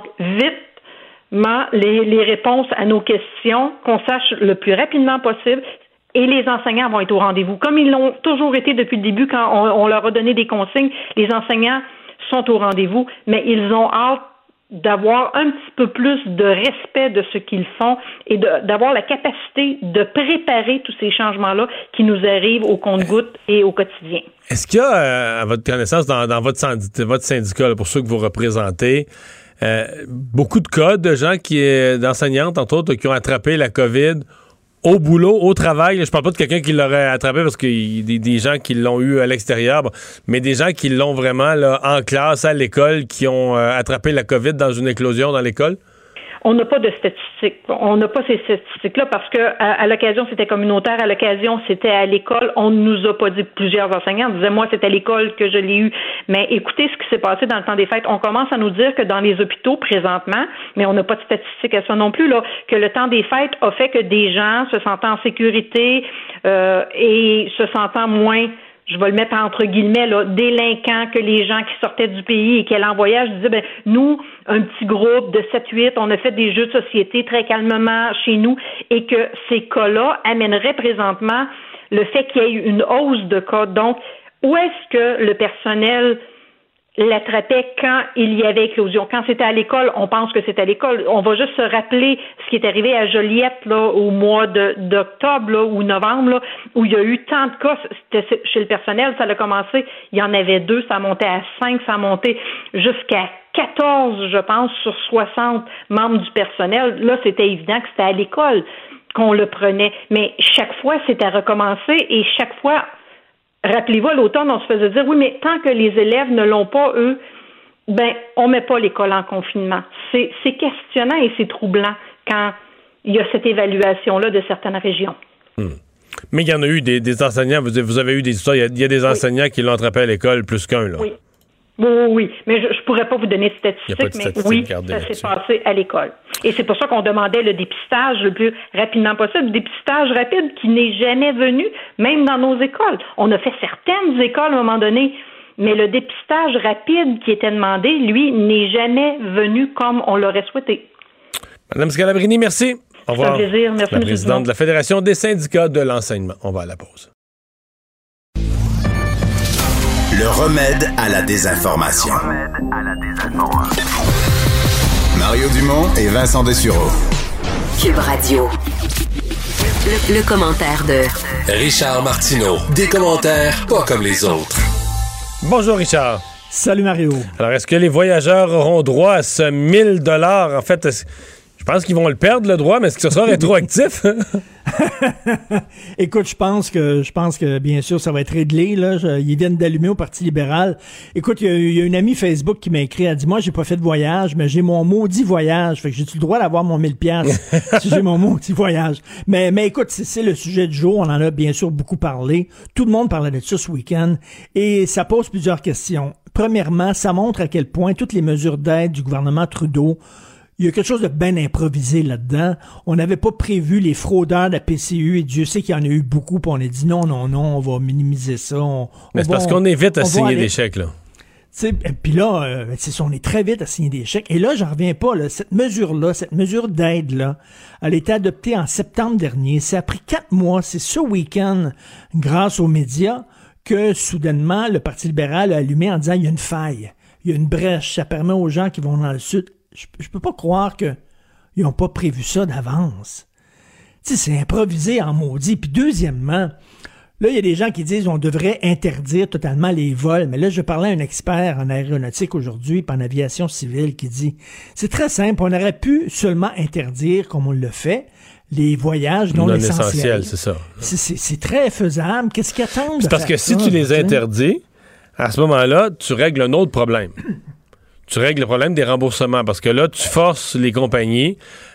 vite, les, les réponses à nos questions, qu'on sache le plus rapidement possible. Et les enseignants vont être au rendez-vous. Comme ils l'ont toujours été depuis le début quand on, on leur a donné des consignes, les enseignants sont au rendez-vous, mais ils ont hâte d'avoir un petit peu plus de respect de ce qu'ils font et de, d'avoir la capacité de préparer tous ces changements-là qui nous arrivent au compte-gouttes et au quotidien. Est-ce qu'il y a, euh, à votre connaissance, dans, dans votre, syndicat, votre syndicat, là, pour ceux que vous représentez, euh, beaucoup de cas de gens qui, d'enseignantes, entre autres, qui ont attrapé la COVID au boulot, au travail? Je parle pas de quelqu'un qui l'aurait attrapé parce qu'il y a des, des gens qui l'ont eu à l'extérieur, bon, mais des gens qui l'ont vraiment là, en classe, à l'école, qui ont euh, attrapé la COVID dans une éclosion dans l'école? On n'a pas de statistiques. On n'a pas ces statistiques-là parce que à, à l'occasion, c'était communautaire. À l'occasion, c'était à l'école. On ne nous a pas dit plusieurs enseignants. On disait, moi, c'est à l'école que je l'ai eu. Mais écoutez ce qui s'est passé dans le temps des fêtes. On commence à nous dire que dans les hôpitaux, présentement, mais on n'a pas de statistiques à ça non plus, là, que le temps des fêtes a fait que des gens se sentant en sécurité euh, et se sentant moins, je vais le mettre entre guillemets, là, délinquants que les gens qui sortaient du pays et qui allaient en voyage disaient, ben, nous, un petit groupe de sept huit, on a fait des jeux de société très calmement chez nous et que ces cas-là amèneraient présentement le fait qu'il y ait eu une hausse de cas. Donc, où est-ce que le personnel l'attrapait quand il y avait éclosion? Quand c'était à l'école, on pense que c'est à l'école. On va juste se rappeler ce qui est arrivé à Joliette là, au mois de, d'octobre là, ou novembre, là, où il y a eu tant de cas. C'était chez le personnel, ça a commencé, il y en avait deux, ça montait à cinq, ça a monté jusqu'à quatorze, je pense, sur soixante membres du personnel. Là, c'était évident que c'était à l'école qu'on le prenait. Mais chaque fois, c'était à recommencer et chaque fois, rappelez-vous, à l'automne, on se faisait dire, oui, mais tant que les élèves ne l'ont pas, eux, ben, on met pas l'école en confinement. C'est, c'est questionnant et c'est troublant quand il y a cette évaluation-là de certaines régions. Hum. Mais il y en a eu des, des enseignants, vous, vous avez eu des histoires, il y a, il y a des enseignants oui. qui l'ont attrapé à l'école plus qu'un, là. Oui. Oui, oui, mais je ne pourrais pas vous donner de statistiques, de statistiques mais oui, ça s'est passé à l'école. Et c'est pour ça qu'on demandait le dépistage le plus rapidement possible, le dépistage rapide qui n'est jamais venu, même dans nos écoles. On a fait certaines écoles à un moment donné, mais le dépistage rapide qui était demandé, lui, n'est jamais venu comme on l'aurait souhaité. Madame Scalabrini, merci. Au revoir. C'est un plaisir. Merci, la présidente de la Fédération des syndicats de l'enseignement. On va à la pause. Le remède à la désinformation. Le remède à la désinformation. Mario Dumont et Vincent Dessureau. Cube Radio. Le, le commentaire de Richard Martineau. Des commentaires pas comme les autres. Bonjour Richard. Salut Mario. Alors, est-ce que les voyageurs auront droit à ce mille dollars? En fait, je pense qu'ils vont le perdre, le droit, mais est-ce que ce sera rétroactif? Écoute, je pense que je pense que bien sûr ça va être réglé là. Je, ils viennent d'allumer au Parti libéral. Écoute, il y, y a une amie Facebook qui m'a écrit, elle dit moi j'ai pas fait de voyage, mais j'ai mon maudit voyage. Fait que j'ai-tu le droit d'avoir mon mille piastres si j'ai mon maudit voyage. Mais mais écoute, c'est, c'est le sujet du jour. On en a bien sûr beaucoup parlé. Tout le monde parlait de ça ce week-end et ça pose plusieurs questions. Premièrement, ça montre à quel point toutes les mesures d'aide du gouvernement Trudeau, il y a quelque chose de bien improvisé là-dedans. On n'avait pas prévu les fraudeurs de la P C U et Dieu sait qu'il y en a eu beaucoup. Puis on a dit non, non, non, on va minimiser ça. On, Mais on c'est va, parce qu'on est vite à signer aller... des chèques, là. Puis là, euh, c'est ça, on est très vite à signer des chèques. Et là, j'en reviens pas. Là, cette mesure-là, cette mesure d'aide-là, elle a été adoptée en septembre dernier. Ça a pris quatre mois. C'est ce week-end, grâce aux médias, que soudainement, le Parti libéral a allumé en disant il y a une faille, il y a une brèche. Ça permet aux gens qui vont dans le Sud. Je, je peux pas croire qu'ils n'ont pas prévu ça d'avance. Tu sais, c'est improvisé en maudit. Puis deuxièmement, là, il y a des gens qui disent on devrait interdire totalement les vols. Mais là, je parlais à un expert en aéronautique aujourd'hui, puis en aviation civile, qui dit c'est très simple, on aurait pu seulement interdire, comme on le fait, les voyages non, non essentiels. essentiels. C'est ça. C'est, c'est, c'est très faisable. Qu'est-ce qu'ils attendent? C'est parce que si tu les interdis, à ce moment-là, tu règles un autre problème. Tu règles le problème des remboursements parce que là, tu forces les compagnies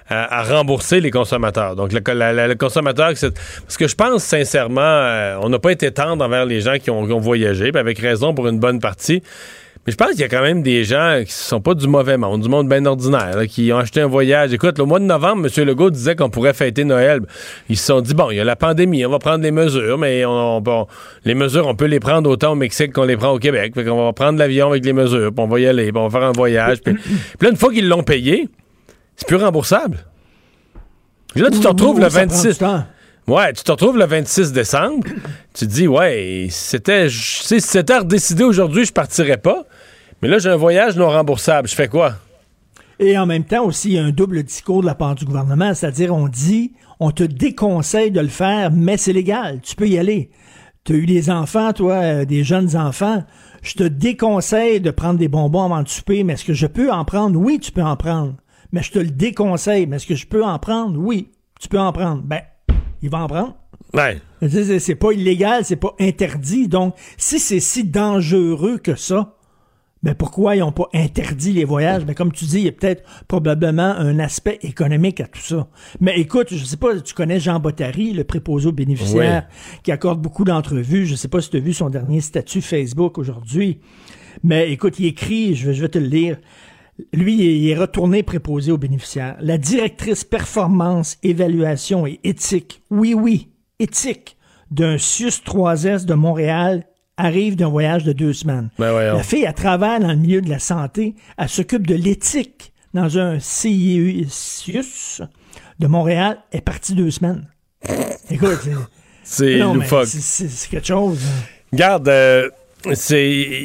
à, à rembourser les consommateurs. Donc, le, la, la, le consommateur... C'est, parce que je pense, sincèrement, euh, on n'a pas été tendre envers les gens qui ont, qui ont voyagé, puis avec raison pour une bonne partie. Mais je pense qu'il y a quand même des gens qui sont pas du mauvais monde, du monde bien ordinaire, là, qui ont acheté un voyage. Écoute, le mois de novembre, M. Legault disait qu'on pourrait fêter Noël. Ils se sont dit, bon, il y a la pandémie, on va prendre des mesures, mais on, on, on, les mesures, on peut les prendre autant au Mexique qu'on les prend au Québec. Fait qu'on va prendre l'avion avec les mesures, puis on va y aller, puis on va faire un voyage. Puis, puis là, une fois qu'ils l'ont payé, c'est plus remboursable. Puis là, tu te retrouves le vingt-six... Ouais, tu te retrouves le vingt-six décembre, tu te dis, ouais, c'était, si c'était à redécider aujourd'hui, je partirais pas, mais là, j'ai un voyage non remboursable, je fais quoi? Et en même temps aussi, il y a un double discours de la part du gouvernement, c'est-à-dire, on dit, on te déconseille de le faire, mais c'est légal, tu peux y aller. Tu as eu des enfants, toi, euh, des jeunes enfants, je te déconseille de prendre des bonbons avant de souper, mais est-ce que je peux en prendre? Oui, tu peux en prendre, mais je te le déconseille, mais est-ce que je peux en prendre? Oui, tu peux en prendre. Ben, il va en prendre. Ouais. C'est, c'est pas illégal, c'est pas interdit. Donc, si c'est si dangereux que ça, ben pourquoi ils n'ont pas interdit les voyages? Ben comme tu dis, il y a peut-être probablement un aspect économique à tout ça. Mais écoute, je sais pas, tu connais Jean Bottary, le préposé aux bénéficiaires, oui, qui accorde beaucoup d'entrevues. Je sais pas si tu as vu son dernier statut Facebook aujourd'hui. Mais écoute, il écrit, je vais, je vais te le lire. Lui, il est retourné préposé aux bénéficiaires. La directrice performance, évaluation et éthique, oui, oui, éthique, d'un C I U S trois S de Montréal arrive d'un voyage de deux semaines. Ben ouais, la fille, elle travaille dans le milieu de la santé, elle s'occupe de l'éthique dans un C I U S de Montréal, elle est partie deux semaines. Écoute, c'est... C'est non, loufoque. C'est, c'est, c'est quelque chose. Garde, euh, c'est...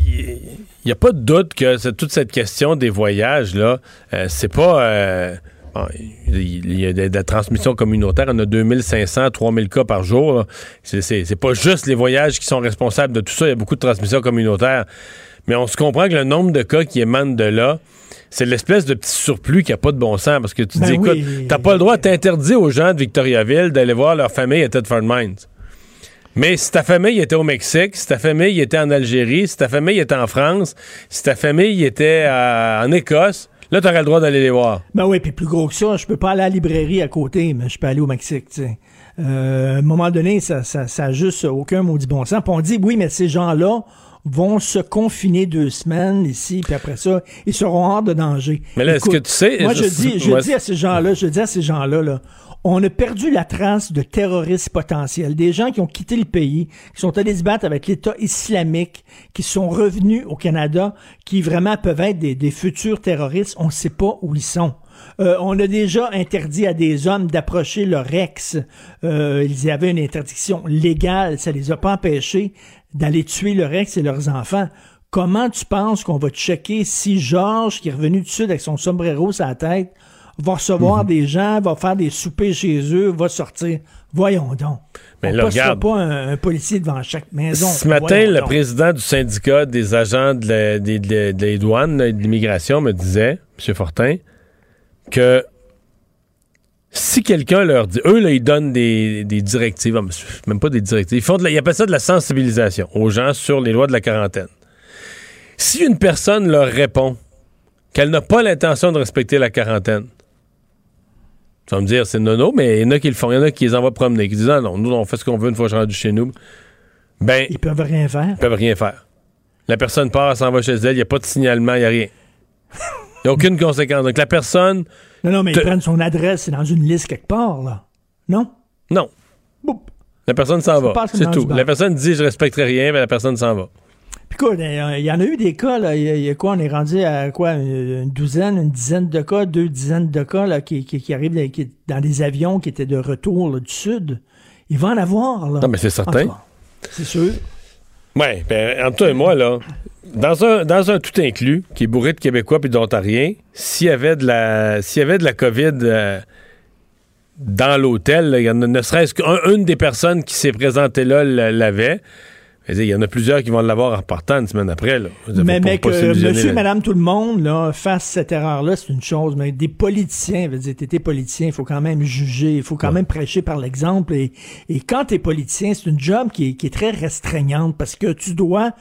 Il n'y a pas de doute que c'est, toute cette question des voyages, là, euh, c'est pas... Euh, bon, il y a de, de la transmission communautaire, on a deux mille cinq cents, trois mille cas par jour. Là. C'est, c'est, c'est pas juste les voyages qui sont responsables de tout ça, il y a beaucoup de transmission communautaire. Mais on se comprend que le nombre de cas qui émanent de là, c'est l'espèce de petit surplus qui n'a pas de bon sens. Parce que tu ben dis, oui, écoute, t'as pas le droit, t'interdis aux gens de Victoriaville d'aller voir leur famille à Thetford Mines. Mais si ta famille était au Mexique, si ta famille était en Algérie, si ta famille était en France, si ta famille était à, en Écosse, là, t'aurais le droit d'aller les voir. Ben oui, puis plus gros que ça, je peux pas aller à la librairie à côté, mais je peux aller au Mexique, tu sais. Euh, à un moment donné, ça, ça, ça a juste aucun maudit bon sens. Puis on dit, oui, mais ces gens-là vont se confiner deux semaines ici, puis après ça, ils seront hors de danger. Mais là, Écoute, est-ce que tu sais... Moi, je, je dis, je moi, dis à ces gens-là, je dis à ces gens-là, là, on a perdu la trace de terroristes potentiels. Des gens qui ont quitté le pays, qui sont allés se battre avec l'État islamique, qui sont revenus au Canada, qui vraiment peuvent être des, des futurs terroristes. On ne sait pas où ils sont. Euh, on a déjà interdit à des hommes d'approcher leur ex. Euh, ils y avaient une interdiction légale. Ça les a pas empêchés d'aller tuer leur ex et leurs enfants. Comment tu penses qu'on va checker si Georges, qui est revenu du Sud avec son sombrero sur la tête, va recevoir mmh. des gens, va faire des soupers chez eux, va sortir? Voyons donc. Mais on ne postera pas un, un policier devant chaque maison. Ce matin, Voyons le donc. président du syndicat des agents de, la, de, de, de les douanes et de l'immigration me disait, M. Fortin, que si quelqu'un leur dit... Eux, là, ils donnent des, des directives, même pas des directives, ils, font de la, ils appellent ça de la sensibilisation aux gens sur les lois de la quarantaine. Si une personne leur répond qu'elle n'a pas l'intention de respecter la quarantaine, tu vas me dire, c'est nono, mais il y en a qui le font, il y en a qui les envoient promener, qui disent, ah non, nous, on fait ce qu'on veut une fois que je suis rendu chez nous. Ben, ils peuvent rien faire. Ils peuvent rien faire. La personne part, elle s'en va chez elle, il n'y a pas de signalement, il n'y a rien. Il n'y a aucune conséquence. Donc, la personne... Non, non, mais te... ils prennent son adresse, c'est dans une liste quelque part, là. Non? Non. Boop. La personne s'en va. C'est tout. La personne dit, je respecterai rien, mais la personne s'en va. Puis quoi, il y en a eu des cas, là. Il y, y a quoi, on est rendu à quoi, une douzaine, une dizaine de cas, deux dizaines de cas, là, qui, qui, qui arrivent qui, dans des avions qui étaient de retour, là, du Sud. Il va en avoir, là. Non, mais c'est certain. Enfin, c'est sûr. Oui, ben, entre toi et moi, là, dans un, dans un tout inclus, qui est bourré de Québécois puis d'Ontariens, s'il y avait de la, s'il y avait de la COVID euh, dans l'hôtel, il y en a, ne serait-ce qu'une des personnes qui s'est présentée là l'avait. Il y en a plusieurs qui vont l'avoir en repartant une semaine après. Là. Dire, mais mais que monsieur, la... madame, tout le monde là, fasse cette erreur-là, c'est une chose. Mais des politiciens, veut dire, t'es politicien, il faut quand même juger, il faut quand ouais. même prêcher par l'exemple. Et, et quand t'es politicien, c'est une job qui est, qui est très restreignante parce que tu dois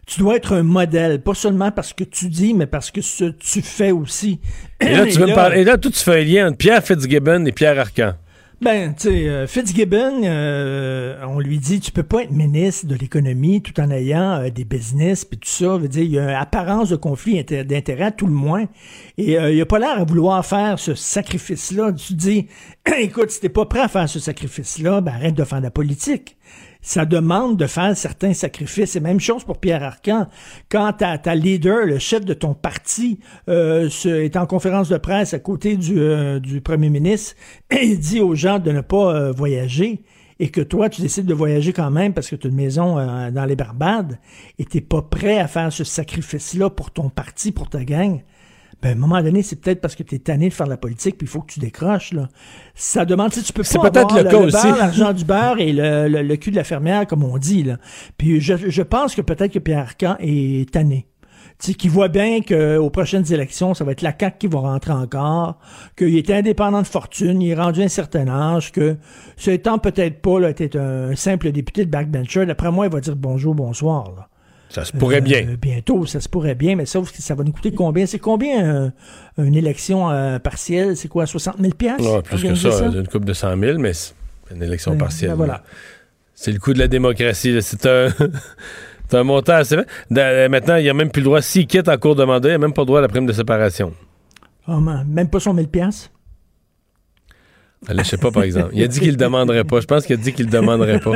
Tu dois être un modèle, pas seulement parce que tu dis, mais parce que ce tu fais aussi. Et là, tu veux me parler, et là, tout tu fais un lien entre Pierre Fitzgibbon et Pierre Arcan. Ben, tu sais, euh, Fitzgibbon, euh, on lui dit, tu peux pas être ministre de l'économie tout en ayant euh, des business puis tout ça. Veut dire, il y a une apparence de conflit inter- d'intérêt à tout le moins. Et euh, il a pas l'air à vouloir faire ce sacrifice-là. Tu dis, écoute, si t'es pas prêt à faire ce sacrifice-là, ben arrête de faire de la politique. Ça demande de faire certains sacrifices. C'est la même chose pour Pierre Arcan. Quand ta, ta leader, le chef de ton parti, euh, se, est en conférence de presse à côté du, euh, du premier ministre et il dit aux gens de ne pas euh, voyager et que toi, tu décides de voyager quand même parce que tu as une maison euh, dans les Barbades et t'es pas prêt à faire ce sacrifice-là pour ton parti, pour ta gang, ben, à un moment donné, c'est peut-être parce que tu es tanné de faire de la politique puis il faut que tu décroches, là. Ça demande, tu sais, tu peux c'est pas peut-être avoir le, le, cas le aussi. beurre, l'argent du beurre et le, le, le cul de la fermière, comme on dit, là. Puis je, je pense que peut-être que Pierre Arcan est tanné. Tu sais, qu'il voit bien qu'aux prochaines élections, ça va être la C A Q qui va rentrer encore, qu'il est indépendant de fortune, il est rendu à un certain âge, que ce étant peut-être pas, là, être un simple député de backbencher, d'après moi, il va dire bonjour, bonsoir, là. Ça se pourrait bien. Euh, bientôt, ça se pourrait bien, mais sauf que ça va nous coûter combien? C'est combien euh, une élection euh, partielle? C'est quoi, soixante mille piastres? Ouais, plus que ça, ça? Une couple de cent mille, mais c'est une élection ben, partielle. Ben voilà. C'est le coût de la démocratie. Là. C'est un... c'est un montant assez... Dans, maintenant, il n'y a même plus le droit, s'il quitte en cours de mandat, il n'y a même pas le droit à la prime de séparation. Oh, man, même pas son mille piastres? Allez, je sais pas, par exemple. Il a dit qu'il le demanderait pas. Je pense qu'il a dit qu'il le demanderait pas.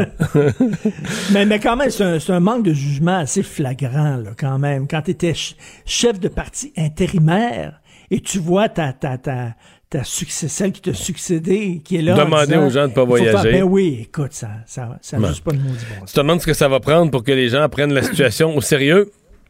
mais, mais quand même, c'est un, c'est un manque de jugement assez flagrant, là, quand même. Quand tu étais ch- chef de parti intérimaire et tu vois ta, ta, ta, ta succès, celle qui t'a succédé, qui est là. Demander disant, aux gens de pas voyager. Faire, ben oui, écoute, ça, ça, ça ben. juste pas le mot du bon sens. Tu te demandes ce que ça va prendre pour que les gens prennent la situation au sérieux?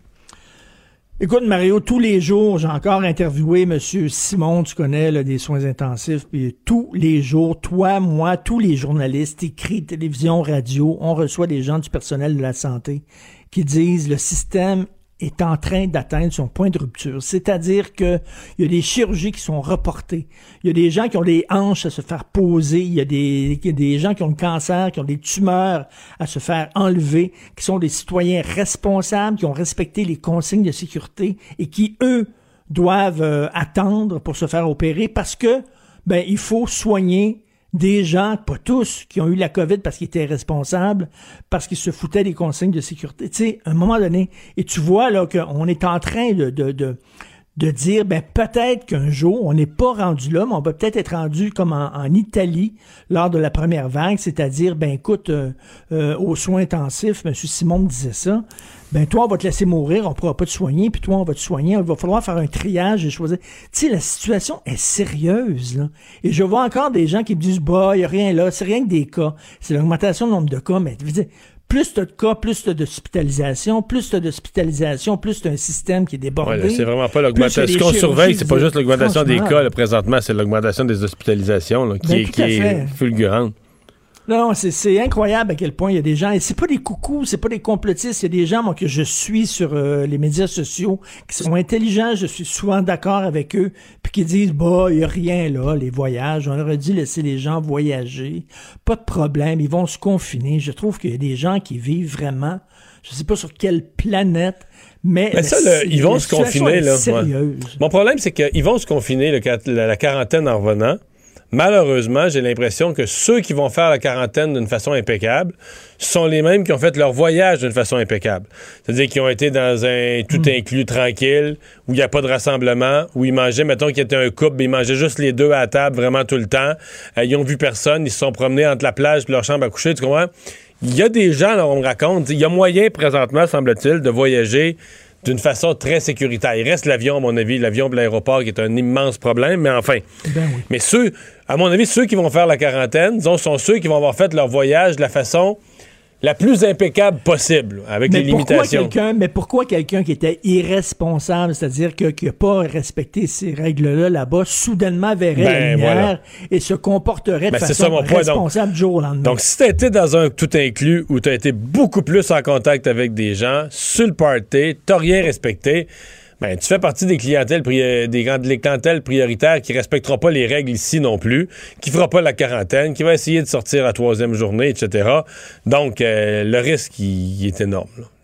Écoute, Mario, tous les jours, j'ai encore interviewé M. Simon, tu connais, là, des soins intensifs, puis tous les jours, toi, moi, tous les journalistes, écrits, télévision, radio, on reçoit des gens du personnel de la santé qui disent le système est en train d'atteindre son point de rupture. C'est-à-dire que il y a des chirurgies qui sont reportées. Il y a des gens qui ont des hanches à se faire poser. Il y a des, il y a des gens qui ont le cancer, qui ont des tumeurs à se faire enlever, qui sont des citoyens responsables, qui ont respecté les consignes de sécurité et qui, eux, doivent euh, attendre pour se faire opérer parce que, ben, il faut soigner des gens, pas tous, qui ont eu la COVID parce qu'ils étaient responsables, parce qu'ils se foutaient des consignes de sécurité. Tu sais, à un moment donné, et tu vois là qu'on est en train de, de, de, de dire, ben peut-être qu'un jour, on n'est pas rendu là, mais on va peut-être être rendu comme en, en Italie lors de la première vague, c'est-à-dire, ben écoute, euh, euh, aux soins intensifs, M. Simon me disait ça, ben toi, on va te laisser mourir, on pourra pas te soigner, puis toi, on va te soigner, il va falloir faire un triage et choisir. Tu sais, la situation est sérieuse, là. Et je vois encore des gens qui me disent, bah, il n'y a rien là, c'est rien que des cas. C'est l'augmentation du nombre de cas, mais je veux dire, plus tu as de cas, plus tu as d'hospitalisation, plus tu as d'hospitalisation, plus tu as un système qui est débordé. Ouais, là, c'est vraiment pas l'augmentation. Ce qu'on surveille, c'est pas juste l'augmentation des cas, là, présentement, c'est l'augmentation des hospitalisations, là, qui, ben, est, qui est fulgurante. Non, c'est, c'est incroyable à quel point il y a des gens, et c'est pas des coucous, c'est pas des complotistes, il y a des gens, moi, que je suis sur euh, les médias sociaux, qui sont intelligents, je suis souvent d'accord avec eux, puis qui disent, bah, il y a rien là, les voyages, on aurait dû laisser les gens voyager, pas de problème, ils vont se confiner. Je trouve qu'il y a des gens qui vivent vraiment, je sais pas sur quelle planète, mais... Ben ça, le, ils vont se confiner, là. Ouais. Mon problème, c'est qu'ils vont se confiner, le, la, la quarantaine en revenant. Malheureusement, j'ai l'impression que ceux qui vont faire la quarantaine d'une façon impeccable sont les mêmes qui ont fait leur voyage d'une façon impeccable. C'est-à-dire qu'ils ont été dans un tout mmh. inclus tranquille, où il n'y a pas de rassemblement, où ils mangeaient, mettons qu'il y était un couple, mais ils mangeaient juste les deux à la table vraiment tout le temps. Euh, ils ont vu personne, ils se sont promenés entre la plage et leur chambre à coucher, tu comprends? Il y a des gens, là, on me raconte, il y a moyen présentement, semble-t-il, de voyager d'une façon très sécuritaire. Il reste l'avion, à mon avis, l'avion de l'aéroport qui est un immense problème, mais enfin. Ben oui. Mais ceux, à mon avis, ceux qui vont faire la quarantaine, disons, sont ceux qui vont avoir fait leur voyage de la façon la plus impeccable possible, avec mais les limitations. Pourquoi quelqu'un, mais pourquoi quelqu'un qui était irresponsable, c'est-à-dire que, qui n'a pas respecté ces règles-là là-bas, soudainement verrait ben, la lumière voilà. et se comporterait ben, de façon ça, responsable du jour au lendemain? Donc, si tu as été dans un tout inclus où tu as été beaucoup plus en contact avec des gens, sur le party, tu n'as rien respecté, ben, tu fais partie des clientèles, des, des clientèles prioritaires qui ne respecteront pas les règles ici non plus, qui ne fera pas la quarantaine, qui va essayer de sortir la troisième journée, et cetera. Donc, euh, le risque, il, il est énorme. Là.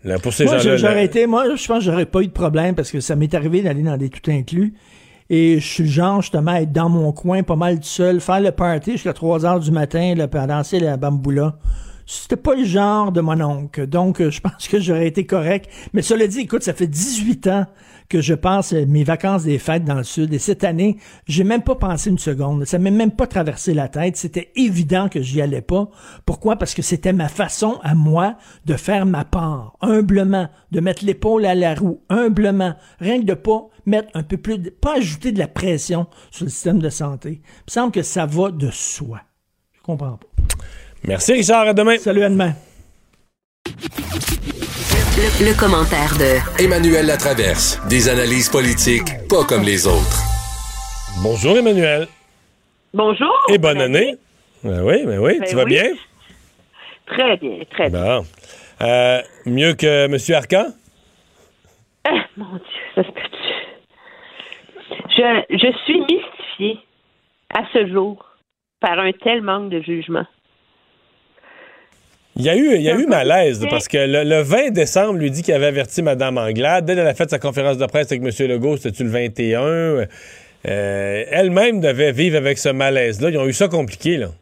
Là, pour ces moi, gens-là, j'aurais là... été, moi, je pense que j'aurais pas eu de problème parce que ça m'est arrivé d'aller dans des tout inclus. Et je suis le genre, justement, à être dans mon coin, pas mal tout seul, faire le party jusqu'à trois heures du matin, là, puis à danser la bamboula. C'était pas le genre de mon oncle. Donc, je pense que j'aurais été correct. Mais cela dit, écoute, ça fait dix-huit ans que je passe mes vacances des fêtes dans le Sud. Et cette année, j'ai même pas pensé une seconde. Ça m'est même pas traversé la tête. C'était évident que j'y allais pas. Pourquoi? Parce que c'était ma façon à moi de faire ma part. Humblement. De mettre l'épaule à la roue. Humblement. Rien que de pas mettre un peu plus, de, pas ajouter de la pression sur le système de santé. Il me semble que ça va de soi. Je comprends pas. Merci Richard, à demain. Salut, à demain. Le, le commentaire de Emmanuel Latraverse. Des analyses politiques pas comme les autres. Bonjour Emmanuel. Bonjour. Et bonne année. Ben oui, ben oui. Ben tu vas oui. bien? Très bien, très bien. Bon. Euh, mieux que M. Arcan? Ah, mon Dieu, ça se peut-tu? Je, je suis mystifiée à ce jour par un tel manque de jugement. Il y a eu, il y a eu malaise parce que le, le vingt décembre, lui dit qu'il avait averti Mme Anglade. Dès qu'elle a fait sa conférence de presse avec M. Legault, c'était-tu le vingt et un? Euh, elle-même devait vivre avec ce malaise-là. Ils ont eu ça compliqué, là.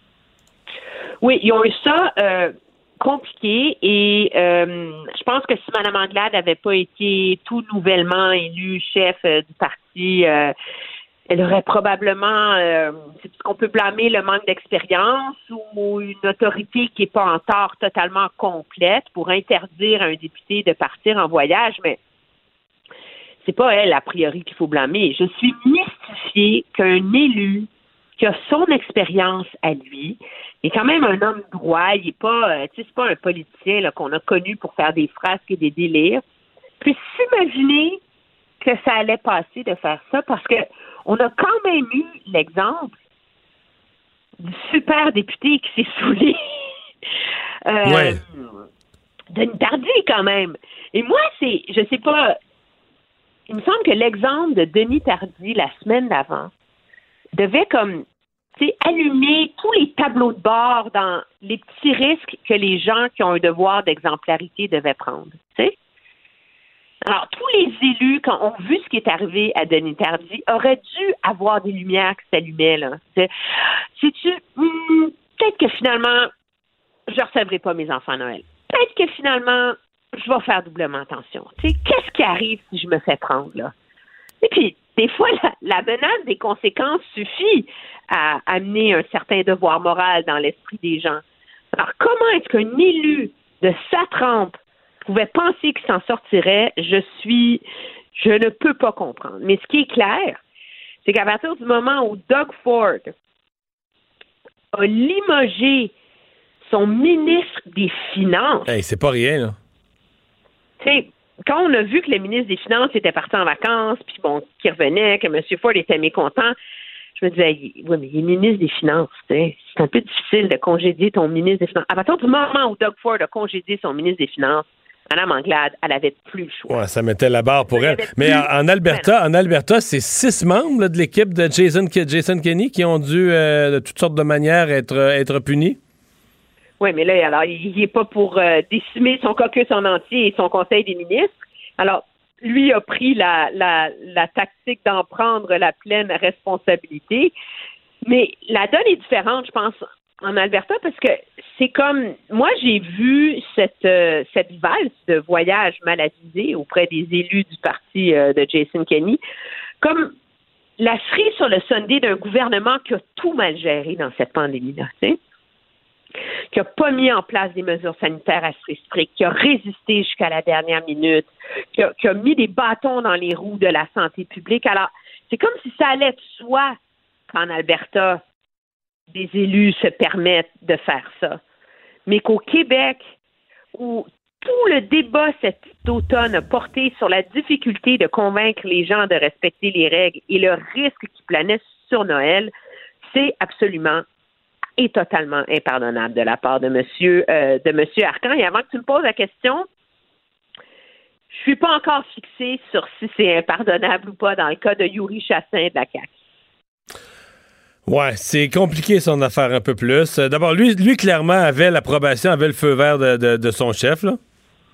Oui, ils ont eu ça euh, compliqué et euh, je pense que si Mme Anglade n'avait pas été tout nouvellement élue chef euh, du parti, euh, elle aurait probablement, euh, c'est parce qu'on peut blâmer le manque d'expérience ou une autorité qui n'est pas en tort totalement complète pour interdire à un député de partir en voyage, mais c'est pas elle, a priori, qu'il faut blâmer. Je suis mystifiée qu'un élu qui a son expérience à lui, il est quand même un homme droit, il est pas, euh, tu sais, c'est pas un politicien là, qu'on a connu pour faire des frasques et des délires, puis s'imaginer que ça allait passer de faire ça, parce que on a quand même eu l'exemple du super député qui s'est saoulé. euh, ouais. Denis Tardy, quand même. Et moi, c'est, je sais pas, il me semble que l'exemple de Denis Tardy la semaine d'avant devait comme, tu sais, allumer tous les tableaux de bord dans les petits risques que les gens qui ont un devoir d'exemplarité devaient prendre, tu sais. Alors, tous les élus, quand ont vu ce qui est arrivé à Denis Tardy, auraient dû avoir des lumières qui s'allumaient, là. Sais-tu, hmm, peut-être que finalement, je ne recevrai pas mes enfants à Noël. Peut-être que finalement, je vais faire doublement attention. Tu sais, qu'est-ce qui arrive si je me fais prendre, là? Et puis, des fois, la, la menace des conséquences suffit à amener un certain devoir moral dans l'esprit des gens. Alors, comment est-ce qu'un élu de sa trempe pouvait penser qu'il s'en sortirait? Je suis... Je ne peux pas comprendre. Mais ce qui est clair, c'est qu'à partir du moment où Doug Ford a limogé son ministre des Finances... Hey, c'est pas rien, là. Tu sais, quand on a vu que le ministre des Finances était parti en vacances, puis bon, qu'il revenait, que M. Ford était mécontent, je me disais, oui, mais il est ministre des Finances, tu sais. C'est un peu difficile de congédier ton ministre des Finances. À partir du moment où Doug Ford a congédié son ministre des Finances, Mme Anglade, elle avait plus le choix. Ouais, ça mettait la barre pour elle. Mais en, en Alberta, en Alberta, c'est six membres là, de l'équipe de Jason, Jason Kenney qui ont dû, euh, de toutes sortes de manières, être, être punis. Oui, mais là, alors, il n'est pas pour euh, décimer son caucus en entier et son conseil des ministres. Alors, lui a pris la, la, la tactique d'en prendre la pleine responsabilité. Mais la donne est différente, je pense, en Alberta, parce que c'est comme... Moi, j'ai vu cette, euh, cette valse de voyage mal avisé auprès des élus du parti euh, de Jason Kenney comme la cerise sur le Sunday d'un gouvernement qui a tout mal géré dans cette pandémie-là, tu sais, qui n'a pas mis en place des mesures sanitaires assez strictes, qui a résisté jusqu'à la dernière minute, qui a, qui a mis des bâtons dans les roues de la santé publique. Alors, c'est comme si ça allait de soi qu'en Alberta, des élus se permettent de faire ça. Mais qu'au Québec, où tout le débat cet automne a porté sur la difficulté de convaincre les gens de respecter les règles et le risque qui planait sur Noël, c'est absolument et totalement impardonnable de la part de monsieur, euh, de monsieur Arcan. Et avant que tu me poses la question, je suis pas encore fixée sur si c'est impardonnable ou pas dans le cas de Yuri Chassin de la C A Q. Ouais, c'est compliqué son affaire un peu plus. D'abord, lui, lui clairement avait l'approbation, avait le feu vert de, de, de son chef, là.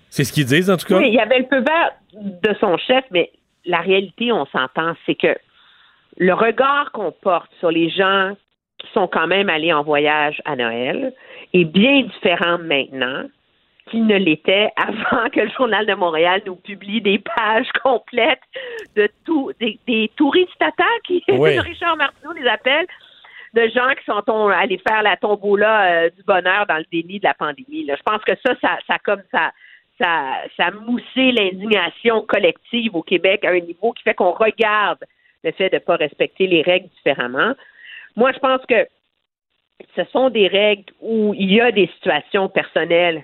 C'est ce qu'ils disent, en tout cas? Oui, il y avait le feu vert de son chef, mais la réalité, on s'entend, c'est que le regard qu'on porte sur les gens qui sont quand même allés en voyage à Noël est bien différent maintenant qu'il ne l'était avant que le Journal de Montréal nous publie des pages complètes de tout, des, des touristes tata qui, oui. Richard Martineau les appelle, de gens qui sont on, allés faire la tombola euh, du bonheur dans le déni de la pandémie. Là. Je pense que ça, ça, ça comme ça, ça, ça a moussé l'indignation collective au Québec à un niveau qui fait qu'on regarde le fait de ne pas respecter les règles différemment. Moi, je pense que ce sont des règles où il y a des situations personnelles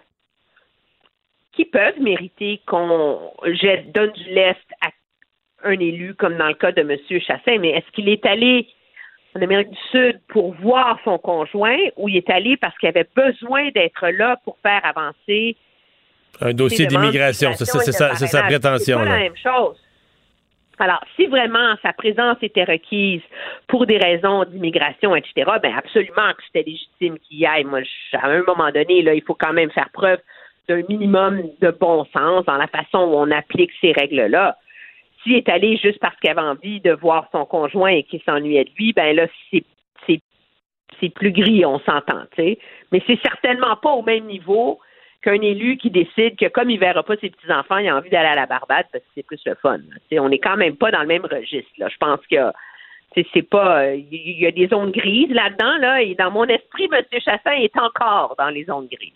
qui peuvent mériter qu'on jette, donne du lest à un élu, comme dans le cas de M. Chassin, mais est-ce qu'il est allé en Amérique du Sud pour voir son conjoint ou il est allé parce qu'il avait besoin d'être là pour faire avancer un dossier d'immigration? C'est, c'est, c'est, sa, c'est sa prétention. C'est pas là. la même chose. Alors, si vraiment sa présence était requise pour des raisons d'immigration, et cetera, bien absolument que c'était légitime qu'il y aille. Moi, à un moment donné, là, il faut quand même faire preuve d'un minimum de bon sens dans la façon où on applique ces règles-là. S'il est allé juste parce qu'il avait envie de voir son conjoint et qu'il s'ennuyait de lui, ben là, c'est, c'est, c'est plus gris, on s'entend, tu sais. Mais c'est certainement pas au même niveau qu'un élu qui décide que comme il verra pas ses petits-enfants, il a envie d'aller à la Barbade parce que c'est plus le fun. T'sais, on n'est quand même pas dans le même registre, là. Je pense que c'est, c'est pas... Il euh, y a des zones grises là-dedans, là, et dans mon esprit, M. Chassin est encore dans les zones grises.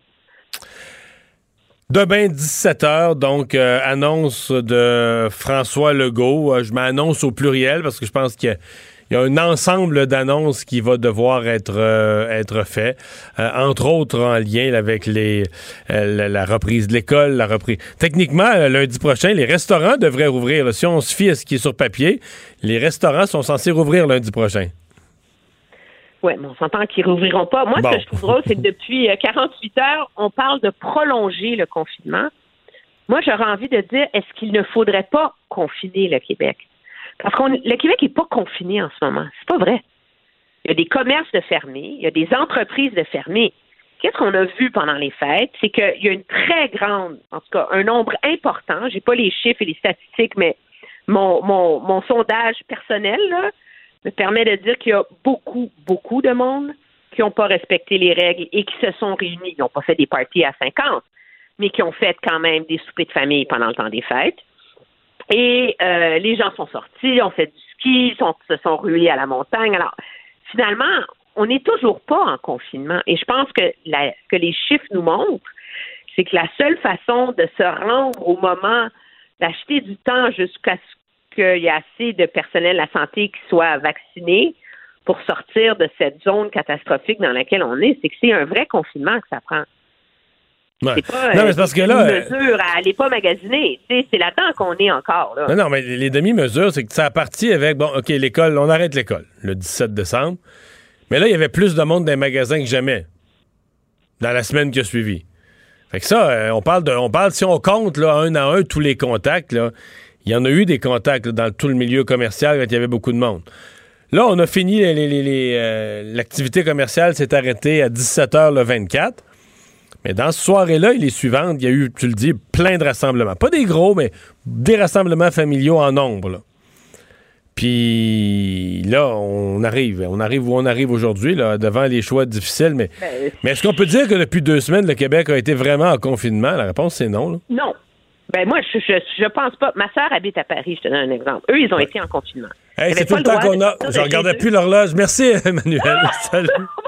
Demain, dix-sept heures, donc, euh, annonce de François Legault. Euh, je m'annonce au pluriel parce que je pense qu'il y a, il y a un ensemble d'annonces qui va devoir être, euh, être fait, euh, entre autres en lien là, avec les, euh, la, la reprise de l'école, la reprise... Techniquement, euh, lundi prochain, les restaurants devraient rouvrir. Là. Si on se fie à ce qui est sur papier, les restaurants sont censés rouvrir lundi prochain. Oui, mais on s'entend qu'ils ne rouvriront pas. Moi, bon. Ce que je trouve drôle, c'est que depuis quarante-huit heures, on parle de prolonger le confinement. Moi, j'aurais envie de dire, est-ce qu'il ne faudrait pas confiner le Québec? Parce que le Québec n'est pas confiné en ce moment. C'est pas vrai. Il y a des commerces de fermés, il y a des entreprises de fermées. Qu'est-ce qu'on a vu pendant les fêtes? C'est qu'il y a une très grande, en tout cas, un nombre important, j'ai pas les chiffres et les statistiques, mais mon, mon, mon sondage personnel, là, me permet de dire qu'il y a beaucoup, beaucoup de monde qui n'ont pas respecté les règles et qui se sont réunis. Ils n'ont pas fait des parties à cinquante, mais qui ont fait quand même des soupers de famille pendant le temps des fêtes. Et euh, les gens sont sortis, ont fait du ski, sont, se sont rués à la montagne. Alors, finalement, on n'est toujours pas en confinement. Et je pense que la, ce que les chiffres nous montrent, c'est que la seule façon de se rendre au moment d'acheter du temps jusqu'à ce qu'il y a assez de personnel de la santé qui soit vacciné pour sortir de cette zone catastrophique dans laquelle on est, c'est que c'est un vrai confinement que ça prend. Ouais. C'est pas non, mais c'est parce que là, une mesure à aller pas magasiner. C'est, c'est là-dedans qu'on est encore. Là. Non, non, mais les demi-mesures, c'est que ça a parti avec, bon, OK, l'école, on arrête l'école le dix-sept décembre. Mais là, il y avait plus de monde dans les magasins que jamais dans la semaine qui a suivi. Fait que ça, on parle de, on parle, si on compte là, un à un tous les contacts, là, il y en a eu des contacts là, dans tout le milieu commercial quand il y avait beaucoup de monde. Là, on a fini, les, les, les, les, euh, l'activité commerciale s'est arrêtée à dix-sept heures le vingt-quatre. Mais dans cette soirée-là et les suivantes, il y a eu, tu le dis, plein de rassemblements. Pas des gros, mais des rassemblements familiaux en nombre. Là. Puis là, on arrive. On arrive où on arrive aujourd'hui, là, devant les choix difficiles. Mais, ben, mais est-ce qu'on peut dire que depuis deux semaines, le Québec a été vraiment en confinement? La réponse, c'est non. Là. Non. Ben moi, je, je je pense pas. Ma sœur habite à Paris, je te donne un exemple. Eux, ils ont ouais. été en confinement. Hey, c'est tout le temps qu'on a. Je regardais plus l'horloge. Merci, Emmanuel. Salut.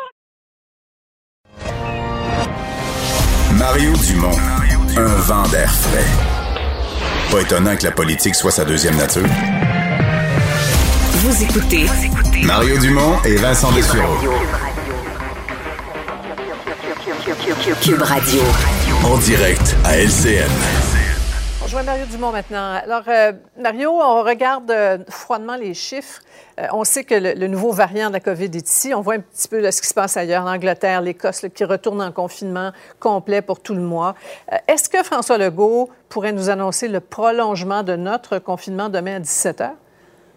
Mario Dumont, un vent d'air frais. Pas étonnant que la politique soit sa deuxième nature. Vous écoutez Mario Dumont et Vincent Dessureau. Cube Radio. En direct à L C N. On rejoint Mario Dumont maintenant. Alors, euh, Mario, on regarde euh, froidement les chiffres. Euh, on sait que le, le nouveau variant de la COVID est ici. On voit un petit peu là, ce qui se passe ailleurs, l'Angleterre, l'Écosse, là, qui retourne en confinement complet pour tout le mois. Euh, est-ce que François Legault pourrait nous annoncer le prolongement de notre confinement demain à dix-sept heures?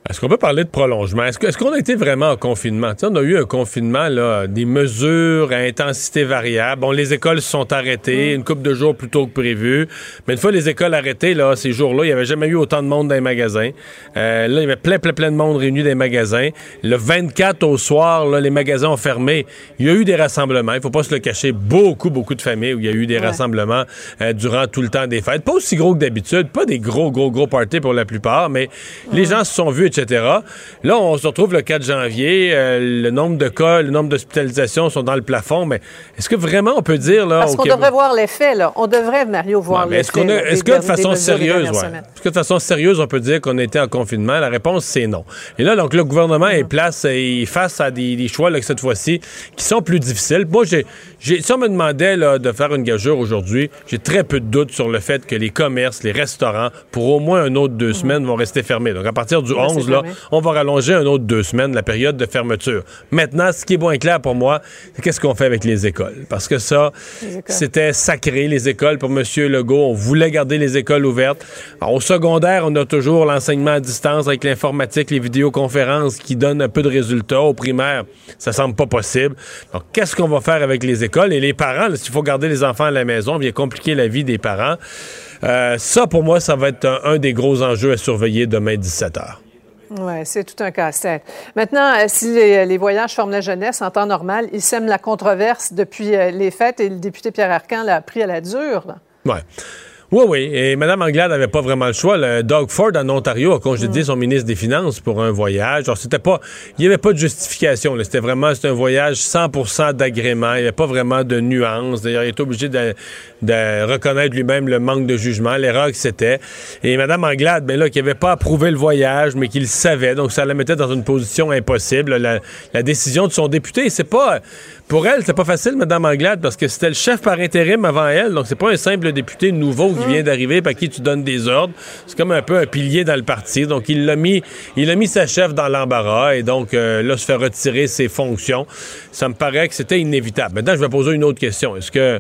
Est-ce qu'on peut parler de prolongement? Est-ce, que, est-ce qu'on a été vraiment en confinement? T'sais, on a eu un confinement, là, des mesures à intensité variable. Bon, les écoles se sont arrêtées une couple de jours plus tôt que prévu. Mais une fois les écoles arrêtées, là, ces jours-là, il n'y avait jamais eu autant de monde dans les magasins. Euh, là, il y avait plein, plein, plein de monde réuni dans les magasins. Le vingt-quatre au soir, là, les magasins ont fermé. Il y a eu des rassemblements. Il ne faut pas se le cacher. Beaucoup, beaucoup de familles où il y a eu des ouais. rassemblements euh, durant tout le temps des fêtes. Pas aussi gros que d'habitude. Pas des gros, gros, gros parties pour la plupart, mais ouais. les gens se sont vus, et cetera. Là, on se retrouve le quatre janvier, euh, le nombre de cas, le nombre d'hospitalisations sont dans le plafond, mais est-ce que vraiment on peut dire... là, Parce qu'on Québec... devrait voir l'effet, là. On devrait, Mario, voir ouais, l'effet. Est-ce, qu'on a, là, est-ce que de façon sérieuse, ouais. est-ce que de façon sérieuse, on peut dire qu'on était en confinement? La réponse, c'est non. Et là, donc, le gouvernement est place et face à des, des choix, là, que cette fois-ci, qui sont plus difficiles. Moi, j'ai, j'ai, si on me demandait là, de faire une gageure aujourd'hui, j'ai très peu de doutes sur le fait que les commerces, les restaurants, pour au moins un autre deux mmh. semaines, vont rester fermés. Donc, à partir du ouais, onze, là, on va rallonger un autre deux semaines la période de fermeture. Maintenant, ce qui est moins clair pour moi, c'est qu'est-ce qu'on fait avec les écoles. Parce que ça, c'était sacré, les écoles, pour M. Legault. On voulait garder les écoles ouvertes. Alors, au secondaire, on a toujours l'enseignement à distance avec l'informatique, les vidéoconférences qui donnent un peu de résultats. Au primaire, ça semble pas possible. Donc, qu'est-ce qu'on va faire avec les écoles? Et les parents, là, s'il faut garder les enfants à la maison, vient compliquer la vie des parents. Euh, ça, pour moi, ça va être un, un des gros enjeux à surveiller demain dix-sept heures. Oui, c'est tout un casse-tête. Maintenant, euh, si les, les voyages forment la jeunesse en temps normal, ils sèment la controverse depuis euh, les fêtes et le député Pierre Arcan l'a pris à la dure. Oui. Oui, oui. Et Mme Anglade n'avait pas vraiment le choix. Le Doug Ford, en Ontario, a congédié mmh. son ministre des Finances pour un voyage. Alors, c'était pas... Il n'y avait pas de justification. Là. C'était vraiment... C'était un voyage cent pour cent d'agrément. Il n'y avait pas vraiment de nuances. D'ailleurs, il était obligé de, de reconnaître lui-même le manque de jugement, l'erreur que c'était. Et Mme Anglade, bien là, qui n'avait pas approuvé le voyage, mais qui le savait. Donc, ça la mettait dans une position impossible. La, la décision de son député, c'est pas... Pour elle, c'est pas facile, Mme Anglade, parce que c'était le chef par intérim avant elle. Donc, c'est pas un simple député nouveau qui vient d'arriver et à qui tu donnes des ordres. C'est comme un peu un pilier dans le parti. Donc, il l'a mis, il a mis sa chef dans l'embarras et donc, euh, là, se fait retirer ses fonctions. Ça me paraît que c'était inévitable. Maintenant, je vais poser une autre question. Est-ce que...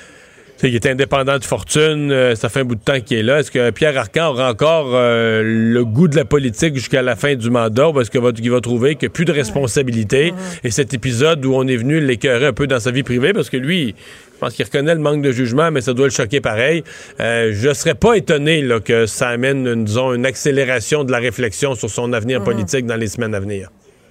Il est indépendant de fortune, euh, ça fait un bout de temps qu'il est là. Est-ce que Pierre Arcan aura encore euh, le goût de la politique jusqu'à la fin du mandat, parce qu'il va, qu'il va trouver qu'il n'y a plus de responsabilité? Ouais. Et cet épisode où on est venu l'écœurer un peu dans sa vie privée, parce que lui, je pense qu'il reconnaît le manque de jugement, mais ça doit le choquer pareil. Euh, je ne serais pas étonné là, que ça amène, une, disons, une accélération de la réflexion sur son avenir mmh. politique dans les semaines à venir.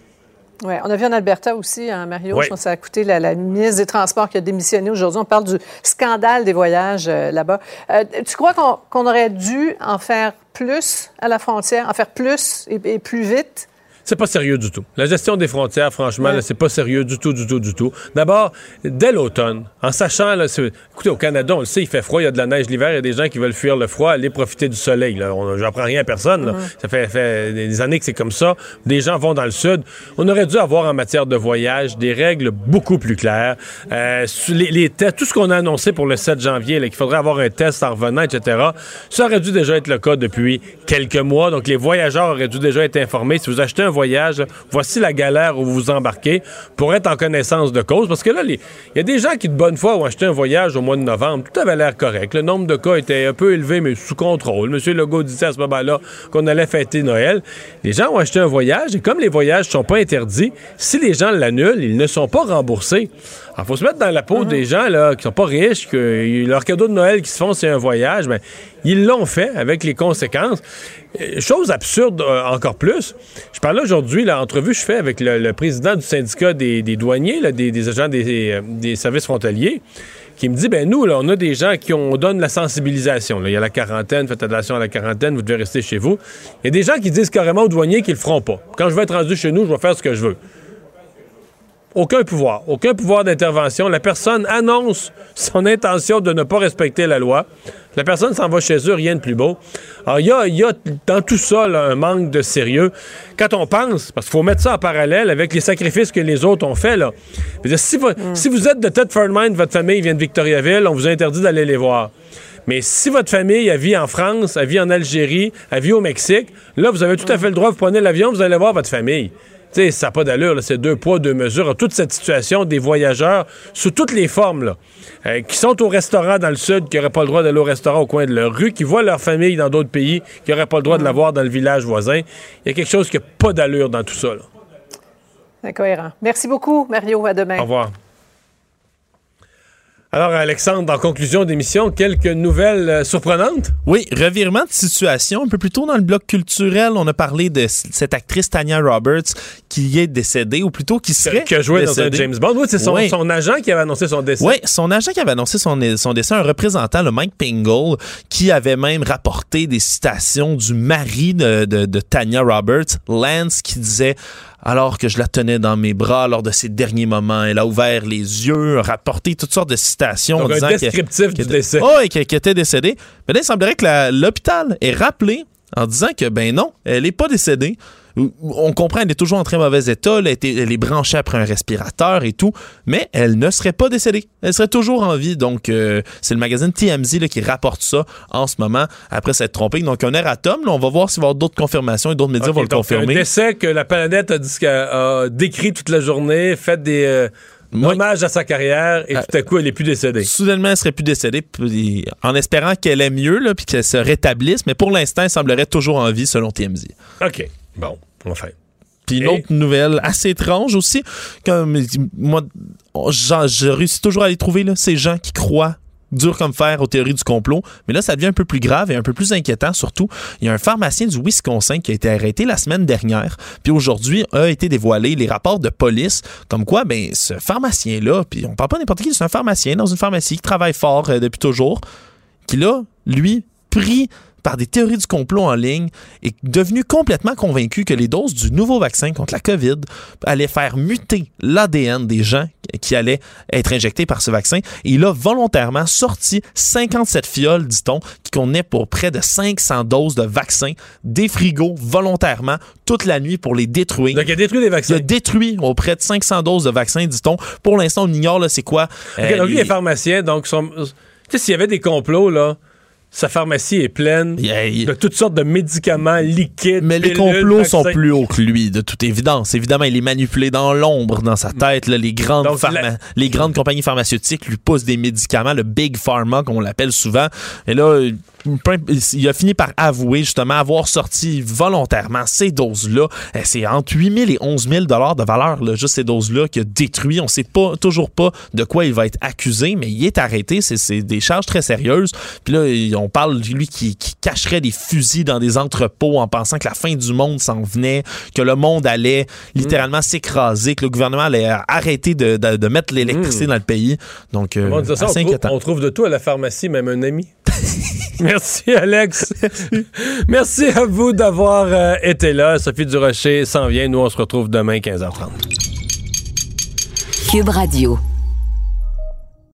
Oui, on a vu en Alberta aussi, hein, Mario, oui. je pense que ça a coûté la, la ministre des Transports qui a démissionné aujourd'hui. On parle du scandale des voyages euh, là-bas. Euh, tu crois qu'on, qu'on aurait dû en faire plus à la frontière, en faire plus et, et plus vite? C'est pas sérieux du tout. La gestion des frontières, franchement, ouais. là, c'est pas sérieux du tout, du tout, du tout. D'abord, dès l'automne, en sachant, là, c'est... écoutez, au Canada, on le sait, il fait froid, il y a de la neige l'hiver, il y a des gens qui veulent fuir le froid, aller profiter du soleil. Là. On, j'apprends rien à personne. Là. Mm-hmm. Ça fait, fait des années que c'est comme ça. Des gens vont dans le sud. On aurait dû avoir en matière de voyage des règles beaucoup plus claires. Euh, les, les tests, tout ce qu'on a annoncé pour le sept janvier, là, qu'il faudrait avoir un test en revenant, et cetera, ça aurait dû déjà être le cas depuis quelques mois. Donc, les voyageurs auraient dû déjà être informés. Si vous achetez un voyage, là, voici la galère où vous vous embarquez pour être en connaissance de cause. Parce que là, il y a des gens qui, de bonne foi, ont acheté un voyage au mois de novembre. Tout avait l'air correct. Le nombre de cas était un peu élevé, mais sous contrôle. M. Legault disait à ce moment-là qu'on allait fêter Noël. Les gens ont acheté un voyage et comme les voyages ne sont pas interdits, si les gens l'annulent, ils ne sont pas remboursés. Alors, il faut se mettre dans la peau mm-hmm. des gens là, qui sont pas riches, que leur cadeau de Noël qui se font, c'est un voyage. Ben, ils l'ont fait avec les conséquences. Chose absurde euh, encore plus. Je parlais aujourd'hui, l'entrevue que je fais avec le, le président du syndicat des, des douaniers, là, des, des agents des, des services frontaliers, qui me dit, ben nous, là, on a des gens qui ont, on donne la sensibilisation. Là. Il y a la quarantaine, faites attention à la quarantaine, vous devez rester chez vous. Il y a des gens qui disent carrément aux douaniers qu'ils le feront pas. Quand je vais être rendu chez nous, je vais faire ce que je veux. Aucun pouvoir, aucun pouvoir d'intervention. La personne annonce son intention de ne pas respecter la loi. La personne s'en va chez eux, rien de plus beau. Alors, il y a, y a dans tout ça là, un manque de sérieux. Quand on pense, parce qu'il faut mettre ça en parallèle avec les sacrifices que les autres ont faits, là. Je veux dire, si, vous, mm. si vous êtes de Thetford Mines, votre famille vient de Victoriaville, on vous a interdit d'aller les voir. Mais si votre famille a vie en France, a vie en Algérie, a vie au Mexique, là, vous avez tout à fait le droit, vous prenez l'avion, vous allez voir votre famille. sais, ça n'a pas d'allure, là, c'est deux poids, deux mesures. Toute cette situation des voyageurs, sous toutes les formes, là, euh, qui sont au restaurant dans le sud, qui n'auraient pas le droit d'aller au restaurant au coin de leur rue, qui voient leur famille dans d'autres pays, qui n'auraient pas le droit de la voir dans le village voisin. Il y a quelque chose qui n'a pas d'allure dans tout ça, là. Incohérent. Merci beaucoup, Mario. À demain. Au revoir. Alors, Alexandre, en conclusion d'émission, quelques nouvelles euh, surprenantes? Oui, revirement de situation. Un peu plus tôt dans le bloc culturel, on a parlé de cette actrice Tanya Roberts qui est décédée, ou plutôt qui serait Qui a joué décédée. dans un James Bond. Oui, c'est son, oui. son agent qui avait annoncé son décès. Oui, son agent qui avait annoncé son, son décès, un représentant, le Mike Pingle, qui avait même rapporté des citations du mari de, de, de Tanya Roberts, Lance, qui disait... Alors que je la tenais dans mes bras lors de ses derniers moments, elle a ouvert les yeux, a rapporté toutes sortes de citations. Donc, disant un descriptif qu'elle, du décès. Oh, et qu'elle, qu'elle était décédée. Mais là, il semblerait que la, l'hôpital ait rappelé en disant que, ben non, elle n'est pas décédée. On comprend, elle est toujours en très mauvais état, elle, a été, elle est branchée après un respirateur et tout, mais elle ne serait pas décédée. Elle serait toujours en vie. Donc, euh, c'est le magazine T M Z là, qui rapporte ça en ce moment, après s'être trompé. Donc, un erratum. Là, on va voir s'il va y avoir d'autres confirmations et d'autres médias okay, vont le donc confirmer. Un décès que la planète a, dit, a décrit toute la journée, fait des... Euh... Oui. Hommage à sa carrière et tout à coup, elle n'est plus décédée. Soudainement, elle serait plus décédée puis, en espérant qu'elle ait mieux là, puis qu'elle se rétablisse. Mais pour l'instant, elle semblerait toujours en vie selon T M Z. OK. Bon, enfin. Puis une autre nouvelle assez étrange aussi, comme moi, je réussis toujours à les trouver, là, ces gens qui croient dur comme fer aux théories du complot. Mais là, ça devient un peu plus grave et un peu plus inquiétant surtout. Il y a un pharmacien du Wisconsin qui a été arrêté la semaine dernière. Puis aujourd'hui, a été dévoilé les rapports de police comme quoi, ben ce pharmacien-là, puis on parle pas n'importe qui, c'est un pharmacien dans une pharmacie qui travaille fort euh, depuis toujours, qui là, lui, pris par des théories du complot en ligne, est devenu complètement convaincu que les doses du nouveau vaccin contre la COVID allaient faire muter l'A D N des gens qui allaient être injectés par ce vaccin. Et il a volontairement sorti cinquante-sept fioles, dit-on, qui contenaient pour près de cinq cents doses de vaccins, des frigos volontairement, toute la nuit pour les détruire. Donc, il a détruit les vaccins. Il a détruit auprès de cinq cents doses de vaccins, dit-on. Pour l'instant, on ignore, là, c'est quoi. Okay, euh, donc, lui, les... il est pharmacien, donc, son... tu sais, s'il y avait des complots, là, sa pharmacie est pleine yeah, yeah. de toutes sortes de médicaments liquides. Mais les complots vaccins. sont plus hauts que lui, de toute évidence. Évidemment, il est manipulé dans l'ombre, dans sa tête. Là, les, grandes Donc, pharma- la... les grandes compagnies pharmaceutiques lui poussent des médicaments, le Big Pharma, comme on l'appelle souvent. Et là, il a fini par avouer, justement, avoir sorti volontairement ces doses-là. C'est entre huit mille et onze mille dollars de valeur, là, juste ces doses-là, qu'il a détruit. On ne sait pas, toujours pas de quoi il va être accusé, mais il est arrêté. C'est, c'est des charges très sérieuses. Puis là, on parle de lui qui, qui cacherait des fusils dans des entrepôts en pensant que la fin du monde s'en venait, que le monde allait littéralement mmh. s'écraser, que le gouvernement allait arrêter de, de, de mettre l'électricité mmh. dans le pays. Donc, euh, on, ça, assez on, inquiétant. Trouve, on trouve de tout à la pharmacie, même un ami. Merci, Alex. Merci à vous d'avoir euh, été là. Sophie Durocher s'en vient. Nous, on se retrouve demain, quinze heures trente. Cube Radio.